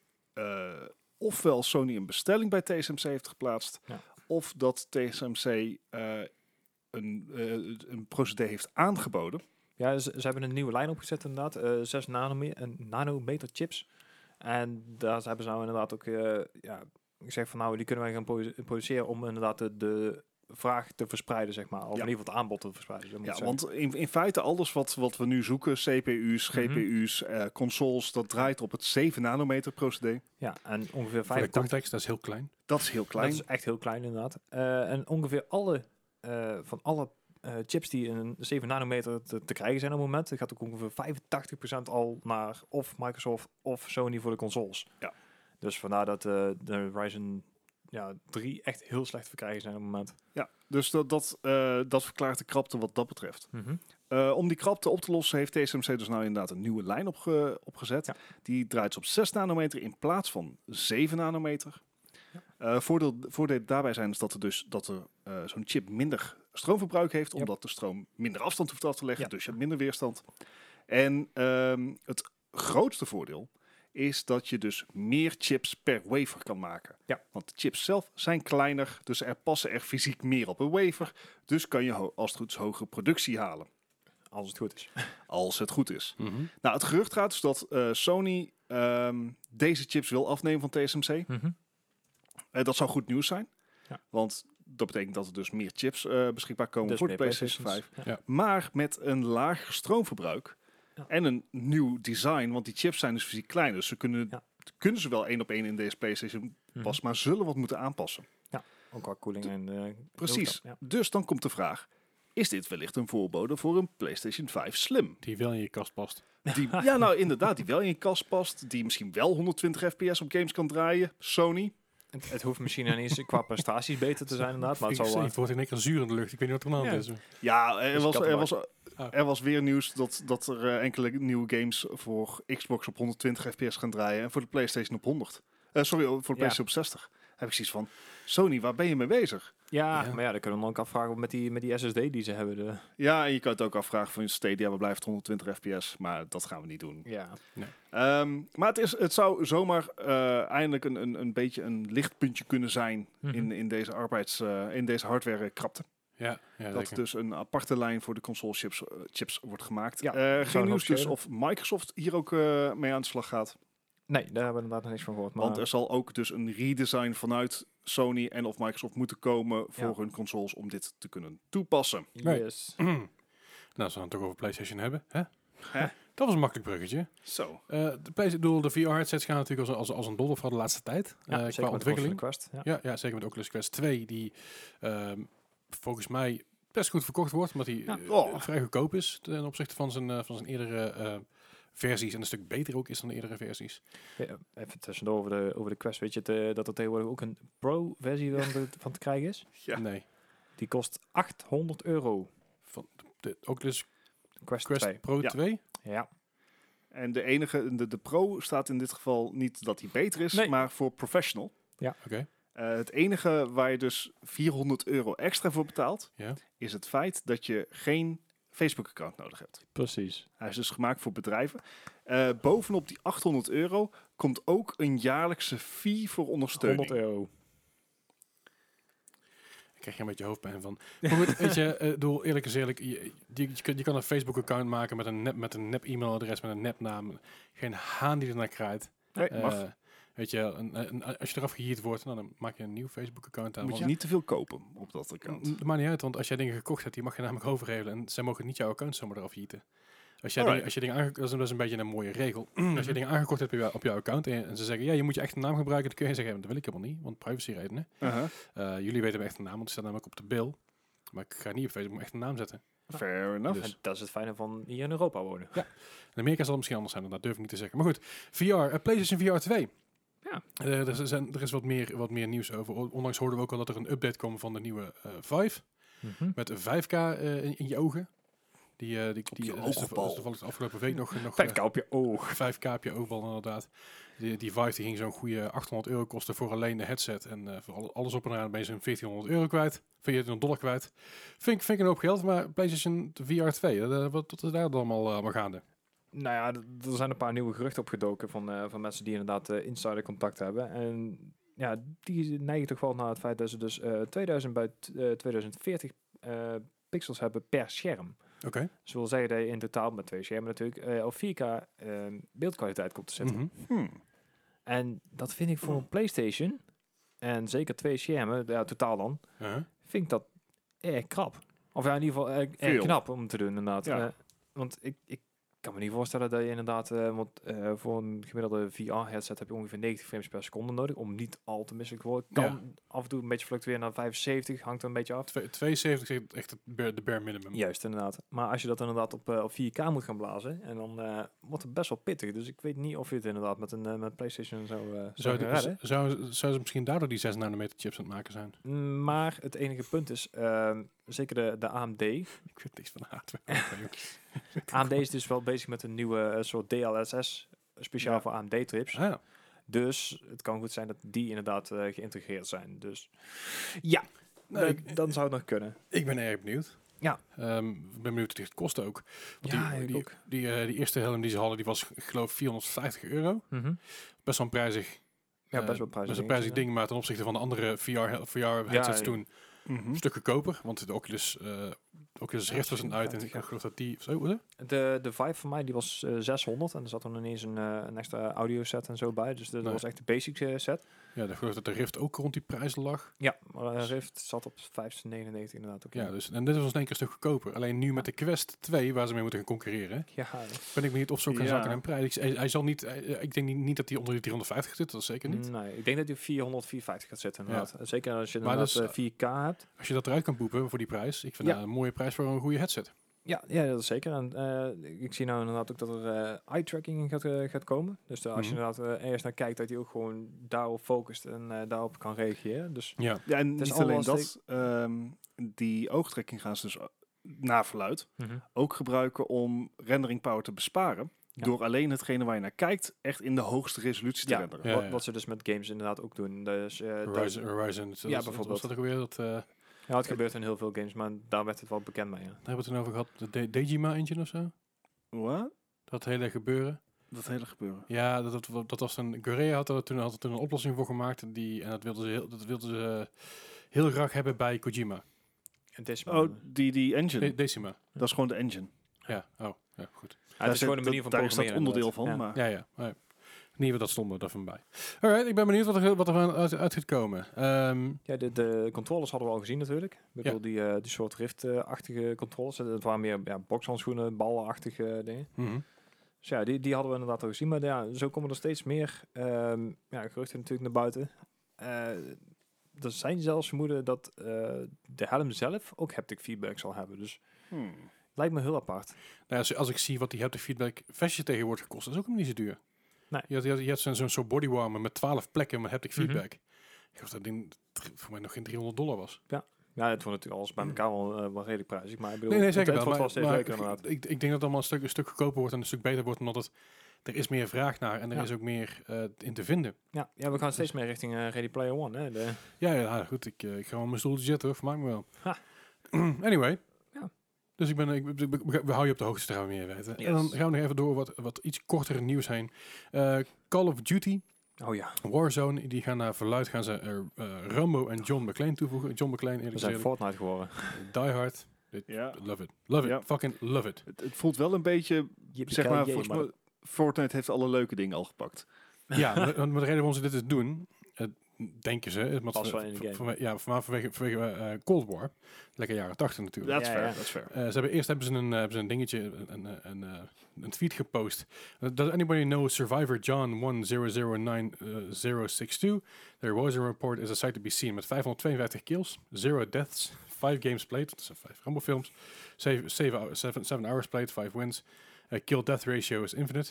eh, ofwel Sony een bestelling bij T S M C heeft geplaatst, Ja. of dat T S M C eh, een, eh, een procedé heeft aangeboden. Ja, ze, ze hebben een nieuwe lijn opgezet inderdaad. eh zes nanometer, nanometer chips. En daar hebben ze nou inderdaad ook eh, ja, gezegd van nou, die kunnen wij gaan produ- produceren om inderdaad de, de vraag te verspreiden, zeg maar. Of Ja. in ieder geval het aanbod te verspreiden. zo moet Ja, ik zeggen. want in, in feite alles wat, wat we nu zoeken, C P U's, G P U's, eh, consoles, dat draait op het zeven nanometer procedé. Ja, en ongeveer Voor de vijfentachtig... context, dat is heel klein. Dat is heel klein. Dat is echt heel klein inderdaad. Eh, en ongeveer alle, eh, van alle eh, chips die in een zeven nanometer te, te krijgen zijn op het moment, gaat ook ongeveer vijfentachtig procent al naar of Microsoft of Sony voor de consoles. Ja. Dus vandaar dat eh, de Ryzen ja, drie echt heel slecht te verkrijgen zijn op het moment. Ja, dus dat, dat, eh, dat verklaart de krapte wat dat betreft. Mhm. Eh, om die krapte op te lossen heeft T S M C dus nou inderdaad een nieuwe lijn opge opgezet. Ja. Die draait op zes nanometer in plaats van zeven nanometer. Ja. Eh, voordeel, voordeel daarbij zijn is dat er dus dat er eh, zo'n chip minder stroomverbruik heeft, Ja. omdat de stroom minder afstand hoeft af te leggen, Ja. dus je hebt minder weerstand. En ehm, het grootste voordeel is dat je dus meer chips per wafer kan maken. Ja. Want de chips zelf zijn kleiner, dus er passen er fysiek meer op een wafer. Dus kan je ho- als het goed is hogere productie halen. Als het goed is. Als het goed is. Mhm. Nou, het gerucht gaat dus dat eh, Sony ehm, deze chips wil afnemen van T S M C. Mhm. Eh, dat zou goed nieuws zijn. Ja. Want dat betekent dat er dus meer chips eh, beschikbaar komen Dus voor de meer PlayStation vijf. PlayStations. Ja. Maar met een lager stroomverbruik Ja. en een nieuw design. Want die chips zijn dus fysiek klein. Dus ze kunnen, Ja. kunnen ze wel één op één in deze PlayStation Mhm. passen. Maar zullen wat moeten aanpassen. Ook qua koeling en... eh, Precies. ja. Dus dan komt de vraag. Is dit wellicht een voorbode voor een PlayStation vijf Slim? Die wel in je kast past. Die, ja, nou inderdaad, die wel in je kast past. Die misschien wel honderdtwintig F P S op games kan draaien. Sony. Het, het hoeft misschien niet eens qua prestaties beter te zijn inderdaad, maar het ik, zal... ik eh, word in één keer zuur in de lucht. Ik weet niet wat er aan de hand Ja. is. Ja, er Dus was, er, kattenbak. was, Ah. er was weer nieuws dat, dat er eh, enkele nieuwe games voor Xbox op honderdtwintig F P S gaan draaien. En voor de PlayStation op honderd. Eh, sorry, voor de Ja. PlayStation op zestig. Heb ik zoiets van, Sony, waar ben je mee bezig? ja, Ja. maar ja, dan kunnen we dan ook afvragen met die, met die S S D die ze hebben. De, Ja, en je kan het ook afvragen van Stadia, we blijven honderdtwintig F P S. Maar dat gaan we niet doen. ja. Ehm, maar het, is, het zou zomaar eh, eindelijk een, een, een beetje een lichtpuntje kunnen zijn Mhm. in, in deze arbeids, eh, in deze hardware krapte. Ja, ja Dat zeker. er dus een aparte lijn voor de console chips, eh, chips wordt gemaakt. Ja, Eh, zou geen een nieuws hoop dus schelen. of Microsoft hier ook eh, mee aan de slag gaat. Nee, daar hebben we inderdaad nog niks van gehoord. Maar Want er zal ook dus een redesign vanuit Sony en of Microsoft moeten komen voor Ja. hun consoles om dit te kunnen toepassen. yes. nou, als we het toch over PlayStation hebben. Hè? Hè? Dat was een makkelijk bruggetje. Zo. Eh, de, PlayStation, bedoel, de V R-headsets gaan natuurlijk als, als, als een dolle voor de laatste tijd. Ja, eh, zeker qua met ontwikkeling. de Quest. Ja. Ja, ja, zeker met Oculus Quest twee, die ehm, volgens mij best goed verkocht wordt, omdat hij Ja. eh, Oh. vrij goedkoop is ten opzichte van zijn, eh, van zijn eerdere eh, versies en een stuk beter ook is dan de eerdere versies. Ja, even tussendoor over de, over de Quest. Weet je het, eh, dat er tegenwoordig ook een Pro-versie van, te- van te krijgen is? Ja. Nee, Die kost achthonderd euro. van de Oculus Quest, Quest twee. Pro Ja. twee. Ja. En de enige, de, de Pro staat in dit geval niet dat hij beter is, Nee. maar voor Professional. Oké. Uh, het enige waar je dus vierhonderd euro extra voor betaalt, Ja. is het feit dat je geen Facebook-account nodig hebt. Precies. Hij is dus gemaakt voor bedrijven. Uh, bovenop die achthonderd euro komt ook een jaarlijkse fee voor ondersteuning. honderd euro. Ik krijg je een beetje hoofdpijn van. Maar goed, weet je, uh, doe eerlijk is eerlijk, je, je, je, kan, je kan een Facebook-account maken met een nep, met een nep e-mailadres, met een nepnaam. Geen haan die ernaar kraait. Nee, Uh, mag. weet je, een, een, als je eraf gehierd wordt, nou, dan maak je een nieuw Facebook-account aan. Moet je Want- niet te veel kopen op dat account. Dat maakt niet uit, want als jij dingen gekocht hebt, die mag je namelijk overhevelen. En zij mogen niet jouw account zomaar eraf hieten. Als jij Alright. dingen, als je dingen aange- dat is, dat is een beetje een mooie regel. Als je dingen aangekocht hebt op, jou, op jouw account en, en ze zeggen, ja, je moet je echte naam gebruiken, dan kun je zeggen, ja, dat wil ik helemaal niet, want privacy redenen. Uh-huh. Uh, jullie weten mijn echte naam, want die staat namelijk op de bill. Maar ik ga niet op Facebook mijn echte naam zetten. Fair enough. Dus- En dat is het fijne van hier in Europa wonen. In Amerika zal het misschien anders zijn, dat durf ik niet te zeggen. Maar goed, V R, uh, PlayStation V R twee. Ja. Uh, er, zijn, er is wat meer, wat meer nieuws over. Onlangs hoorden we ook al dat er een update komt van de nieuwe uh, Vive. Mhm. Met vijf K uh, in, in je ogen. Die, uh, die, die je uh, is de- oogbal. is toevallig de afgelopen week nog... nog Vijf k op je oog. vijf K op je oogbal inderdaad. Die, die Vive die ging zo'n goede achthonderd euro kosten voor alleen de headset. En uh, voor alle- alles op en aan ben je zo'n veertienhonderd euro kwijt. veertienhonderd dollar kwijt. Vind ik, vind ik een hoop geld, maar PlayStation V R twee, uh, wat, wat is daar dan allemaal, uh, allemaal gaande? Nou ja, d- er zijn een paar nieuwe geruchten opgedoken van, uh, van mensen die inderdaad uh, insider contact hebben. En ja, die neigen toch wel naar het feit dat ze dus uh, tweeduizend bij t- uh, tweeduizend veertig uh, pixels hebben per scherm. Oké. Okay. Dus wil zeggen dat je in totaal met twee schermen natuurlijk uh, op vier K uh, beeldkwaliteit komt te zetten. Mm-hmm. Hmm. En dat vind ik voor een PlayStation, en zeker twee schermen, ja, totaal dan, Uh-huh. vind ik dat erg krap. Of ja, in ieder geval erg, erg Veel. knap om te doen inderdaad. Ja. Uh, want ik, ik kan me niet voorstellen dat je inderdaad, uh, want uh, voor een gemiddelde V R-headset heb je ongeveer negentig frames per seconde nodig om niet al te misselijk te worden. Kan Ja. af en toe een beetje fluctueren naar vijfenzeventig, hangt er een beetje af. Twee- tweeënzeventig is echt het bare, de bare minimum. Juist, inderdaad. Maar als je dat inderdaad op, uh, op vier K moet gaan blazen, en dan uh, wordt het best wel pittig. Dus ik weet niet of je het inderdaad met een uh, met PlayStation zou, uh, zou Zou, gaan de, redden. zou, zou ze misschien daardoor die zes nanometer chips aan het maken zijn? Maar het enige punt is, uh, zeker de, de A M D. Ik weet niks van hardware. A M D is dus wel bezig met een nieuwe uh, soort D L S S, speciaal Ja. voor A M D-trips. Ah, Dus het kan goed zijn dat die inderdaad uh, geïntegreerd zijn. Dus ja, nee, dan- ik, dan zou het nog kunnen. ik ben erg benieuwd. Ja. Um, ik ben benieuwd wat het kost ook. Want Ja, die, ik die, ook. die, uh, die eerste helm die ze hadden, die was ik geloof vierhonderdvijftig euro. Mhm. Best wel een prijzig, Ja, uh, best wel prijzig. best een prijzig ding, maar ten opzichte van de andere V R, V R headsets ja. toen Mhm. een stuk goedkoper. Want de Oculus, uh, Oculus Ja, Rift was een uit en vijftig, ik ja. geloof dat die... Zo, wat? De, de Vive van mij die was uh, zeshonderd en er zat dan ineens een, uh, een extra audio set en zo bij. Dus de, dat Nee. was echt de basic uh, set. Ja, ik geloof dat de Rift ook rond die prijs lag. Ja, maar uh, Rift zat op vijfhonderdnegenennegentig inderdaad ook. Ja, dus, en dit was in één keer een stuk goedkoper. Alleen nu met de Quest twee, waar ze mee moeten gaan concurreren, Ja, ben ik benieuwd of ze ook gaan Ja. zakken in prijs. Ik, hij, hij zal niet, hij- ik denk niet, niet dat hij onder die driehonderdvijftig zit, dat is zeker niet. nee, ik denk dat die vierhonderd, vierhondervijftig gaat zitten inderdaad. Zeker als je Maar inderdaad dat is, uh, vier K hebt. Als je dat eruit kan poepen voor die prijs, ik vind Ja. dat een mooie prijs voor een goede headset. Ja, ja, dat is zeker. En uh, ik zie nou inderdaad ook dat er uh, eye-tracking in gaat, uh, gaat komen. Dus uh, als Mhm. je inderdaad uh, ergens naar kijkt, dat hij ook gewoon daarop focust en uh, daarop kan reageren. Dus Ja, Ja, en Het is niet alleen allemaal dat. ehm, die oogtrekking gaan ze dus uh, naar verluid mhm. ook gebruiken om rendering power te besparen. Ja. Door alleen hetgene waar je naar kijkt echt in de hoogste resolutie te Ja. renderen. Ja, wat, ja. wat ze dus met games inderdaad ook doen. Dus, uh, dat- Horizon, Horizon dat, Ja, dat- bijvoorbeeld. Was dat ook weer dat, uh, daar ja, het gebeurt in heel veel games, maar daar werd het wel bekend mee. Ja. hebben we het toen over gehad, de De- Dejima engine of zo? Wat? Dat hele gebeuren. Dat hele gebeuren. Ja, dat, dat, dat was een, Korea had er toen, had er toen een oplossing voor gemaakt. En, die, en dat wilden ze, heel, dat wilden ze uh, heel graag hebben bij Kojima. En het is, Oh, die, die engine. De, Decima. Dat is gewoon de engine. Ja, oh, ja, goed. ja, het is Daar gewoon een zit- manier van Daar is dat programmeren. onderdeel van. inderdaad. Maar Ja, ja. Oh, ja. Niet wat dat stond er daarvan bij. Alright, ik ben benieuwd wat er, wat er van uit, uit gaat komen. Ehm, Ja, de, de controllers hadden we al gezien natuurlijk. Ik bedoel, die, uh, die soort Rift-achtige controllers. Het waren meer ja, bokshandschoenen, ballenachtige dingen. mhm. Dus ja, die, die hadden we inderdaad al gezien. Maar ja, zo komen er steeds meer um, ja, geruchten natuurlijk naar buiten. Uh, er zijn zelfs vermoeden dat uh, de helm zelf ook haptic feedback zal hebben. Dus hmm. lijkt me heel apart. Nou, als, als ik zie wat die haptic feedback vestje tegenwoordig gekost, dat is ook helemaal niet zo duur. Nee. Je had, je had, je had zo'n zo'n soort bodywarmer met twaalf plekken met haptic Mhm. feedback. Ik geloof dat ding dr- voor mij nog geen driehonderd dollar was. Ja, het wordt natuurlijk alles bij elkaar wel, uh, wel redelijk prijzig. Maar ik bedoel, Nee, nee, zeker het, het wel. wordt wel Maar, steeds maar leuker inderdaad. ik, ik denk dat het allemaal een stuk, een stuk goedkoper wordt en een stuk beter wordt, omdat het er is meer vraag naar en er Ja. is ook meer uh, in te vinden. Ja, ja, we gaan steeds meer richting uh, Ready Player One. Hè? De... Ja, ja, goed. Ik, uh, ik ga op mijn stoeltje zitten, hoor. Vermaak me wel. Ha. Anyway. Ja. Dus ik ben, ik, we, we, we houden je op de hoogte, gaan we meer weten. Yes. En dan gaan we nog even door wat, wat iets kortere nieuws heen. Uh, Call of Duty, Oh ja. Warzone, die gaan naar verluid gaan ze uh, uh, Rambo en John McClane toevoegen. John McClane, We eerlijk zijn gezegd. Fortnite geworden. Die Hard. It, Ja. Love it. Love it. Ja. Fucking love it. Het, het voelt wel een beetje, zeg maar, volgens mij, Fortnite heeft alle leuke dingen al gepakt. Ja, maar, maar de reden waarom ze dit dus doen, uh, denken ze, is Past wel in de game. van, ja, van, vanwege, vanwege uh, Cold War. Lekker jaren tachtig natuurlijk. Dat is Ja, fair, ja. dat is fair. Uh, ze hebben, eerst hebben ze een, uh, hebben ze een dingetje, een, een, een, uh, een tweet gepost. Uh, Does anybody know Survivor John one zero zero nine zero six two? There was a report is a sight to be seen met vijfhonderdtweeënvijftig kills, zero deaths, five games played, dat zijn vijf Rambo films, seven, seven, seven, seven hours played, five wins. Uh, kill death ratio is infinite.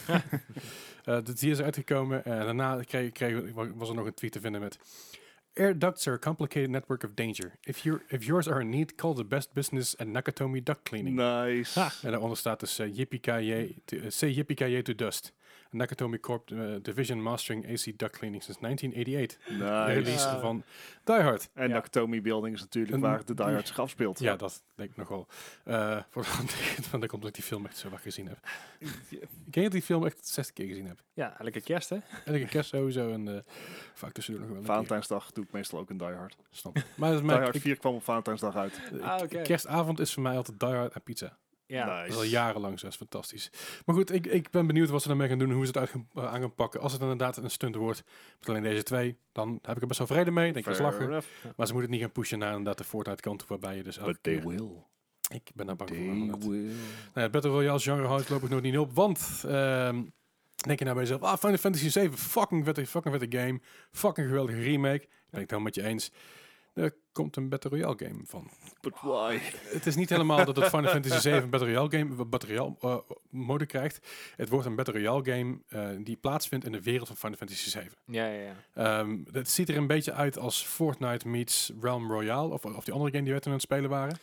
uh, dat hier is uitgekomen en daarna kreeg, kreeg, was er nog een tweet te vinden met air ducts are a complicated network of danger. If, your, if yours are in need, call the best business at Nakatomi Duct Cleaning. Nice. Ha. En daaronder staat dus uh, yippie to, uh, say yippie to dust. Nakatomi Corp uh, Division Mastering A C Duct Cleaning since nineteen eighty-eight. De Nice. release Ja. van Die Hard. En Ja. Nakatomi Building is natuurlijk Een- waar de Die Hard zich afspeelt. Ja, dat denk ik nog wel. Uh, voor van dat komt dat ik die film echt zo vaak gezien heb. Ik denk dat die film echt zestig keer gezien heb. Ja, elke kerst hè. En ik kerst sowieso en uh, vaak tussendoor nog wel een keer. Valentijnsdag doe ik meestal ook een Die Hard. Snap. Maar dat is Die mijn, Hard ik- vier kwam op Valentijnsdag uit. Ah, oké. kerstavond is voor mij altijd Die Hard en pizza. Ja. Dat is Nice. al jarenlang zo, dat is fantastisch. Maar goed, ik, ik ben benieuwd wat ze ermee gaan doen, hoe ze het uit gaan, uh, aan gaan pakken. Als het inderdaad een stunt wordt, met alleen deze twee, dan heb ik er best wel vrede mee. Denk ik, dat is Fair lachen. enough. Maar ze moeten het niet gaan pushen naar inderdaad de Fortnite kant, waarbij je dus elke But they keer... will. Ik ben daar bang voor. They inderdaad. will. Nou ja, het Battle Royale genre houdt loop ik nog niet op, want... ehm, denk je nou bij jezelf, ah, Final Fantasy zeven, fucking vette, fucking vette game, fucking geweldige remake. Ben ik het helemaal met je eens. Er komt een Battle Royale game van. But why? Het is niet helemaal dat het Final Fantasy zeven Battle Royale game Battle Royale uh, mode krijgt. Het wordt een Battle Royale game uh, die plaatsvindt in de wereld van Final Fantasy zeven. Ja, ja, ja. Um, het ziet er een beetje uit als Fortnite meets Realm Royale, of, of die andere game die wij toen aan het spelen waren.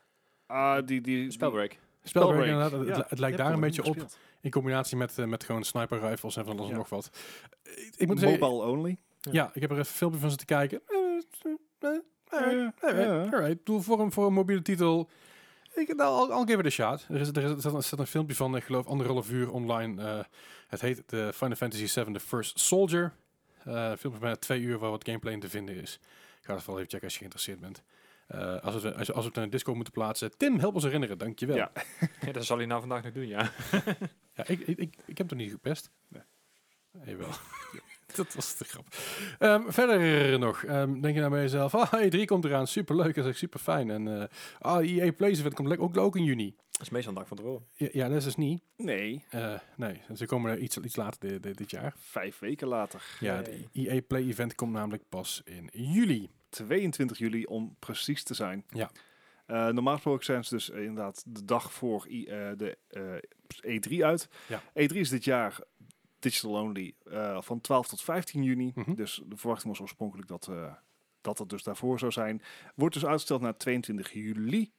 Ah, die, die, die Spellbreak. Spellbreak Spellbreak, inderdaad. Het, ja. het lijkt Ja, daar een heb beetje ik op, nog gespeeld. in combinatie met, uh, met gewoon sniper rifles en van alles en Ja. nog wat. Ik, ik moet zeggen, Mobile only. ja, ik heb er even een filmpje van zitten kijken. Eh, eh, eh, Ja, alright, ja. alright. Ik bedoel, voor een, voor een mobiele titel... Ik, nou, I'll give it a shot. Er, is, er, is, er, staat, er staat een filmpje van, ik geloof, anderhalf uur online. Uh, het heet de Final Fantasy zeven The First Soldier. Uh, een filmpje van bijna twee uur waar wat gameplay in te vinden is. Ga het vooral even checken als je geïnteresseerd bent. Uh, als, we, als, als we het in de Discord moeten plaatsen. Tim, help ons herinneren, dankjewel. Ja. Ja, dat zal hij nou vandaag nog doen, ja. Ja, ik, ik, ik, ik heb toch niet gepest? Nee. Nee, wel. Dat was de grap. Um, verder nog. Um, denk je nou bij jezelf, ah, E drie komt eraan, superleuk, dat is echt super fijn. En uh, ah, E A Plays Event komt lekker, ook, ook in juni. Dat is meestal een dag van tevoren. Ja, ja, dat is dus niet. Nee, Uh, nee, ze komen er iets, iets later dit, dit, dit jaar. vijf weken later. Ja, Ja, de E A Play Event komt namelijk pas in juli. tweeëntwintig juli om precies te zijn. Ja. Uh, normaal gesproken zijn ze dus uh, inderdaad de dag voor I, uh, de uh, E drie uit. Ja. E drie is dit jaar digital only uh, van twaalf tot vijftien juni. Mhm. Dus de verwachting was oorspronkelijk dat, uh, dat het dus daarvoor zou zijn. Wordt dus uitgesteld naar tweeëntwintig juli.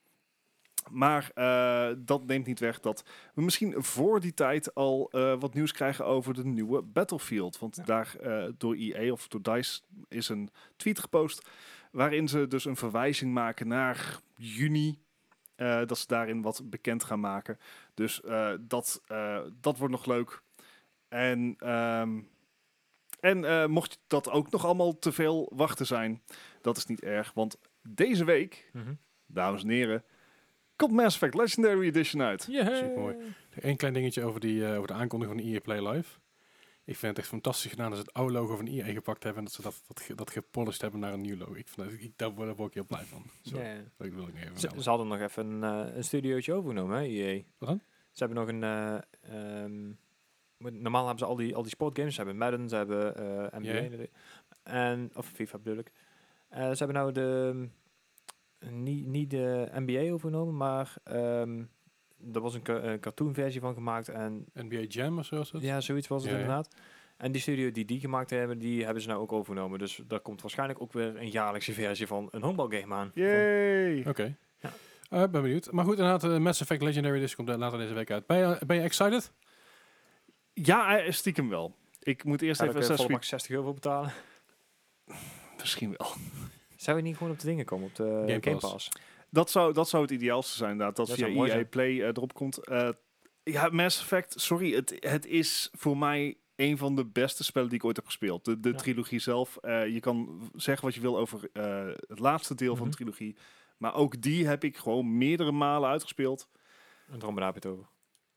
Maar uh, dat neemt niet weg dat we misschien voor die tijd al uh, wat nieuws krijgen over de nieuwe Battlefield. Want Ja. daar uh, door E A of door DICE is een tweet gepost waarin ze dus een verwijzing maken naar juni. Uh, dat ze daarin wat bekend gaan maken. Dus uh, dat, uh, dat wordt nog leuk. En, um, en uh, mocht dat ook nog allemaal te veel wachten zijn, dat is niet erg. Want deze week, Mhm. dames en heren, komt Mass Effect Legendary Edition uit. Supermooi. Eén klein dingetje over, die, uh, over de aankondiging van E A Play Live. Ik vind het echt fantastisch gedaan dat ze het oude logo van E A gepakt hebben en dat ze dat, dat, ge- dat gepolished hebben naar een nieuw logo. Ik vind dat, ik, daar, word, daar word ik heel blij van. Zo, Ja, ja. dat wil ik nog even Ze, melden. ze hadden nog even een, uh, een studiootje overgenomen, hè, E A. Wat dan? Ze hebben nog een... Uh, um, normaal hebben ze al die, al die sportgames. Ze hebben Madden, ze hebben uh, N B A. Ja. natuurlijk. En, of FIFA bedoel ik. Uh, ze hebben nou de... Niet, niet de N B A overgenomen, maar... Um, er was een, ca- een cartoonversie van gemaakt. En N B A Jam of zo is dat? ja, zoiets was het Ja, ja. inderdaad. En die studio die die gemaakt hebben, die hebben ze nou ook overgenomen. Dus daar komt waarschijnlijk ook weer een jaarlijkse versie van een honkbalgame aan. Yay! Oké. Okay. Ja. Uh, ben benieuwd. Maar goed, inderdaad, uh, Mass Effect Legendary Edition komt uh, later deze week uit. Ben je, ben je excited? Ja, eh, stiekem wel. Ik moet eerst Ga even ik volle Assassin's bak zestig euro voor betalen? Creed... Misschien wel. Zou je niet gewoon op de dingen komen, op de Game Game Pass. Pass? Dat zou, dat zou het ideaalste zijn, inderdaad. Dat, Dat via zou mooi E A zijn. Play eh, erop komt. Eh, ja, Mass Effect, sorry. Het, het is voor mij een van de beste spellen die ik ooit heb gespeeld. De, de Ja. trilogie zelf. Eh, je kan zeggen wat je wil over eh, het laatste deel van Mhm. de trilogie. Maar ook die heb ik gewoon meerdere malen uitgespeeld. En daarom heb je het over.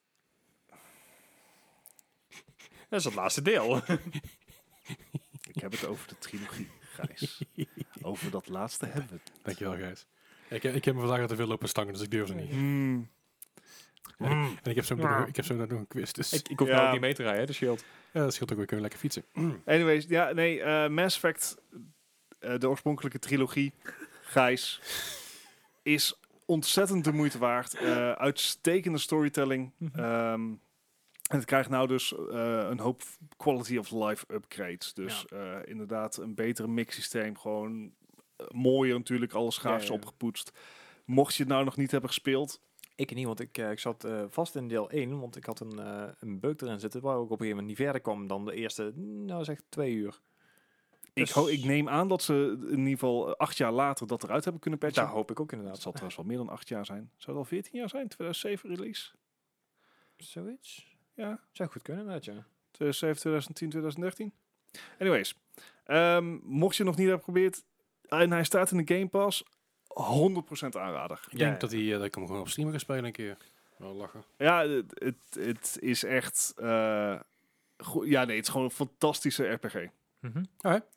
Dat is het laatste deel. Ik heb het over de trilogie, Gijs. Over dat laatste hebben we het. Dankjewel, Gijs. Ik, heb- ik heb me vandaag al te veel lopen stangen, dus ik durf het niet. Hmm. En ik heb zo meteen nog- ik heb zo nog een quiz, dus ik, ik hoef Ja. nou ook niet mee te rijden, hè, dat scheelt. ja, dat scheelt ook, we kunnen lekker fietsen. Anyways, ja, nee, eh, Mass Effect, eh, de oorspronkelijke trilogie, Gijs, is ontzettend de moeite waard. Eh, uitstekende storytelling. Mhm. Ehm, en het krijgt nou dus eh, een hoop quality of life upgrades. Dus eh, inderdaad een betere mixsysteem. Gewoon eh, mooier natuurlijk, alles grafisch Ja, ja. opgepoetst. Mocht je het nou nog niet hebben gespeeld, Ik niet, want ik, eh, ik zat eh, vast in deel één, want ik had een, eh, een bug erin zitten waar ik op een gegeven moment niet verder kwam dan de eerste, nou zeg twee uur. ik, Dus- ho- ik neem aan dat ze in ieder geval eh, acht jaar later dat eruit hebben kunnen patchen. Daar hoop ik ook Dat inderdaad. zal trouwens wel meer dan acht jaar zijn. Zou het al veertien jaar zijn? tweeduizend zeven release? Zoiets? Ja, Zou goed kunnen, inderdaad, ja. tweeduizend zeven, tweeduizend tien, tweeduizend dertien. Anyways, ehm, mocht je het nog niet hebben geprobeerd en hij staat in de Game Pass, honderd procent aanrader. Ik Ja, denk ja. dat, hij, eh, dat ik hem gewoon op stream ga spelen een keer. Wel lachen. Ja, het, het, het is echt... eh, goe- ja, nee, het is gewoon een fantastische R P G. Mhm.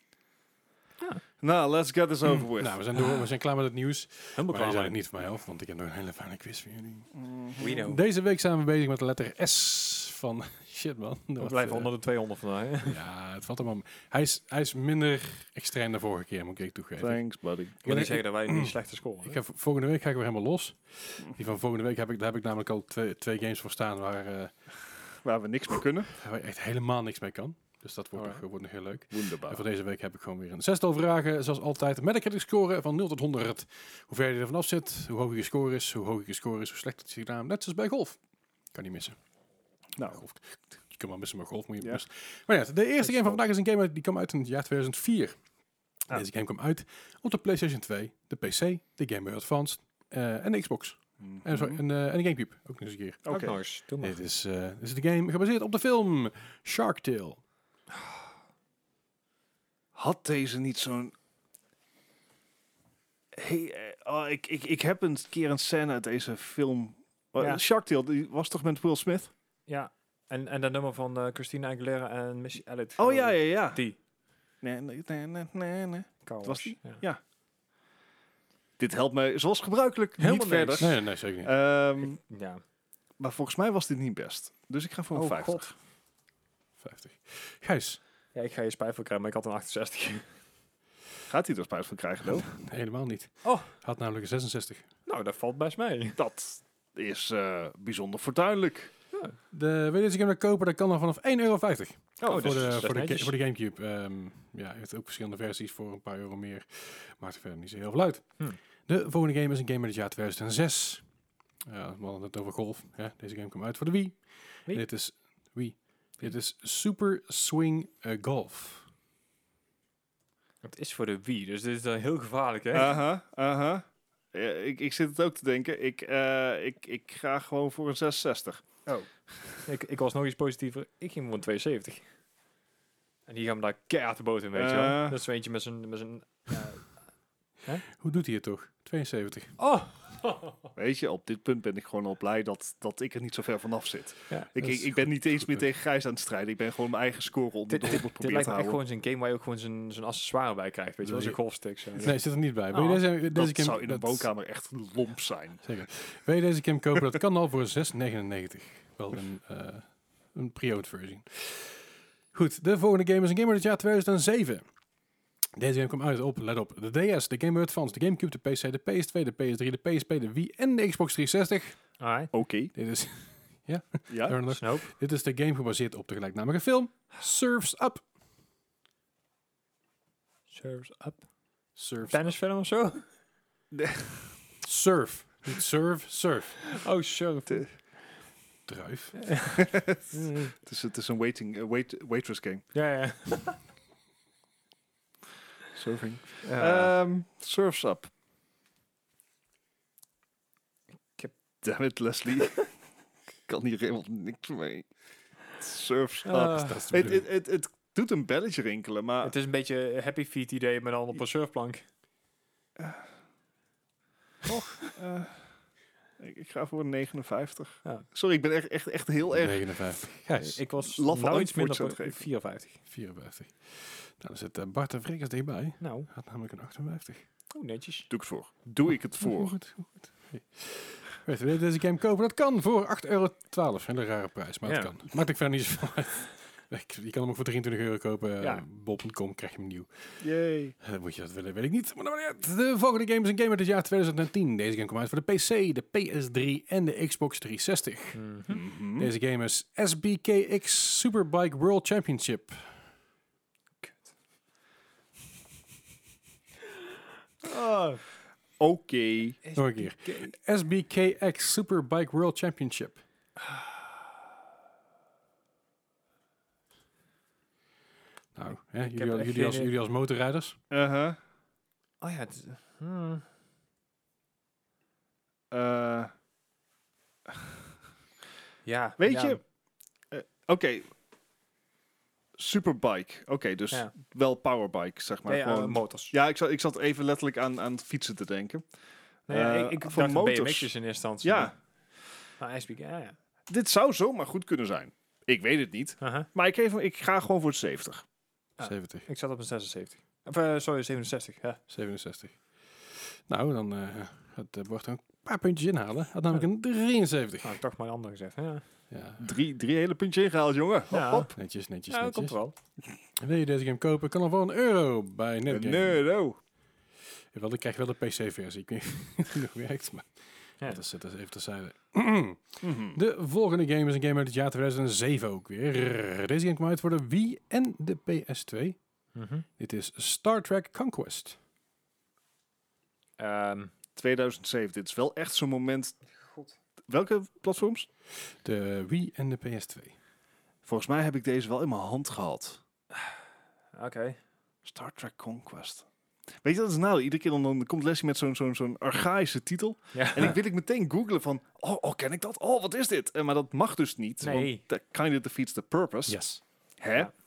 Nou, let's get this over with. Nou, we zijn, door, we zijn klaar met het nieuws. Helemaal Maar klaar die zijn mee. het niet van mij af, want ik heb nog een hele fijne quiz voor jullie. Mhm. We know. Deze week zijn we bezig met de letter S van... Shit, man. We Dat, blijven eh, onder de tweehonderd vandaag. hè. Ja, het valt allemaal... Hij is, hij is minder extreem dan vorige keer, moet ik toegeven. Thanks, buddy. Ik wil ik- niet zeggen dat wij niet slechte scoren. Ik heb, volgende week ga ik weer helemaal los. Die van volgende week heb ik, daar heb ik namelijk al twee, twee games voor staan waar, eh, Waar we niks mee kunnen. waar ik echt helemaal niks mee kan. Dus dat wordt, Alright. nog, wordt nog heel leuk. Wonderbaar. En voor deze week heb ik gewoon weer een zestal vragen, zoals altijd, met een critic score van nul tot honderd. Hoe ver je er vanaf zit, hoe hoog je score is, hoe hoog je score is, hoe slecht het is gedaan. Net zoals bij golf. Kan niet missen. Nou, Golf. Je kan wel missen, maar golf moet je Ja. missen. Maar ja, de eerste game van vandaag is een game uit, die kwam uit in het jaar tweeduizend vier. Ah. Deze game kwam uit op de PlayStation twee, de P C, de Game Boy Advance eh, en de Xbox. mhm. En, sorry, en, eh, en de Gamecube, ook nog eens een keer. Ook Oké. nog eens. Doe maar. Dit is, eh, dit is de game gebaseerd op de film Shark Tale. Had deze niet zo'n... Hey, eh, oh, ik, ik, ik heb een keer een scène uit deze film... Oh, Ja. Shark Tale, die was toch met Will Smith? Ja. En, en dat nummer van eh, Christina Aguilera en Missy Elliott. Oh ja, ja, ja. Die. Nee, nee, nee, nee, nee, nee. Car was Wash, die? Ja. Dit helpt mij zoals gebruikelijk Helemaal niet niks. verder. Nee, nee, nee, zeker niet. Ehm, Ja. maar volgens mij was dit niet best. Dus ik ga voor een Oh, vijftig. God. vijftig. Gijs, Ja, ik ga je spijt voor krijgen, maar ik had een achtenzestig. Gaat hij er spijt van krijgen, though? helemaal niet. Oh. Had namelijk een zesenzestig. Nou, dat valt best mee. Dat is eh, bijzonder fortuinlijk. De, wil je deze game nou kopen, dat kan dan vanaf één euro vijftig. Oh, voor, dus de, dat is voor, de, netjes. ga- voor de Gamecube. Ehm, ja, je hebt ook verschillende versies voor een paar euro meer. Maakt er verder niet zo heel veel uit. Hm. De volgende game is een game uit het jaar tweeduizend zes. Ja, we hadden het over golf. Ja, deze game kwam uit voor de Wii. Wii? En dit is Wii. Dit is Super Swing eh, Golf. Het is voor de Wii, dus dit is dan heel gevaarlijk, hè? Aha, aha. Ja, ik, ik zit het ook te denken. Ik, eh, ik, ik ga gewoon voor een zesenzestig. ik, ik was nog iets positiever. Ik ging voor een tweeënzeventig. En die gaan we daar keihard de boot in, weet je wel. Eh. Dat is zo eentje met zijn... Met zijn Hoe doet hij het toch? tweeënzeventig. oh! Weet je, op dit punt ben ik gewoon al blij dat, dat ik er niet zo ver vanaf zit. Ja, Ik, Dat ik, is ik ben goed- niet eens goed meer punt. tegen Gijs aan het strijden. Ik ben gewoon mijn eigen score onder dit, de dit, honderd dit proberen lijkt te me echt houden. gewoon zo'n game waar je ook gewoon zo'n zo'n accessoire bij krijgt, weet je wel. Wil Zo'n je- golfstick. Zo. Nee, zit er niet bij. Wil je Oh, deze, deze Dat game, zou in de dat- woonkamer echt lomp zijn. Zeker. Wil je deze game kopen? Dat kan al voor zes negenennegentig. Wel een, uh, een pre-owned versie. Goed, de volgende game is een game uit het jaar tweeduizend zeven. Deze game kwam uit op, let op, de D S, de Game Boy Advance, de Gamecube, de P C, de P S twee, de P S drie, de P S P, de Wii en de Xbox driehonderdzestig. Alright. Oké, Dit is, ja. fair enough. Snoop. Dit is de game gebaseerd op de gelijknamige film Surf's Up. Surf's Up. Surf's Tennisfilm of zo? Surf. Niet surf, surf. Oh, surf. De- druif. Mm. Het is, het is een waiting, uh, wait, waitress game. Ja, ja. Surfing. Ja. Ehm, Surf's Up. Ik heb- Damn it, Leslie. Ik kan hier helemaal niks mee. Surf's Up. Ah. Dat is de Het, bedoeling. het, het, het doet een belletje rinkelen, maar... Het is een beetje een Happy Feet idee, maar dan op een surfplank. eh, ik, ik ga voor een negenenvijftig. Ja. Sorry, ik ben echt, echt, echt heel erg... negenenvijftig. Gijs, Ik was laf nou uit iets voor minder het voor geven. vierenvijftig. vierenvijftig. Nou, dan zit uh, Bart en Frikkers dichtbij. Nou, Had namelijk een achtenvijftig. oh, netjes. Doe ik het voor. Doe ik het voor. Goed, goed. Hey. Weet je, wil je deze game kopen? Dat kan voor acht euro twaalf. Hele rare prijs, maar Ja. het kan. Maakt ik verder niet zo van uit. Ik- Je kan hem ook voor drieëntwintig euro kopen. Ja. Ja. bol punt com krijg je hem nieuw. Yay. Uh, moet je dat willen, weet ik niet. Maar dan maar niet uit. De volgende game is een game uit het jaar twintig tien. Deze game komt uit voor de P C, de P S drie en de Xbox driehonderdzestig. Mhm. Mhm. Deze game is S B K X Superbike World Championship. Oh. Oké. Nog een keer. S B K X Superbike World Championship. Nou, hè, jullie, heb al- echt jullie, als, geen- jullie als motorrijders. Uh-huh. Oh ja, het, hmm. Eh, ja. weet ja. je... eh, Oké. Superbike. Oké, dus Ja. wel powerbike, zeg maar. Nee, eh, Gewoon- motors. ja, ik zat, ik zat even letterlijk aan, aan fietsen te denken. Nee, ja, Eh, ik, ik van dacht motors. B M X'jes in eerste instantie. Ja, Maar S B K, ja, ja. dit zou zomaar goed kunnen zijn. Ik weet het niet. Aha. Maar ik, geef, hem- ik ga gewoon voor de zeventig. Ah. zeventig, Ik zat op een zesenzeventig. Of, eh, sorry, zevenenzestig. Ja. zevenenzestig. Nou, dan uh, gaat uh, Bart er een paar puntjes inhalen. Had namelijk een drieënzeventig. Nou, ik toch maar andere gezegd. Ja, Ja, Drie, drie hele puntjes ingehaald, jongen. Hop, Ja. hop. netjes, netjes, ja dat komt netjes. er wel. Wil je deze game kopen? Kan al voor een euro bij Een Netgame. euro. Wel, ik krijg wel de P C-versie. Ik weet niet of het nog werkt, maar Ja. dat is, dat is even terzijde. Mhm. De volgende game is een game uit het jaar tweeduizend zeven ook weer. Deze game kwam uit voor de Wii en de P S twee. Mhm. Dit is Star Trek Conquest. Ehm, tweeduizend zeven. Dit is wel echt zo'n moment... Welke platforms? De Wii en de P S twee. Volgens mij heb ik deze wel in mijn hand gehad. Oké. Star Trek Conquest. Weet je, dat is nou. Iedere keer dan, dan komt Leslie met zo'n zo'n zo'n archaïsche titel. Ja. En ik wil ik meteen googlen van... Oh, oh, ken ik dat? Oh, wat is dit? Eh, maar dat mag dus niet. Nee. Want that kind of defeats the purpose. Yes. Hè? Ja.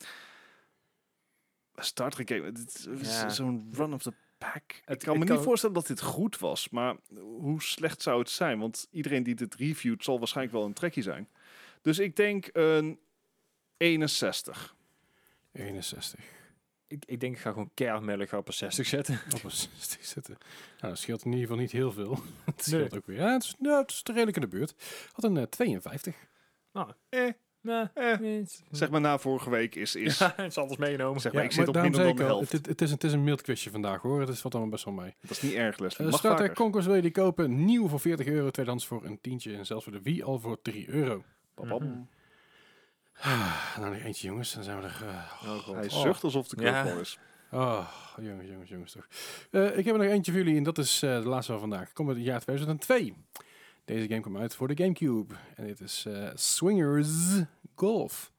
Star Trek game. Dit is Ja. zo'n run of the pack. Het- ik kan me het niet kan- voorstellen dat dit goed was. Maar hoe slecht zou het zijn? Want iedereen die dit reviewt zal waarschijnlijk wel een trekkie zijn. Dus ik denk een eenenzestig. eenenzestig. Ik, ik denk ik ga gewoon keihard op een zestig zetten. Op een zestig zitten. Nou, dat scheelt in ieder geval niet heel veel. Het Nee. scheelt ook weer. Ja, het is, nou, het is redelijk in de buurt. Had een uh, tweeënvijftig. Eh, Nee, eh. niet. Zeg maar na vorige week is... is Ja, het is alles meegenomen. zeg maar, Ja, ik zit op daarom minder dan zei de ik al, helft. het, het, is, het is een mild quizje vandaag hoor. Het is wat allemaal best wel mee. Dat is niet erg, Leslie. Uh, Mag Star Trek vaker. Conquest wil je die kopen. Nieuw voor veertig euro. Tweedehands voor een tientje. En zelfs voor de Wii al voor drie euro. Babam. Mhm. Ah, nou nog eentje jongens. Dan zijn we er... uh, Oh, God. Hij Oh. zucht alsof de Ja. curveball is. Oh, jongens, jongens, jongens toch. Eh, ik heb er nog eentje voor jullie en dat is eh, de laatste van vandaag. Komt uit het jaar tweeduizend twee. Deze game kwam uit voor de Gamecube. En dit is eh, Swingers Golf.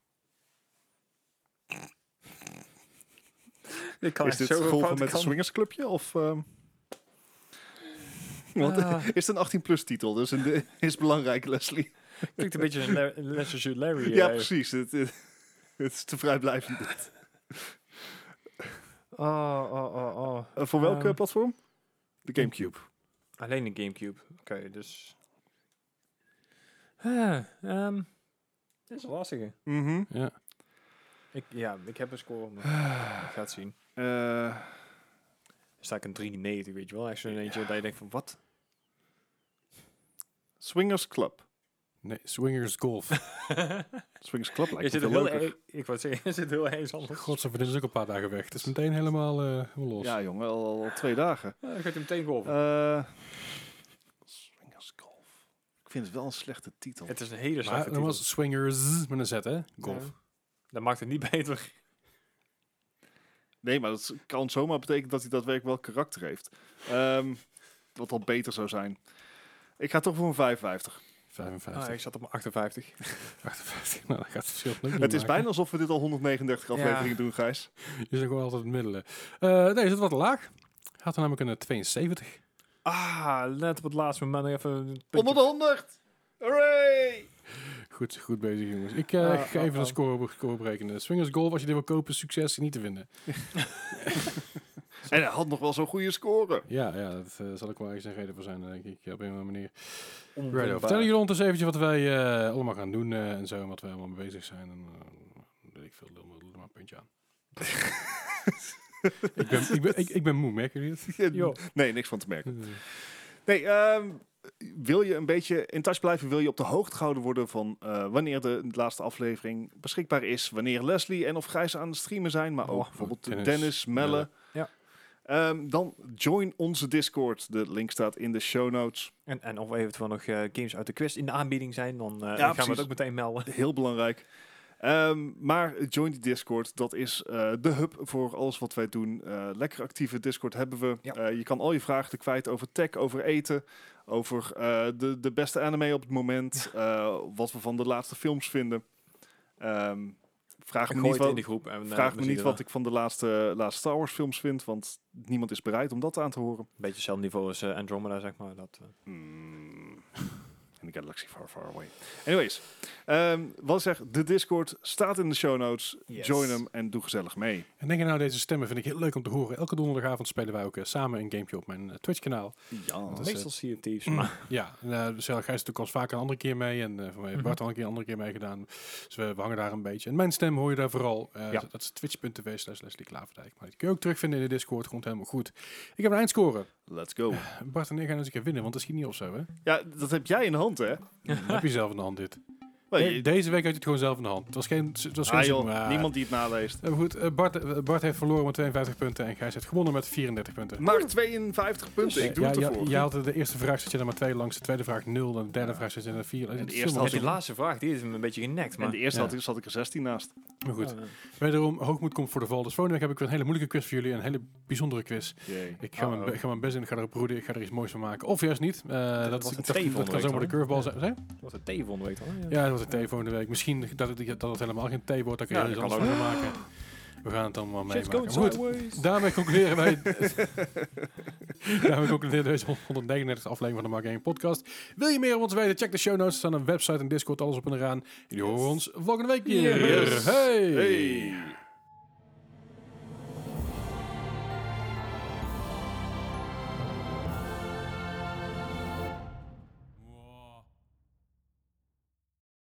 Ik kan Is echt dit zoveel golven fouten met een kan. swingersclubje? Of, ehm, Want Ah. is het een achttien plus titel? Dus een, de- is belangrijk, Leslie. Klinkt een beetje een Le- Lesser Shoot Larry. Ja, eh. precies. Het, het, het is te vrijblijvend. dit. Oh, oh, oh, oh. Eh, voor welke Ehm, platform? De Gamecube. Alleen de Gamecube. Oké, dus... Ah, ehm, dit is een lastige. Mhm. Ja. Ik, ja, ik heb een score. Maar ik ga het zien. Eh, Dan sta ik een drieënnegentig, weet je wel. Echt zo'n eentje dat je denkt van, wat? Swingers Club. Nee, Swingers Golf. Swingers Club Je lijkt me zit er veel heel leuker. e- ik wou zeggen, je zit heel eens anders. Godzijdank, dit is ook een paar dagen weg. Het is meteen helemaal, eh, helemaal los. Ja, jongen, al, al twee dagen. Ja, dan gaat hij meteen golven. Eh, Swingers Golf. Ik vind het wel een slechte titel. Het is een hele maar slechte dan titel. was Swingers met een Z, hè? Golf. Ja. Dat maakt het niet beter. Nee, maar dat kan zomaar betekenen dat hij daadwerkelijk wel karakter heeft. Ehm, wat al beter zou zijn. Ik ga toch voor een vijfenvijftig. vijfenvijftig. Ah, ik zat op mijn achtenvijftig. achtenvijftig. Nou, dat gaat het verschil nog niet Het is maken. bijna alsof we dit al honderdnegenendertig Ja. afleveringen doen, Gijs. Je zegt gewoon altijd het middelen. Uh, nee, is het wat laag? Had er namelijk een tweeënzeventig. Ah, net op het laatste moment nog even... een puntje- Onder de honderd! Hooray! Goed, goed bezig jongens. Ik uh, Ah, ga ah, even ah. de score, score berekenen. Swingers Golf, als je dit wil kopen, succes, niet te vinden. En hij had nog wel zo'n goede score. Ja, ja dat uh, zal ik wel ergens een reden voor zijn, denk ik. Ja, op een of andere manier. Onvindbaar. Right, vertellen jullie ondertussen eventjes wat wij uh, allemaal gaan doen uh, en zo. En wat wij allemaal mee bezig zijn. En uh, weet ik veel, doe maar, maar een puntje aan. ik, ben, ik, ben, ik, ik ben moe, merken jullie het? Jo. Nee, niks van te merken. Nee, um, wil je een beetje in touch blijven? Wil je op de hoogte gehouden worden van uh, wanneer de laatste aflevering beschikbaar is? Wanneer Leslie en of Gijs aan het streamen zijn? Maar ook Oh, bijvoorbeeld Dennis, Dennis, Melle. Ja. Um, dan join onze Discord. De link staat in de show notes. En, en of eventueel nog uh, games uit de quiz in de aanbieding zijn, dan, uh, dan gaan precies. we het ook meteen melden. Heel belangrijk. Um, maar join die Discord. Dat is uh, de hub voor alles wat wij doen. Uh, lekker actieve Discord hebben we. Ja. Uh, je kan al je vragen er kwijt over tech, over eten, over uh, de, de beste anime op het moment. Uh, wat we van de laatste films vinden. Um, vraag me Gooi niet, het wat, in de groep. En, uh, vraag we me zien niet er wat wel. ik van de laatste, laatste Star Wars films vind. Want niemand is bereid om dat aan te horen. Een beetje hetzelfde niveau als uh, Andromeda, zeg maar. Dat, uh. Mm. In the galaxy far, far away. Anyways, um, wat ik zeg, de Discord staat in de show notes. Yes. Join hem en doe gezellig mee. En denk je nou, deze stemmen vind ik heel leuk om te horen. Elke donderdagavond spelen wij ook uh, samen een gamepje op mijn uh, Twitch-kanaal. Ja, Dat is, Meestal Sea of Thieves, Mm. maar Ja, en, uh, dus, uh, Gijs natuurlijk al vaak een andere keer mee. En uh, voor mij heeft Bart al een keer een andere keer meegedaan. Dus we, we hangen daar een beetje. En mijn stem hoor je daar vooral. Uh, Ja. Dat is twitch.tv slash Leslie Klaverdijk. Maar die kun je ook terugvinden in de Discord. Komt helemaal goed. Ik heb een eindscore. let's go. Bart en ik gaan eens een keer winnen, want dat schiet niet op zo, hè? Ja, dat heb jij in de hand, hè? Dat heb je zelf in de hand, dit. Maar De- je- deze week had je het gewoon zelf in de hand. Het was geen... Het was ah, geen joh, ah. niemand die het naleest. Uh, goed, uh, Bart, uh, Bart heeft verloren met tweeënvijftig punten en Gijs heeft gewonnen met vierendertig punten. Maar tweeënvijftig punten, ik doe ja, het ja, ervoor. je had de eerste vraag zit je er maar twee langs, de tweede vraag nul, en de derde Ja. vraag zit je er naar vier. En de Het is eerste helemaal had die ik- zo- laatste vraag, die is hem een beetje genekt. Maar En de eerste Ja. had ik, zat ik er zestien naast. Maar goed, Oh, ja. wederom, hoogmoed komt voor de val. Dus volgende week heb ik weer een hele moeilijke quiz voor jullie, een hele bijzondere quiz. Jee. Ik ga, mijn, Uh-oh. be- ik ga mijn best in, ik ga erop broeden, ik ga er iets moois van maken. Of juist niet. Uh, dat, was is- een dat, thee dat, volgende kan week zomaar de dan, curveball hè? zijn. Zeg? Wat een thee volgende week dan. hè? Ja, dat wordt een thee volgende week. Misschien dat het, dat het helemaal geen thee wordt, dat ik Ja, er iets dat anders kan van ga maken. We gaan het allemaal Shit's meemaken. going Maar goed, sideways. daarmee concluderen wij... daarmee concluderen deze honderdnegenendertigste aflevering van de Mark Gaming Podcast. Wil je meer over ons weten? Check de show notes. Er staan een website en Discord, alles op en eraan. Jullie horen ons volgende week weer. Yes. Hey! Hey.